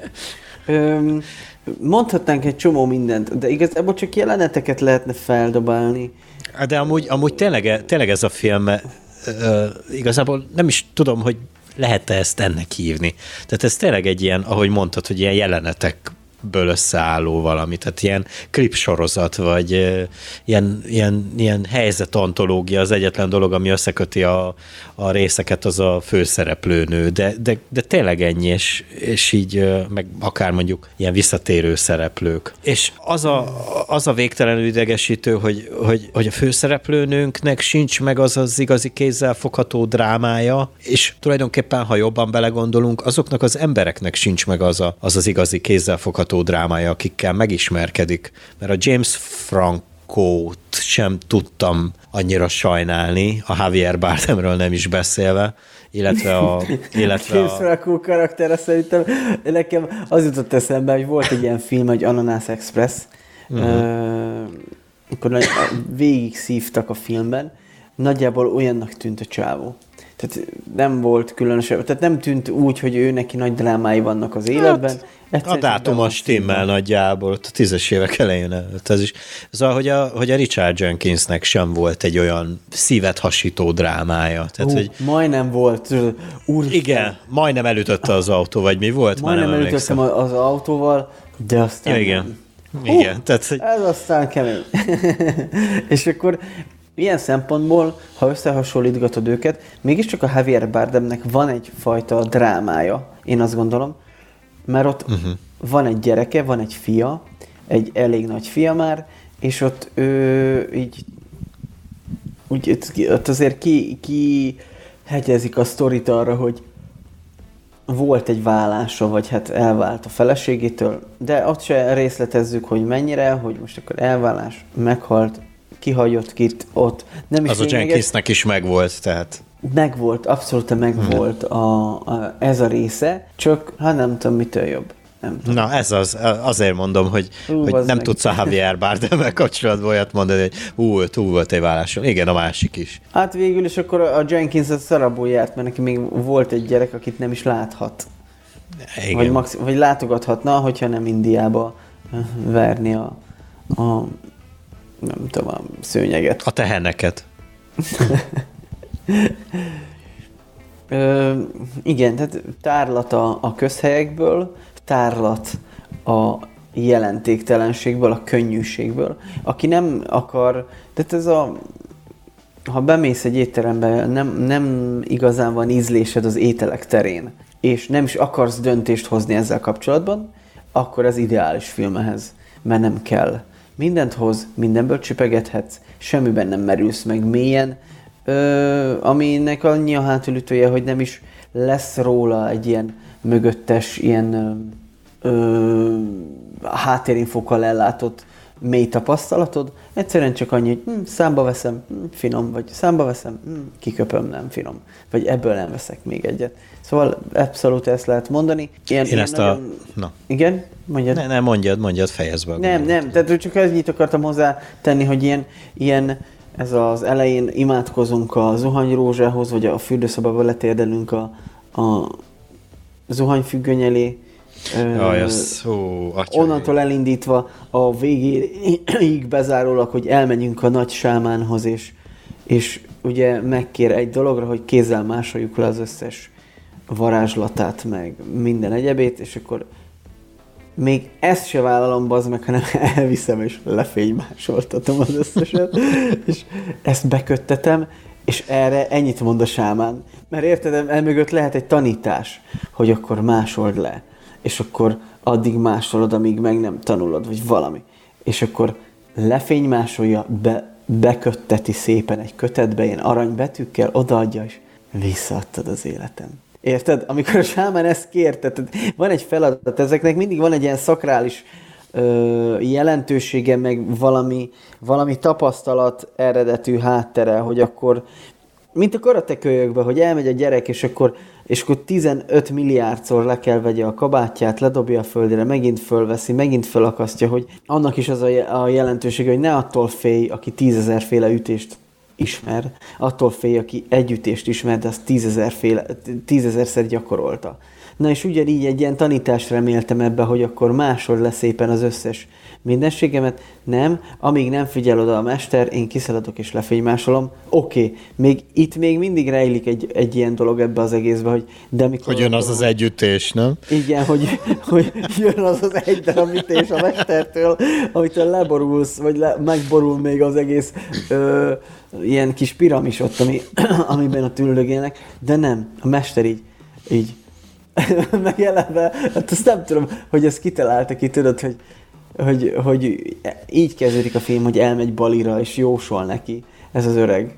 Öm, mondhatnánk egy csomó mindent, de igazából csak jeleneteket lehetne feldobálni.
De amúgy, amúgy tényleg, tényleg ez a film, uh, igazából nem is tudom, hogy lehet-e ezt ennek hívni. Tehát ez tényleg egy ilyen, ahogy mondtad, hogy ilyen jelenetek ből összeálló valami, tehát ilyen klipsorozat, vagy uh, ilyen, ilyen, ilyen helyzetantológia az egyetlen dolog, ami összeköti a, a részeket, az a főszereplőnő, de, de, de tényleg ennyi, és, és így uh, meg akár mondjuk ilyen visszatérő szereplők. És az a, az a végtelenül idegesítő, hogy, hogy, hogy a főszereplőnőnknek sincs meg az az igazi kézzel fogható drámája, és tulajdonképpen, ha jobban belegondolunk, azoknak az embereknek sincs meg az a, az, az igazi kézzel fogható drámája, akikkel megismerkedik. Mert a James Franco-t sem tudtam annyira sajnálni, a Javier Bardemről nem is beszélve, illetve a... Illetve
James Franco karaktere szerintem, nekem az jutott eszembe, hogy volt egy ilyen film, hogy Ananas Express, uh-huh. uh, akkor végig szívtak a filmben, nagyjából olyannak tűnt a csávó. Tehát nem volt különösebb, tehát nem tűnt úgy, hogy ő neki nagy drámái vannak az életben.
Hát, a dátum a stimmel nagyjából, a tízes évek elején előtt. Ez is. Szóval, hogy a, hogy a Richard Jenkinsnek sem volt egy olyan szívet hasító drámája. Tehát,
Hú,
hogy
majdnem volt. Úristen.
Igen, majdnem elütötte az autó, vagy mi volt?
Majdnem elütöttem az autóval, de aztán...
Ja, igen. Igen. Hú, tehát, hogy...
Ez aztán kemény. És akkor... Ilyen szempontból, ha összehasonlítgatod őket, mégiscsak a Javier Bardemnek van egyfajta drámája, én azt gondolom, mert ott uh-huh. van egy gyereke, van egy fia, egy elég nagy fia már, és ott ő így, úgy, ott azért ki, ki hegyezik a sztorit arra, hogy volt egy válása, vagy hát elvált a feleségétől, de ott se részletezzük, hogy mennyire, hogy most akkor elválás, meghalt, kihagyott kit ott. Nem is
az lényeges. A Jenkinsnek is megvolt, tehát.
Megvolt, abszolút megvolt hmm. a, a, ez a része, csak hát nem tudom, mitől jobb. Nem tudom.
Na ez az, azért mondom, hogy, Ú, hogy nem meg. Tudsz a Javier Bardemmel kapcsolatban olyat mondani, hogy hú, túl volt egy váláson. Igen, a másik is.
Hát végül is akkor a Jenkins az szarabból járt, mert neki még volt egy gyerek, akit nem is láthat.
Igen.
Vagy, maxi- vagy látogathatna, hogyha nem Indiába verni a, a nem tudom, a szőnyeget.
A teheneket.
Ö, igen, tehát tárlat a, a közhelyekből, tárlat a jelentéktelenségből, a könnyűségből. Aki nem akar, tehát ez a, ha bemész egy étterembe, nem, nem igazán van ízlésed az ételek terén, és nem is akarsz döntést hozni ezzel kapcsolatban, akkor ez ideális film ehhez, mert nem kell. Mindent hoz, mindenből csipegethetsz, semmiben nem merülsz meg mélyen, ö, aminek annyi a hátulütője, hogy nem is lesz róla egy ilyen mögöttes, ilyen ö, háttérinfókkal ellátott mély tapasztalatod, egyszerűen csak annyi, hogy hm, számba veszem, hm, finom, vagy számba veszem, hm, kiköpöm, nem finom, vagy ebből nem veszek még egyet. Szóval abszolút ezt lehet mondani. Ilyen,
Én
ilyen
ezt
nagyon...
a... Na.
Igen? Mondjad.
Ne, ne, mondjad, mondjad, fejezd be.
Nem, nem, tehát csak ennyit akartam hozzá tenni, hogy ilyen, ilyen ez az elején imádkozunk a zuhanyrózsához, vagy a fürdőszobába letérdelünk a, a zuhanyfüggöny elé.
Jaj, az, ó,
onnantól elindítva a végéig bezárólag, hogy elmenjünk a nagy sámánhoz, és, és ugye megkér egy dologra, hogy kézzel másoljuk le az összes varázslatát, meg minden egyebét, és akkor még ezt se vállalom, bazd meg, hanem elviszem és lefénymásoltatom az összeset, és ezt beköttetem, és erre ennyit mond a sámán. Mert érted, elmögött lehet egy tanítás, hogy akkor másold le, és akkor addig másolod, amíg meg nem tanulod, vagy valami. És akkor lefénymásolja, be, bekötteti szépen egy kötetbe, ilyen aranybetűkkel, odaadja, és visszaadtad az életem. Érted? Amikor a sámán ezt kérte, van egy feladat, ezeknek mindig van egy ilyen szakrális ö, jelentősége, meg valami, valami tapasztalat eredetű háttere, hogy akkor, mint a karatekölyökben, hogy elmegy a gyerek, és akkor, és akkor tizenöt milliárdszor le kell vegye a kabátját, ledobja a földre, megint fölveszi, megint fölakasztja, hogy annak is az a jelentősége, hogy ne attól félj, aki tízezerféle ütést ismer, attól félj, aki egy ütést ismer, de azt tízezerféle, tízezerszer gyakorolta. Na és ugyanígy egy ilyen tanítást reméltem ebbe, hogy akkor másod lesz szépen az összes mindenségemet. Nem, amíg nem figyel oda a mester, én kiszaladok és lefénymásolom. Oké, okay, még itt még mindig rejlik egy, egy ilyen dolog ebbe az egészbe, hogy de mikor...
Hogy jön az az együttés, nem?
Igen, hogy, hogy jön az az egy darab ütés a mestertől, amitől leborulsz, vagy le, megborul még az egész ö, ilyen kis piramis ott, ami, amiben ott üldögélnek, de nem, a mester így, így meg eleve, hát azt nem tudom, hogy ezt kitalálta ki, tudod, hogy, hogy, hogy így kezdődik a film, hogy elmegy Balira, és jósol neki ez az öreg.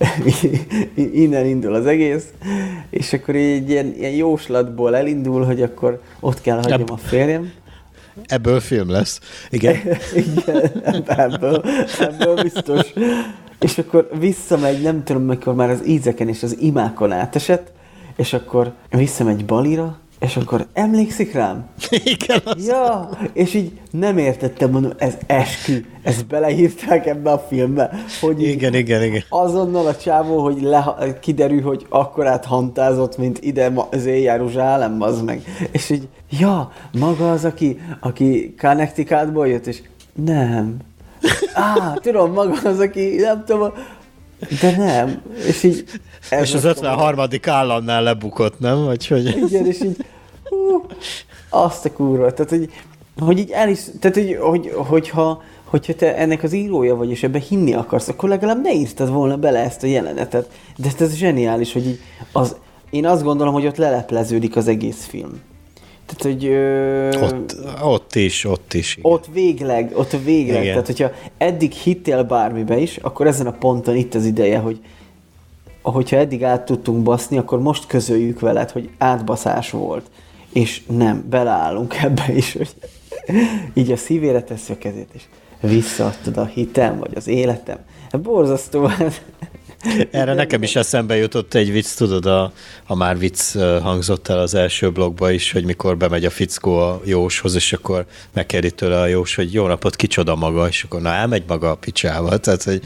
Innen indul az egész, és akkor így ilyen, ilyen jóslatból elindul, hogy akkor ott kell hagyjam Ebb... a férjem.
Ebből film lesz. Igen.
Igen, ebből, ebből biztos. És akkor visszamegy, nem tudom, mikor már az ízeken és az imákon átesett, és akkor visszamegy Balira, és akkor emlékszik rám?
Igen. Az
ja, és így nem értettem, mondom, ez eskü, ezt beleírták ebbe a filmbe, hogy
igen, igen, igen.
Azonnal a csávó, hogy le, kiderül, hogy akkorát hantázott, mint ide az éjjáró zsálem, az meg. És így, ja, maga az, aki, aki Connecticutból jött, és nem. Á, tudom, maga az, aki, nem tudom, de nem. És így...
És az ötvenharmadik államnál lebukott, nem? Vagy hogy...
Igen, és így... Hú, azt a kurva. Tehát, hogy, hogy így el is... Tehát, hogy, hogy, hogyha, hogyha te ennek az írója vagy, és ebben hinni akarsz, akkor legalább ne írtad volna bele ezt a jelenetet. De ez zseniális, hogy így az... Én azt gondolom, hogy ott lelepleződik az egész film. Tehát, hogy... Ö...
Ott, ott is, ott is. Igen.
Ott végleg, ott végleg. Igen. Tehát, hogyha eddig hittél bármibe is, akkor ezen a ponton itt az ideje, hogy ahogyha eddig át tudtunk baszni, akkor most közöljük veled, hogy átbaszás volt. És nem, beleállunk ebbe is, hogy így a szívére teszi a kezét, és visszaadtad a hitem, vagy az életem. Borzasztó.
Erre nekem is eszembe jutott egy vicc, tudod, a, ha már vicc hangzott el az első blogba is, hogy mikor bemegy a fickó a Jóshoz, és akkor megkérdi tőle a Jós, hogy jó napot, kicsoda maga, és akkor na, elmegy maga a picsába, tehát, hogy,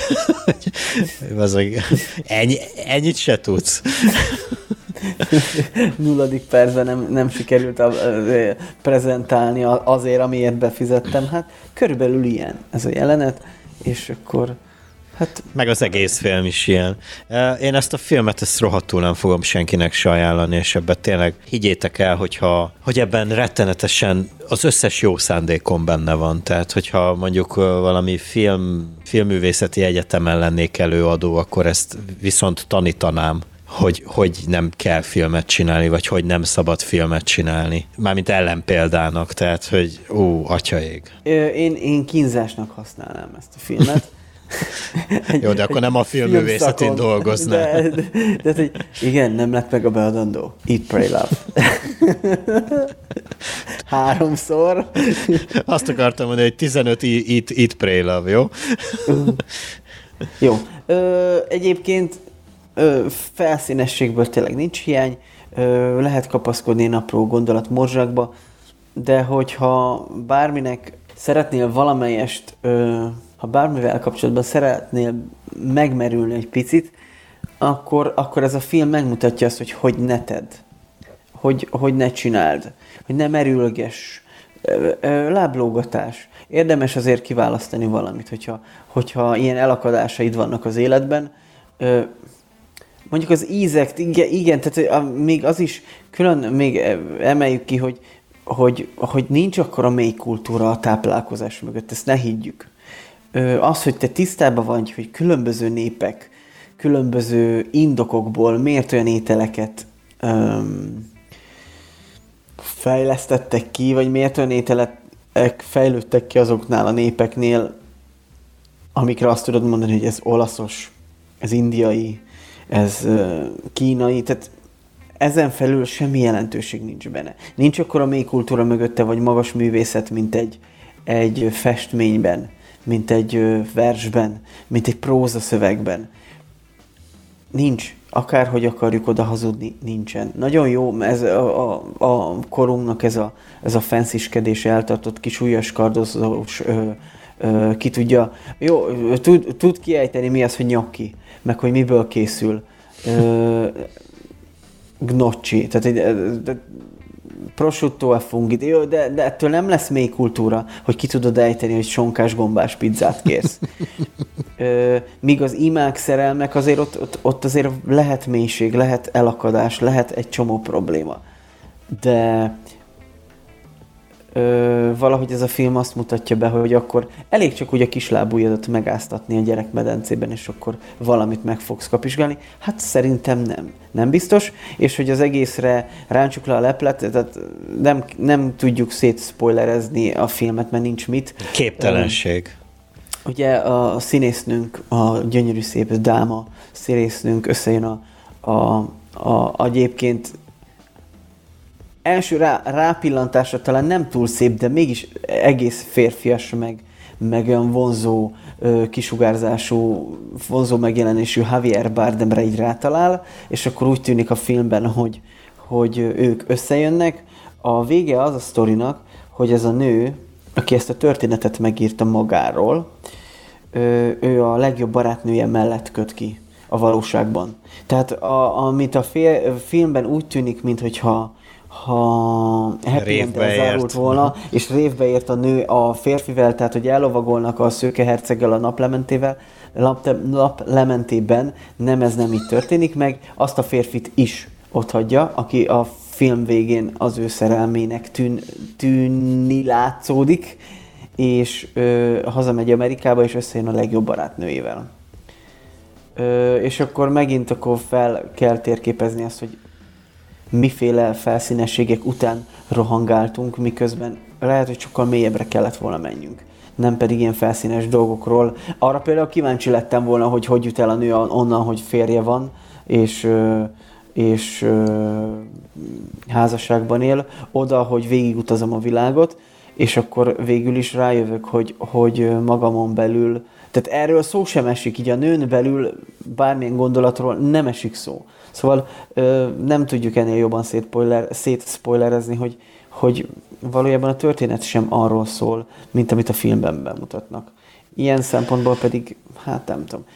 hogy ennyi, ennyit se tudsz.
Nulladik percben nem, nem sikerült a, a, a, prezentálni azért, amiért befizettem. Hát körülbelül ilyen ez a jelenet, és akkor hát...
Meg az egész film is ilyen. Én ezt a filmet, ezt rohadtul nem fogom senkinek se ajánlani, és ebben tényleg higgyétek el, hogyha, hogy ebben rettenetesen az összes jó szándékom benne van. Tehát, hogyha mondjuk valami film, filmművészeti egyetemen lennék előadó, akkor ezt viszont tanítanám, hogy, hogy nem kell filmet csinálni, vagy hogy nem szabad filmet csinálni. Mármint ellenpéldának, tehát, hogy ó, atyaég.
Én, én kínzásnak használnám ezt a filmet.
Jó, de akkor nem a filmművészetén dolgoznál.
De, de, de, de, igen, nem lett meg a beadandó. Eat, Pray, Love. Háromszor.
Azt akartam mondani, hogy tizenöt Eat, eat Pray, Love, jó?
Jó. Ö, egyébként ö, felszínességből tényleg nincs hiány. Ö, lehet kapaszkodni apró gondolatmorzsákba, de hogyha bárminek szeretnél valamelyest, ö, ha bármivel kapcsolatban szeretnél megmerülni egy picit, akkor, akkor ez a film megmutatja azt, hogy hogy ne tedd, hogy, hogy ne csináld, hogy ne merülgess, ö, ö, láblógatás. Érdemes azért kiválasztani valamit, hogyha, hogyha ilyen elakadásaid vannak az életben. Ö, mondjuk az ízek, igen, igen tehát a, még az is külön még emeljük ki, hogy Hogy, hogy nincs akkora mély kultúra a táplálkozás mögött, ezt ne higgyük. Az, hogy te tisztában vagy, hogy különböző népek, különböző indokokból miért olyan ételeket um, fejlesztettek ki, vagy miért olyan ételek fejlődtek ki azoknál a népeknél, amikre azt tudod mondani, hogy ez olaszos, ez indiai, ez uh, kínai, tehát ezen felül semmi jelentőség nincs benne. Nincs akkora mély kultúra mögötte, vagy magas művészet, mint egy, egy festményben, mint egy versben, mint egy prózaszövegben. Nincs. Akárhogy akarjuk oda hazudni, nincsen. Nagyon jó, ez a, a, a korunknak ez a, ez a fensziskedés eltartott kis ujjas kardozós, ö, ö, ki tudja, jó, tud, tud kiejteni mi az, hogy nyakki, meg hogy miből készül. Ö, gnocchi, tehát prosciutto a fungi, jó, de, de ettől nem lesz mély kultúra, hogy ki tudod ejteni, hogy sonkás gombás pizzát kérsz. Ö, míg az imák, szerelmek, azért ott, ott, ott azért lehet mélység, lehet elakadás, lehet egy csomó probléma. De ö, valahogy ez a film azt mutatja be, hogy akkor elég csak úgy a kislábújadat megáztatni a gyerekmedencében, és akkor valamit meg fogsz kapizsgálni. Hát szerintem nem. Nem biztos, és hogy az egészre ráncsuk le a leplet, tehát nem, nem tudjuk szétszpoilerezni a filmet, mert nincs mit.
Képtelenség.
Ugye a színésznőnk, a gyönyörű szép dáma színésznőnk összejön a, a, a egyébként első rá, rápillantásra talán nem túl szép, de mégis egész férfias, meg, meg olyan vonzó kisugárzású, vonzó megjelenésű Javier Bardemre így rátalál, és akkor úgy tűnik a filmben, hogy, hogy ők összejönnek. A vége az a sztorinak, hogy ez a nő, aki ezt a történetet megírta magáról, ő a legjobb barátnője mellett köt ki a valóságban. Tehát a, amit a fél, filmben úgy tűnik, minthogyha ha happy end-el zárult volna, és révbe ért a nő a férfivel, tehát hogy ellovagolnak a szőke herceggel a naplementével, naplementében, nem, ez nem így történik meg, azt a férfit is otthagyja, aki a film végén az ő szerelmének tűn, tűnni látszódik, és ö, hazamegy Amerikába, és összejön a legjobb barátnőjével. Ö, és akkor megint akkor fel kell térképezni azt, hogy miféle felszínességek után rohangáltunk, miközben lehet, hogy sokkal mélyebbre kellett volna menjünk. Nem pedig ilyen felszínes dolgokról. Arra például kíváncsi lettem volna, hogy hogy jut el a nő onnan, hogy férje van, és, és házasságban él, oda, hogy végigutazom a világot, és akkor végül is rájövök, hogy, hogy magamon belül, tehát erről szó sem esik, így a nőn belül bármilyen gondolatról nem esik szó. Szóval ö, nem tudjuk ennél jobban szétspoiler, szétszpoilerezni, hogy, hogy valójában a történet sem arról szól, mint amit a filmben bemutatnak. Ilyen szempontból pedig, hát nem tudom,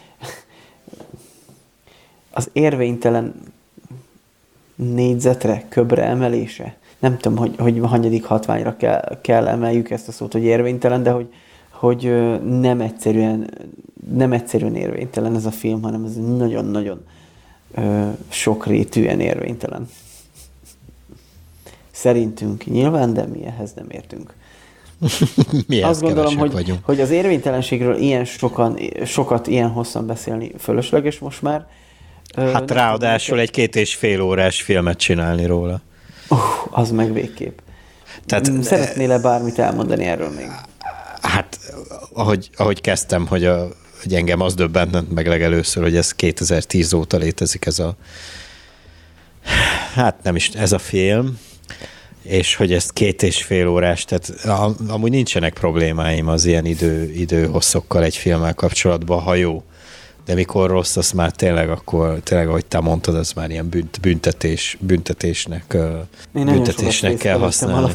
az érvénytelen négyzetre, köbre emelése, nem tudom, hogy, hogy hanyadik hatványra kell, kell emeljük ezt a szót, hogy érvénytelen, de hogy, hogy nem egyszerűen, nem egyszerűen érvénytelen ez a film, hanem ez nagyon-nagyon sokrétűen érvénytelen. Szerintünk nyilván, de mi ehhez nem értünk.
Mi
Azt gondolom, hogy,
vagyunk.
hogy az érvénytelenségről ilyen sokan, sokat, ilyen hosszan beszélni fölösleges most már.
Hát ráadásul egy két és fél órás filmet csinálni róla.
Uh, az meg végképp. Tehát, Szeretnél-e bármit elmondani erről még?
Hát, ahogy, ahogy kezdtem, hogy a hogy engem az döbbent meg legelőször, hogy ez kétezer-tíz óta létezik ez a hát nem is, ez a film, és hogy ez két és fél órás, tehát amúgy nincsenek problémáim az ilyen idő, időhosszokkal egy filmmel kapcsolatban, ha jó. De mikor rossz, az már tényleg akkor, tényleg, ahogy te mondtad, az már ilyen bünt, büntetés, büntetésnek,
én
büntetésnek kell használni.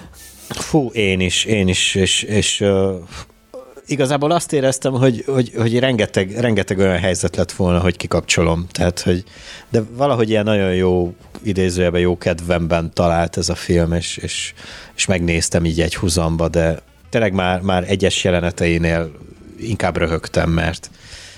Fú, én is, én is, és, és uh, igazából azt éreztem, hogy, hogy, hogy rengeteg, rengeteg olyan helyzet lett volna, hogy kikapcsolom. Tehát, hogy, de valahogy ilyen nagyon jó, idézőjelben jó kedvemben talált ez a film, és, és, és megnéztem így egy huzamba, de tényleg már, már egyes jeleneteinél inkább röhögtem, mert,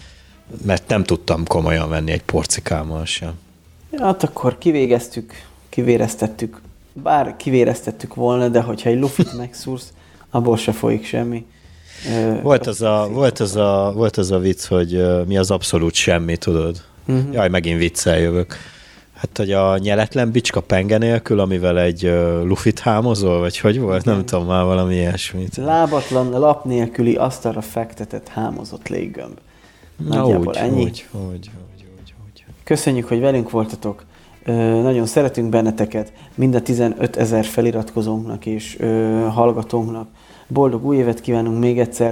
mert nem tudtam komolyan venni egy porcikámmal sem.
Hát akkor kivégeztük, kivéreztettük, bár kivéreztettük volna, de hogyha egy lufit megszúrsz, abból se folyik semmi.
Volt az, a, volt, az a, volt az a vicc, hogy mi az abszolút semmi, tudod? Uh-huh. Jaj, megint viccel jövök. Hát, hogy a nyeletlen bicska penge nélkül, amivel egy uh, lufit hámozol, vagy hogy volt? Igen. Nem tudom, már valami ilyesmit.
Lábatlan, lap nélküli asztalra fektetett hámozott léggömb.
Nagyjából úgy, ennyi. Úgy, úgy, úgy, úgy, úgy.
Köszönjük, hogy velünk voltatok. Ö, nagyon szeretünk benneteket, mind a tizenötezer feliratkozónknak és ö, hallgatónknak. Boldog új évet kívánunk még egyszer.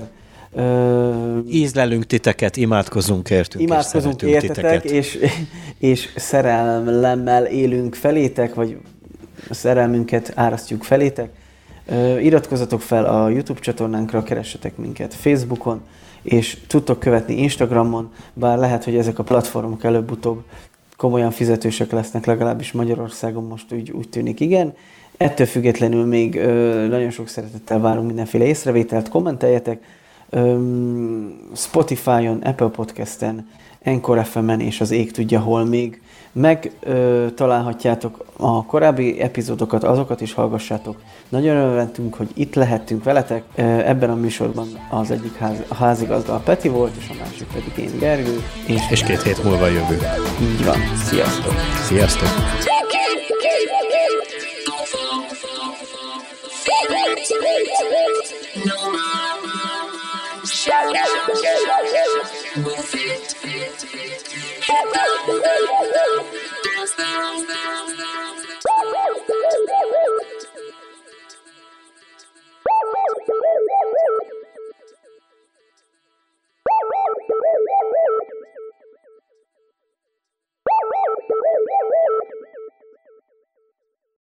Ö, Ízlelünk titeket, imádkozunk értünk,
imádkozunk
és
értetek, és, és szerelemmel élünk felétek, vagy szerelmünket árasztjuk felétek. Ö, iratkozzatok fel a YouTube csatornánkra, keressetek minket Facebookon, és tudtok követni Instagramon, bár lehet, hogy ezek a platformok előbb-utóbb komolyan fizetősek lesznek, legalábbis Magyarországon most úgy, úgy tűnik, igen. Ettől függetlenül még ö, nagyon sok szeretettel várunk mindenféle észrevételt, kommenteljetek. Ö, Spotify-on, Apple Podcast-en, Anchor ef em-en és az ég tudja hol még. Megtalálhatjátok a korábbi epizódokat, azokat is hallgassátok. Nagyon örvendtünk, hogy itt lehettünk veletek. Ebben a műsorban az egyik ház, a házigazda a Peti volt, és a másik pedig én, Gergő.
És, és két hét múlva jövő.
Így van. Sziasztok!
Sziasztok! Dance, dance, dance, dance.